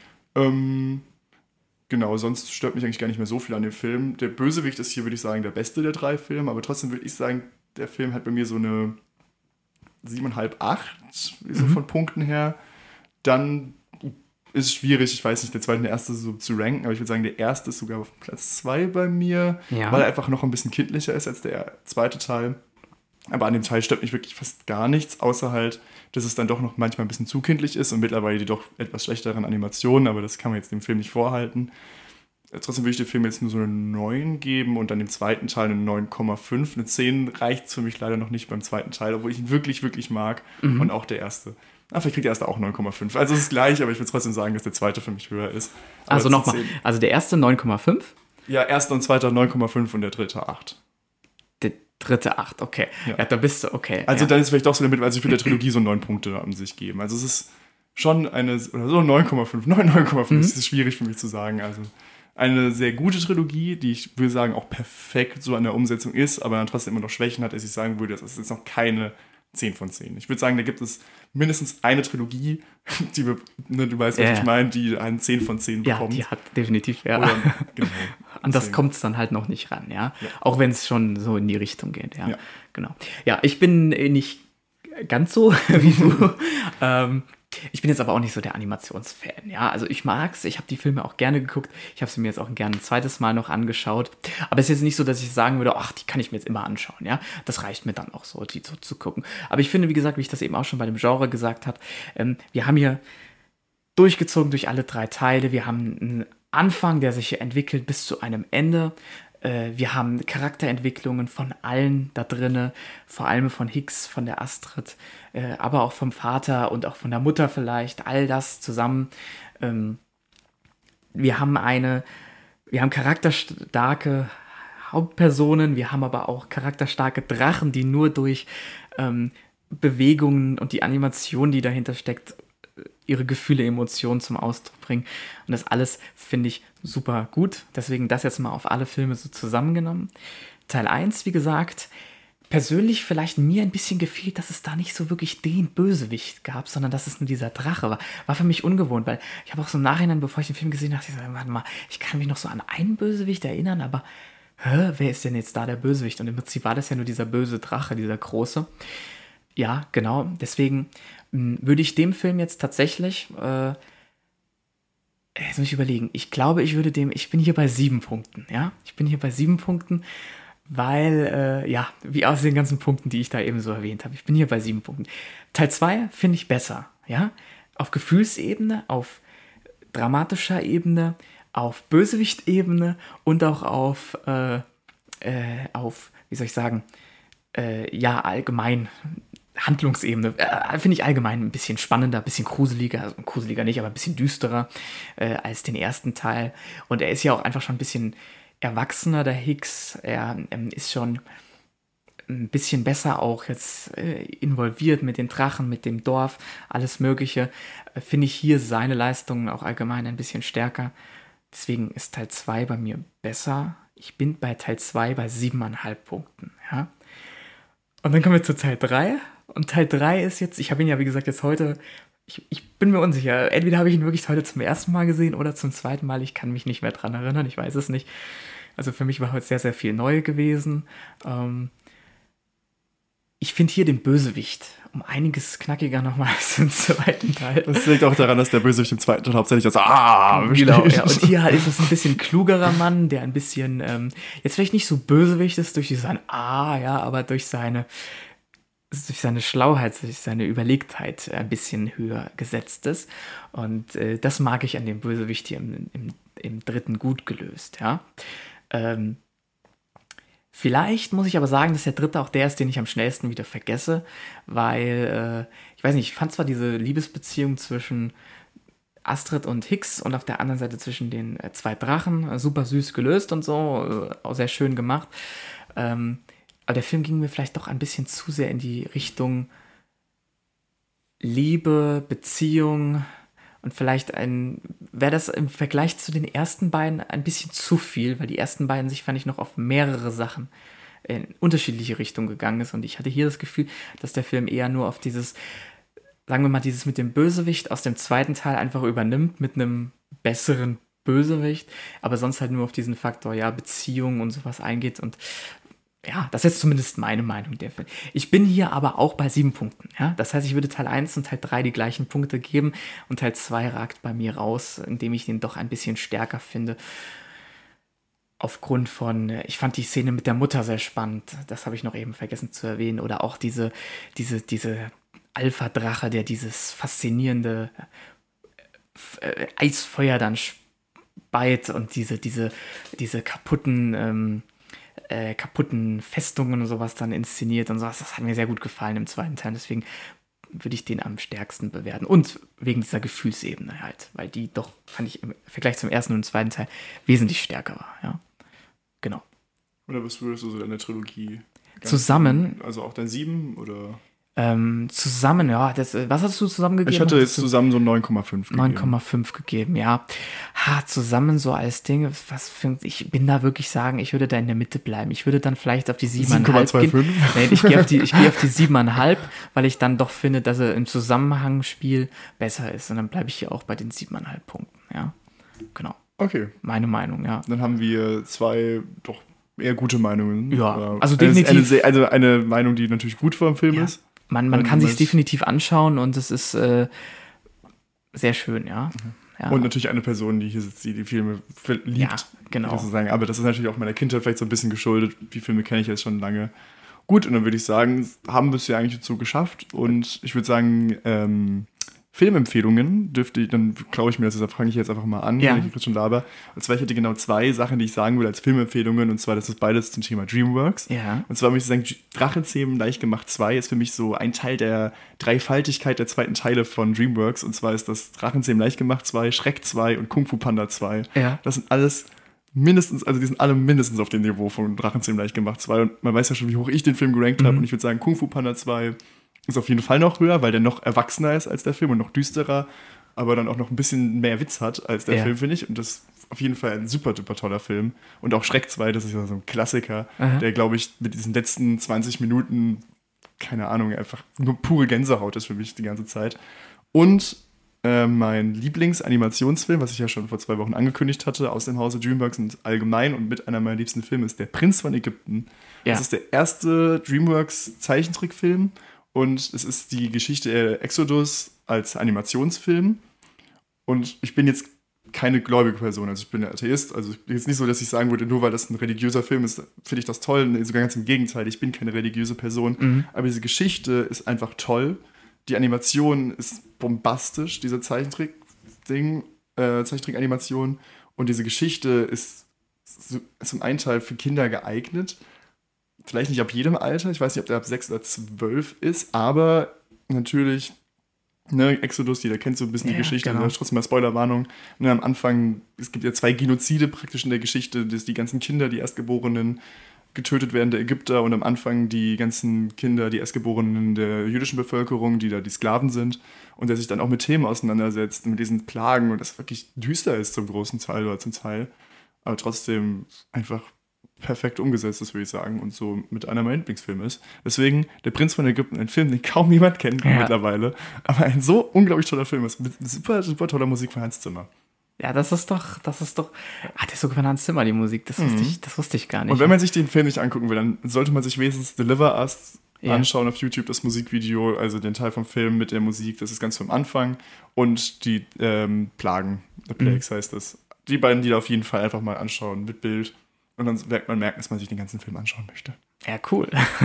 Ähm, genau, sonst stört mich eigentlich gar nicht mehr so viel an dem Film. Der Bösewicht ist hier, würde ich sagen, der beste der drei Filme, aber trotzdem würde ich sagen, der Film hat bei mir so eine siebeneinhalb, acht, so von Punkten her. Dann ist es schwierig, ich weiß nicht, der zweite und der erste so zu ranken, aber ich würde sagen, der erste ist sogar auf Platz zwei bei mir, Ja. weil er einfach noch ein bisschen kindlicher ist als der zweite Teil. Aber an dem Teil stört mich wirklich fast gar nichts, außer halt, dass es dann doch noch manchmal ein bisschen zu kindlich ist und mittlerweile die doch etwas schlechteren Animationen, aber das kann man jetzt dem Film nicht vorhalten. Trotzdem würde ich dem Film jetzt nur so eine neun geben und dann dem zweiten Teil eine neun Komma fünf. Eine zehn reicht für mich leider noch nicht beim zweiten Teil, obwohl ich ihn wirklich, wirklich mag. Mhm. Und auch der erste. Ah, vielleicht kriegt der erste auch neun Komma fünf. Also es ist gleich, aber ich würde trotzdem sagen, dass der zweite für mich höher ist. Aber Also zu nochmal. zehn. Also der erste neun Komma fünf, Ja, erster und zweiter neun Komma fünf und der dritte acht. der dritte acht, okay. Ja. Ja, da bist du, okay. Also ja. dann ist vielleicht doch so damit, also ich würde der Trilogie so neun Punkte an sich geben. Also es ist schon eine, oder so neun Komma fünf, neun, neun Komma fünf, Mhm. das ist schwierig für mich zu sagen. Also eine sehr gute Trilogie, die ich würde sagen auch perfekt so an der Umsetzung ist, aber dann trotzdem immer noch Schwächen hat, dass ich sagen würde, das ist jetzt noch keine zehn von zehn. Ich würde sagen, da gibt es mindestens eine Trilogie, die wir, ne, du weißt, was Ja, ich ja. meine, die einen zehn von zehn Ja, bekommt. die hat definitiv, ja. Oder, genau. an das kommt es dann halt noch nicht ran, ja. ja. Auch wenn es schon so in die Richtung geht, ja. ja. Genau. Ja, ich bin nicht ganz so wie du. ähm, ich bin jetzt aber auch nicht so der Animationsfan, ja. Also ich mag's, ich habe die Filme auch gerne geguckt. Ich habe sie mir jetzt auch gerne ein zweites Mal noch angeschaut. Aber es ist jetzt nicht so, dass ich sagen würde, ach, die kann ich mir jetzt immer anschauen, ja. Das reicht mir dann auch so, die so zu gucken. Aber ich finde, wie gesagt, wie ich das eben auch schon bei dem Genre gesagt habe, ähm, wir haben hier durchgezogen durch alle drei Teile. Wir haben einen Anfang, der sich entwickelt bis zu einem Ende. Äh, wir haben Charakterentwicklungen von allen da drinne, vor allem von Hicks, von der Astrid, äh, aber auch vom Vater und auch von der Mutter vielleicht, all das zusammen. Ähm, wir haben eine, wir haben charakterstarke Hauptpersonen, wir haben aber auch charakterstarke Drachen, die nur durch ähm, Bewegungen und die Animation, die dahinter steckt, ihre Gefühle, Emotionen zum Ausdruck bringen. Und das alles finde ich super gut. Deswegen das jetzt mal auf alle Filme so zusammengenommen. Teil eins, wie gesagt, persönlich vielleicht mir ein bisschen gefehlt, dass es da nicht so wirklich den Bösewicht gab, sondern dass es nur dieser Drache war. War für mich ungewohnt, weil ich habe auch so im Nachhinein, bevor ich den Film gesehen habe, ich gesagt, warte mal, ich kann mich noch so an einen Bösewicht erinnern, aber hä, wer ist denn jetzt da der Bösewicht? Und im Prinzip war das ja nur dieser böse Drache, dieser große. Ja, genau. Deswegen mh, würde ich dem Film jetzt tatsächlich, äh, jetzt muss ich überlegen, ich glaube, ich würde dem, ich bin hier bei sieben Punkten, ja. Ich bin hier bei sieben Punkten, weil, äh, ja, wie aus den ganzen Punkten, die ich da eben so erwähnt habe, ich bin hier bei sieben Punkten. Teil zwei finde ich besser, ja. Auf Gefühlsebene, auf dramatischer Ebene, auf Bösewicht-Ebene und auch auf, äh, äh, auf, wie soll ich sagen, äh, ja, allgemein Handlungsebene, äh, finde ich allgemein ein bisschen spannender, ein bisschen gruseliger, also gruseliger nicht, aber ein bisschen düsterer äh, als den ersten Teil. Und er ist ja auch einfach schon ein bisschen erwachsener, der Hicks. Er ähm, ist schon ein bisschen besser auch jetzt äh, involviert mit den Drachen, mit dem Dorf, alles Mögliche. Äh, finde ich hier seine Leistungen auch allgemein ein bisschen stärker. Deswegen ist Teil zwei bei mir besser. Ich bin bei Teil zwei bei siebeneinhalb Punkten, ja. Und dann kommen wir zu Teil drei. Und Teil drei ist jetzt, ich habe ihn ja wie gesagt jetzt heute, ich, ich bin mir unsicher, entweder habe ich ihn wirklich heute zum ersten Mal gesehen oder zum zweiten Mal, ich kann mich nicht mehr dran erinnern, ich weiß es nicht. Also für mich war heute sehr, sehr viel neu gewesen. Ähm, ich finde hier den Bösewicht um einiges knackiger nochmal als im zweiten Teil. Das liegt auch daran, dass der Bösewicht im zweiten Teil hauptsächlich als Ah genau, ja. Und hier halt ist es ein bisschen klugerer Mann, der ein bisschen, ähm, jetzt vielleicht nicht so Bösewicht ist durch sein Ah, ja, aber durch seine, durch seine Schlauheit, durch seine Überlegtheit ein bisschen höher gesetzt ist. Und äh, das mag ich an dem Bösewicht hier im, im, im dritten gut gelöst, ja. Ähm, Vielleicht muss ich aber sagen, dass der dritte auch der ist, den ich am schnellsten wieder vergesse, weil, äh, ich weiß nicht, ich fand zwar diese Liebesbeziehung zwischen Astrid und Hicks und auf der anderen Seite zwischen den äh, zwei Drachen äh, super süß gelöst und so, äh, auch sehr schön gemacht, ähm, aber der Film ging mir vielleicht doch ein bisschen zu sehr in die Richtung Liebe, Beziehung. Und vielleicht ein, wäre das im Vergleich zu den ersten beiden ein bisschen zu viel, weil die ersten beiden sich, fand ich, noch auf mehrere Sachen in unterschiedliche Richtungen gegangen ist. Und ich hatte hier das Gefühl, dass der Film eher nur auf dieses, sagen wir mal, dieses mit dem Bösewicht aus dem zweiten Teil einfach übernimmt, mit einem besseren Bösewicht, aber sonst halt nur auf diesen Faktor, ja, Beziehung und sowas eingeht. Und ja, das ist zumindest meine Meinung der Film. Ich bin hier aber auch bei sieben Punkten. Ja? Das heißt, ich würde Teil eins und Teil drei die gleichen Punkte geben und Teil zwei ragt bei mir raus, indem ich den doch ein bisschen stärker finde. Aufgrund von, ich fand die Szene mit der Mutter sehr spannend, das habe ich noch eben vergessen zu erwähnen. Oder auch diese, diese, diese Alpha-Drache, der dieses faszinierende äh, Eisfeuer dann speit und diese, diese, diese kaputten ähm, Äh, kaputten Festungen und sowas dann inszeniert und sowas. Das hat mir sehr gut gefallen im zweiten Teil. Deswegen würde ich den am stärksten bewerten. Und wegen dieser Gefühlsebene halt. Weil die doch, fand ich im Vergleich zum ersten und zweiten Teil wesentlich stärker war. Ja, genau. Oder was würdest du so deine Trilogie? Zusammen? Also auch dein sieben oder? Ähm, zusammen, ja. Das, was hast du zusammengegeben? Ich hatte jetzt zusammen so neun Komma fünf gegeben. neun Komma fünf gegeben, ja. Ha, zusammen so als Ding, was für, ich bin da wirklich sagen, ich würde da in der Mitte bleiben. Ich würde dann vielleicht auf die sieben Komma fünf gehen. Nee, ich gehe auf die, ich gehe auf die sieben Komma fünf, weil ich dann doch finde, dass er im Zusammenhangspiel besser ist. Und dann bleibe ich hier auch bei den sieben Komma fünf Punkten, ja. Genau. Okay. Meine Meinung, ja. Dann haben wir zwei doch eher gute Meinungen. Ja, Oder also eine- definitiv. Eine, sehr- also eine Meinung, die natürlich gut vor dem Film Ja. ist. Man, man Wenn kann man sich es- definitiv anschauen und es ist äh, sehr schön, ja. ja. Und natürlich eine Person, die hier sitzt, die die Filme f- liebt. Ja, genau. Sozusagen. Aber das ist natürlich auch meiner Kindheit vielleicht so ein bisschen geschuldet. Die Filme kenne ich jetzt schon lange. Gut, und dann würde ich sagen, haben wir es ja eigentlich dazu geschafft. Und ich würde sagen, ähm, Filmempfehlungen dürfte ich, dann glaube ich mir, das fange ich jetzt einfach mal an, Ja. wenn ich jetzt schon laber. Und zwar, ich hätte genau zwei Sachen, die ich sagen will als Filmempfehlungen. Und zwar, das ist beides zum Thema DreamWorks. Ja. Und zwar muss ich sagen, Drachenzähmen leicht gemacht zwei ist für mich so ein Teil der Dreifaltigkeit der zweiten Teile von DreamWorks. Und zwar ist das Drachenzähmen leicht gemacht zwei, Shrek zwei und Kung Fu Panda zwei. Ja. Das sind alles mindestens, also die sind alle mindestens auf dem Niveau von Drachenzähmen leicht gemacht zwei. Und man weiß ja schon, wie hoch ich den Film gerankt habe. Und ich würde sagen, Kung Fu Panda zwei ist auf jeden Fall noch höher, weil der noch erwachsener ist als der Film und noch düsterer, aber dann auch noch ein bisschen mehr Witz hat als der Ja. Film, finde ich. Und das ist auf jeden Fall ein super, super toller Film. Und auch Shrek zwei, das ist ja so ein Klassiker, Aha. der, glaube ich, mit diesen letzten zwanzig Minuten, keine Ahnung, einfach nur pure Gänsehaut ist für mich die ganze Zeit. Und äh, mein Lieblingsanimationsfilm, was ich ja schon vor zwei Wochen angekündigt hatte, aus dem Hause DreamWorks und allgemein und mit einer meiner liebsten Filme, ist Der Prinz von Ägypten. Ja. Das ist der erste DreamWorks-Zeichentrickfilm und es ist die Geschichte Exodus als Animationsfilm. Und ich bin jetzt keine gläubige Person, also ich bin ein Atheist, also jetzt nicht so, dass ich sagen würde, nur weil das ein religiöser Film ist, finde ich das toll, nee, sogar ganz im Gegenteil, ich bin keine religiöse Person, Mhm. aber diese Geschichte ist einfach toll, die Animation ist bombastisch, diese Zeichentrick-Ding, äh, Zeichentrick-Animation und diese Geschichte ist so- zum einen Teil für Kinder geeignet, vielleicht nicht ab jedem Alter, ich weiß nicht, ob der ab sechs oder zwölf ist, aber natürlich, ne, Exodus, jeder kennt so ein bisschen Ja, die Geschichte, genau. ne, trotzdem mal Spoilerwarnung. Ne, am Anfang, es gibt ja zwei Genozide praktisch in der Geschichte, dass die ganzen Kinder, die Erstgeborenen, getötet werden der Ägypter und am Anfang die ganzen Kinder, die Erstgeborenen der jüdischen Bevölkerung, die da die Sklaven sind und der sich dann auch mit Themen auseinandersetzt, mit diesen Plagen und das wirklich düster ist zum großen Teil oder zum Teil, aber trotzdem einfach perfekt umgesetzt ist, würde ich sagen, und so mit einer meiner Lieblingsfilme ist. Deswegen, Der Prinz von Ägypten, ein Film, den kaum jemand kennt Ja. mittlerweile, aber ein so unglaublich toller Film ist, mit super, super toller Musik von Hans Zimmer. Ja, das ist doch, das ist doch. Ah, das ist sogar von Hans Zimmer, die Musik. Das wusste ich, das wusste ich gar nicht. Und wenn man sich den Film nicht angucken will, dann sollte man sich wenigstens Deliver Us Ja. anschauen auf YouTube, das Musikvideo, also den Teil vom Film mit der Musik, das ist ganz vom Anfang und die ähm, Plagen, The Plagues heißt das. Die beiden Lieder auf jeden Fall einfach mal anschauen mit Bild und dann merkt man merken, dass man sich den ganzen Film anschauen möchte. Ja, cool.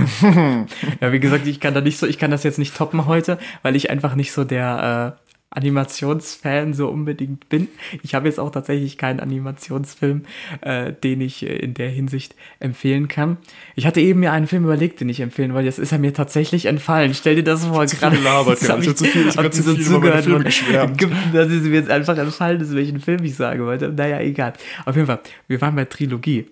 Ja, wie gesagt, ich kann da nicht so, ich kann das jetzt nicht toppen heute, weil ich einfach nicht so der äh, Animationsfan so unbedingt bin. Ich habe jetzt auch tatsächlich keinen Animationsfilm, äh, den ich äh, in der Hinsicht empfehlen kann. Ich hatte eben mir einen Film überlegt, den ich empfehlen wollte. Jetzt ist er mir tatsächlich entfallen. Stell dir das vor. Zu viel gelabert, Jetzt ja. hab Ich hab zu viel- ich hab hab zu dir viel über meine Filme und geschwärmt. gibt- dass es mir jetzt einfach entfallen ist, welchen Film ich sagen wollte. Naja, egal. Auf jeden Fall, wir waren bei Trilogie.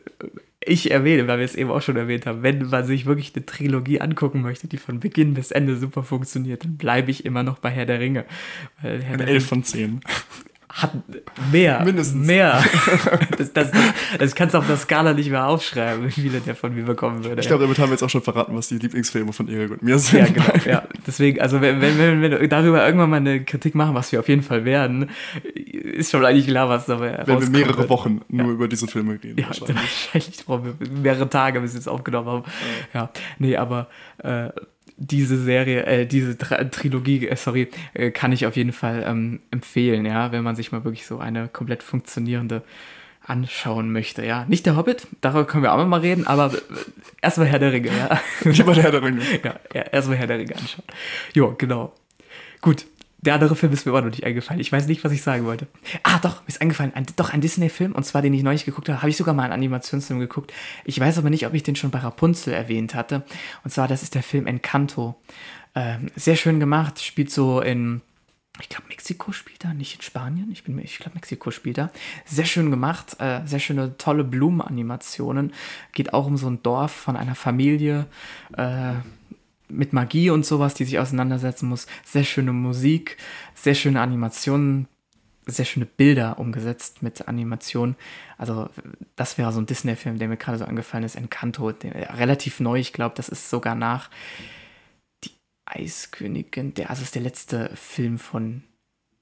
Ich erwähne, weil wir es eben auch schon erwähnt haben, wenn man sich wirklich eine Trilogie angucken möchte, die von Beginn bis Ende super funktioniert, dann bleibe ich immer noch bei Herr der Ringe. Weil Herr Eine der elf von zehn. hat mehr. Mindestens. Mehr. Das, das, das, das kannst du auf der Skala nicht mehr aufschreiben, wie viele der von mir bekommen würde. Ich glaube, damit haben wir jetzt auch schon verraten, was die Lieblingsfilme von Erik und mir sind. Ja, genau. Ja. Deswegen, also wenn, wenn, wenn wir darüber irgendwann mal eine Kritik machen, was wir auf jeden Fall werden, ist schon eigentlich klar, was dabei Wenn wir rauskommen mehrere wird. Wochen nur über diese Filme reden. Ja, wahrscheinlich. wahrscheinlich brauchen wir mehrere Tage, bis wir es aufgenommen haben. Ja, ja. Nee, aber äh, diese Serie, äh, diese Tra- Trilogie, äh, sorry, äh, kann ich auf jeden Fall ähm, empfehlen, ja, wenn man sich mal wirklich so eine komplett funktionierende anschauen möchte, ja. Nicht der Hobbit, darüber können wir auch noch mal reden, aber äh, erstmal Herr der Ringe, ja. Lieber der Herr der Ringe. Ja, ja, erstmal Herr der Ringe anschauen. Jo, genau. Gut, der andere Film ist mir auch noch nicht eingefallen. Ich weiß nicht, was ich sagen wollte. Ah, doch, mir ist eingefallen. Ein, doch, ein Disney-Film, und zwar, den ich neulich geguckt habe. Habe ich sogar mal einen Animationsfilm geguckt. Ich weiß aber nicht, ob ich den schon bei Rapunzel erwähnt hatte. Und zwar, das ist der Film Encanto. Ähm, sehr schön gemacht. Spielt so in, ich glaube, Mexiko spielt er, nicht in Spanien. Ich, bin mir- ich glaube, Mexiko spielt er. Sehr schön gemacht. Äh, sehr schöne, tolle Blumenanimationen. Geht auch um so ein Dorf von einer Familie. Äh, mit Magie und sowas, die sich auseinandersetzen muss. Sehr schöne Musik, sehr schöne Animationen, sehr schöne Bilder umgesetzt mit Animationen. Also das wäre so ein Disney-Film, der mir gerade so angefallen ist, Encanto, der, relativ neu, ich glaube, das ist sogar nach Die Eiskönigin, der, also ist der letzte Film von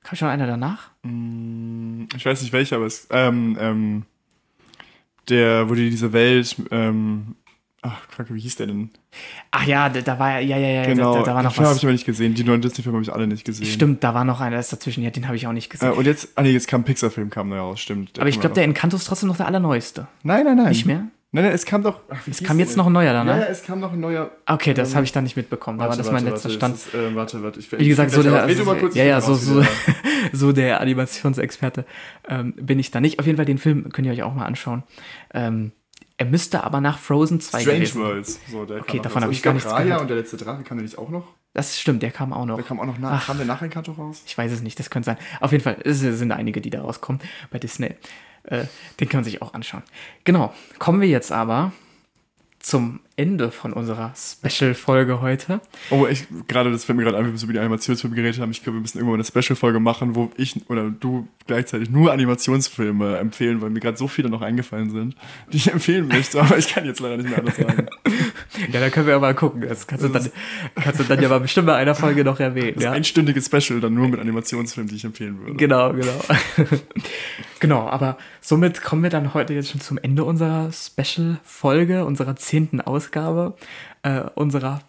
Kam schon einer danach? Ich weiß nicht welcher, aber es, ähm, ähm, der, wo die diese Welt, ähm, ach, Kacke, wie hieß der denn? Ach ja, da, da war ja, ja, ja, genau, da, da war noch den Film was. habe ich aber nicht gesehen, die neuen Disney-Filme habe ich alle nicht gesehen. Stimmt, da war noch einer das dazwischen, ja, den habe ich auch nicht gesehen. Äh, und jetzt, ah nee, jetzt kam ein Pixar-Film, kam neu raus, stimmt. Der aber ich kam glaube, noch. der Encanto ist trotzdem noch der allerneueste. Nein, nein, nein. Nicht mehr? Nein, nein, es kam doch. Ach, Es kam jetzt noch ein neuer danach. Ja, ja, es kam noch ein neuer. Okay, das ähm, habe ich dann nicht mitbekommen. Da war das mein letzter warte, Stand. Ist, äh, warte, warte. Ich, Wie gesagt, so der, also, kurz, ja, ja, so, raus, so, wieder. so der Animationsexperte ähm, bin ich da nicht. Auf jeden Fall, den Film könnt ihr euch auch mal anschauen. Ähm, er müsste aber nach Frozen zwei Strange gewesen. Worlds. So, der Okay, kam davon noch habe raus. ich gar glaub, nichts Raya gehört. und der letzte Drache kam der nicht auch noch? Das stimmt, der kam auch noch. Der kam auch noch nach. Ach. Kam der nach Encanto raus? Ich weiß es nicht, das könnte sein. Auf jeden Fall, es sind einige, die da rauskommen bei Disney. Äh, den kann man sich auch anschauen. Genau, kommen wir jetzt aber zum Ende von unserer Special-Folge heute. Oh, ich, gerade das fällt mir gerade ein, wie wir so über die Animationsfilme geredet haben. Ich glaube, wir müssen irgendwann eine Special-Folge machen, wo ich oder du gleichzeitig nur Animationsfilme empfehlen, weil mir gerade so viele noch eingefallen sind, die ich empfehlen möchte, aber ich kann jetzt leider nicht mehr alles sagen. Ja, da können wir ja mal gucken. Das kannst du dann, kannst du dann ja mal bestimmt bei einer Folge noch erwähnen. Das Ja? einstündige Special dann nur mit Animationsfilmen, die ich empfehlen würde. Genau, genau. Genau, aber somit kommen wir dann heute jetzt schon zum Ende unserer Special-Folge, unserer zehnten Ausgabe, äh, unserer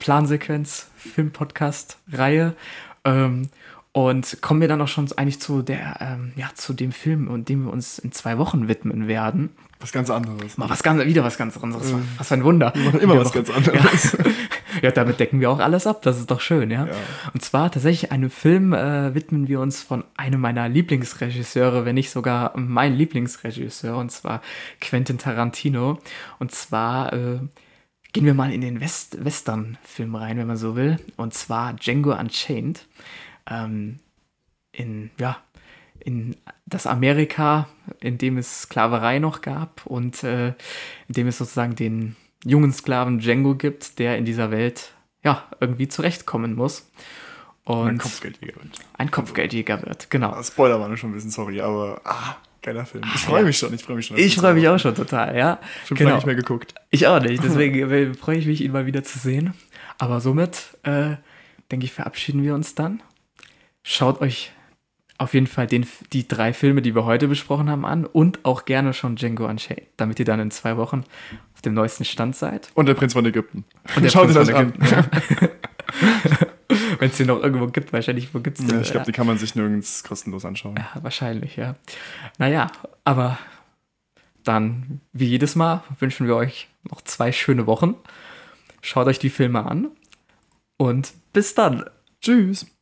Plansequenz-Film-Podcast-Reihe. Ähm, und kommen wir dann auch schon eigentlich zu der, ähm, ja, zu dem Film, und dem wir uns in zwei Wochen widmen werden. Was ganz anderes. Mal was ganz, wieder was ganz anderes. Was für ein Wunder. Wir machen immer Ja, was doch. ganz anderes. Ja. Ja, damit decken wir auch alles ab. Das ist doch schön, ja. Ja. Und zwar tatsächlich einem Film äh, widmen wir uns von einem meiner Lieblingsregisseure, wenn nicht sogar mein Lieblingsregisseur, und zwar Quentin Tarantino. Und zwar äh, gehen wir mal in den West Western-Film rein, wenn man so will. Und zwar Django Unchained. Ähm, in, ja, in das Amerika, in dem es Sklaverei noch gab und äh, in dem es sozusagen den jungen Sklaven Django gibt, der in dieser Welt ja irgendwie zurechtkommen muss. Und Ein Kopfgeldjäger wird. ein Kopfgeldjäger wird, genau. Ah, Spoiler war schon ein bisschen, sorry, aber ah, geiler Film. Ich freue ja. mich schon, ich freue mich schon. Ich freue mich auch schon total, ja. Schon Genau. lange nicht mehr geguckt. Ich auch nicht, deswegen freue ich mich, ihn mal wieder zu sehen. Aber somit, äh, denke ich, verabschieden wir uns dann. Schaut euch auf jeden Fall den, die drei Filme, die wir heute besprochen haben, an und auch gerne schon Django Unchained, damit ihr dann in zwei Wochen auf dem neuesten Stand seid. Und der Prinz von Ägypten. Und der Schaut Prinz euch das von an. Ägypten, ja. Wenn es den noch irgendwo gibt, wahrscheinlich, wo gibt es den? Ja, ich glaube, die kann man sich nirgends kostenlos anschauen. Ja, wahrscheinlich, ja. Naja, aber dann, wie jedes Mal, wünschen wir euch noch zwei schöne Wochen. Schaut euch die Filme an und bis dann. Tschüss.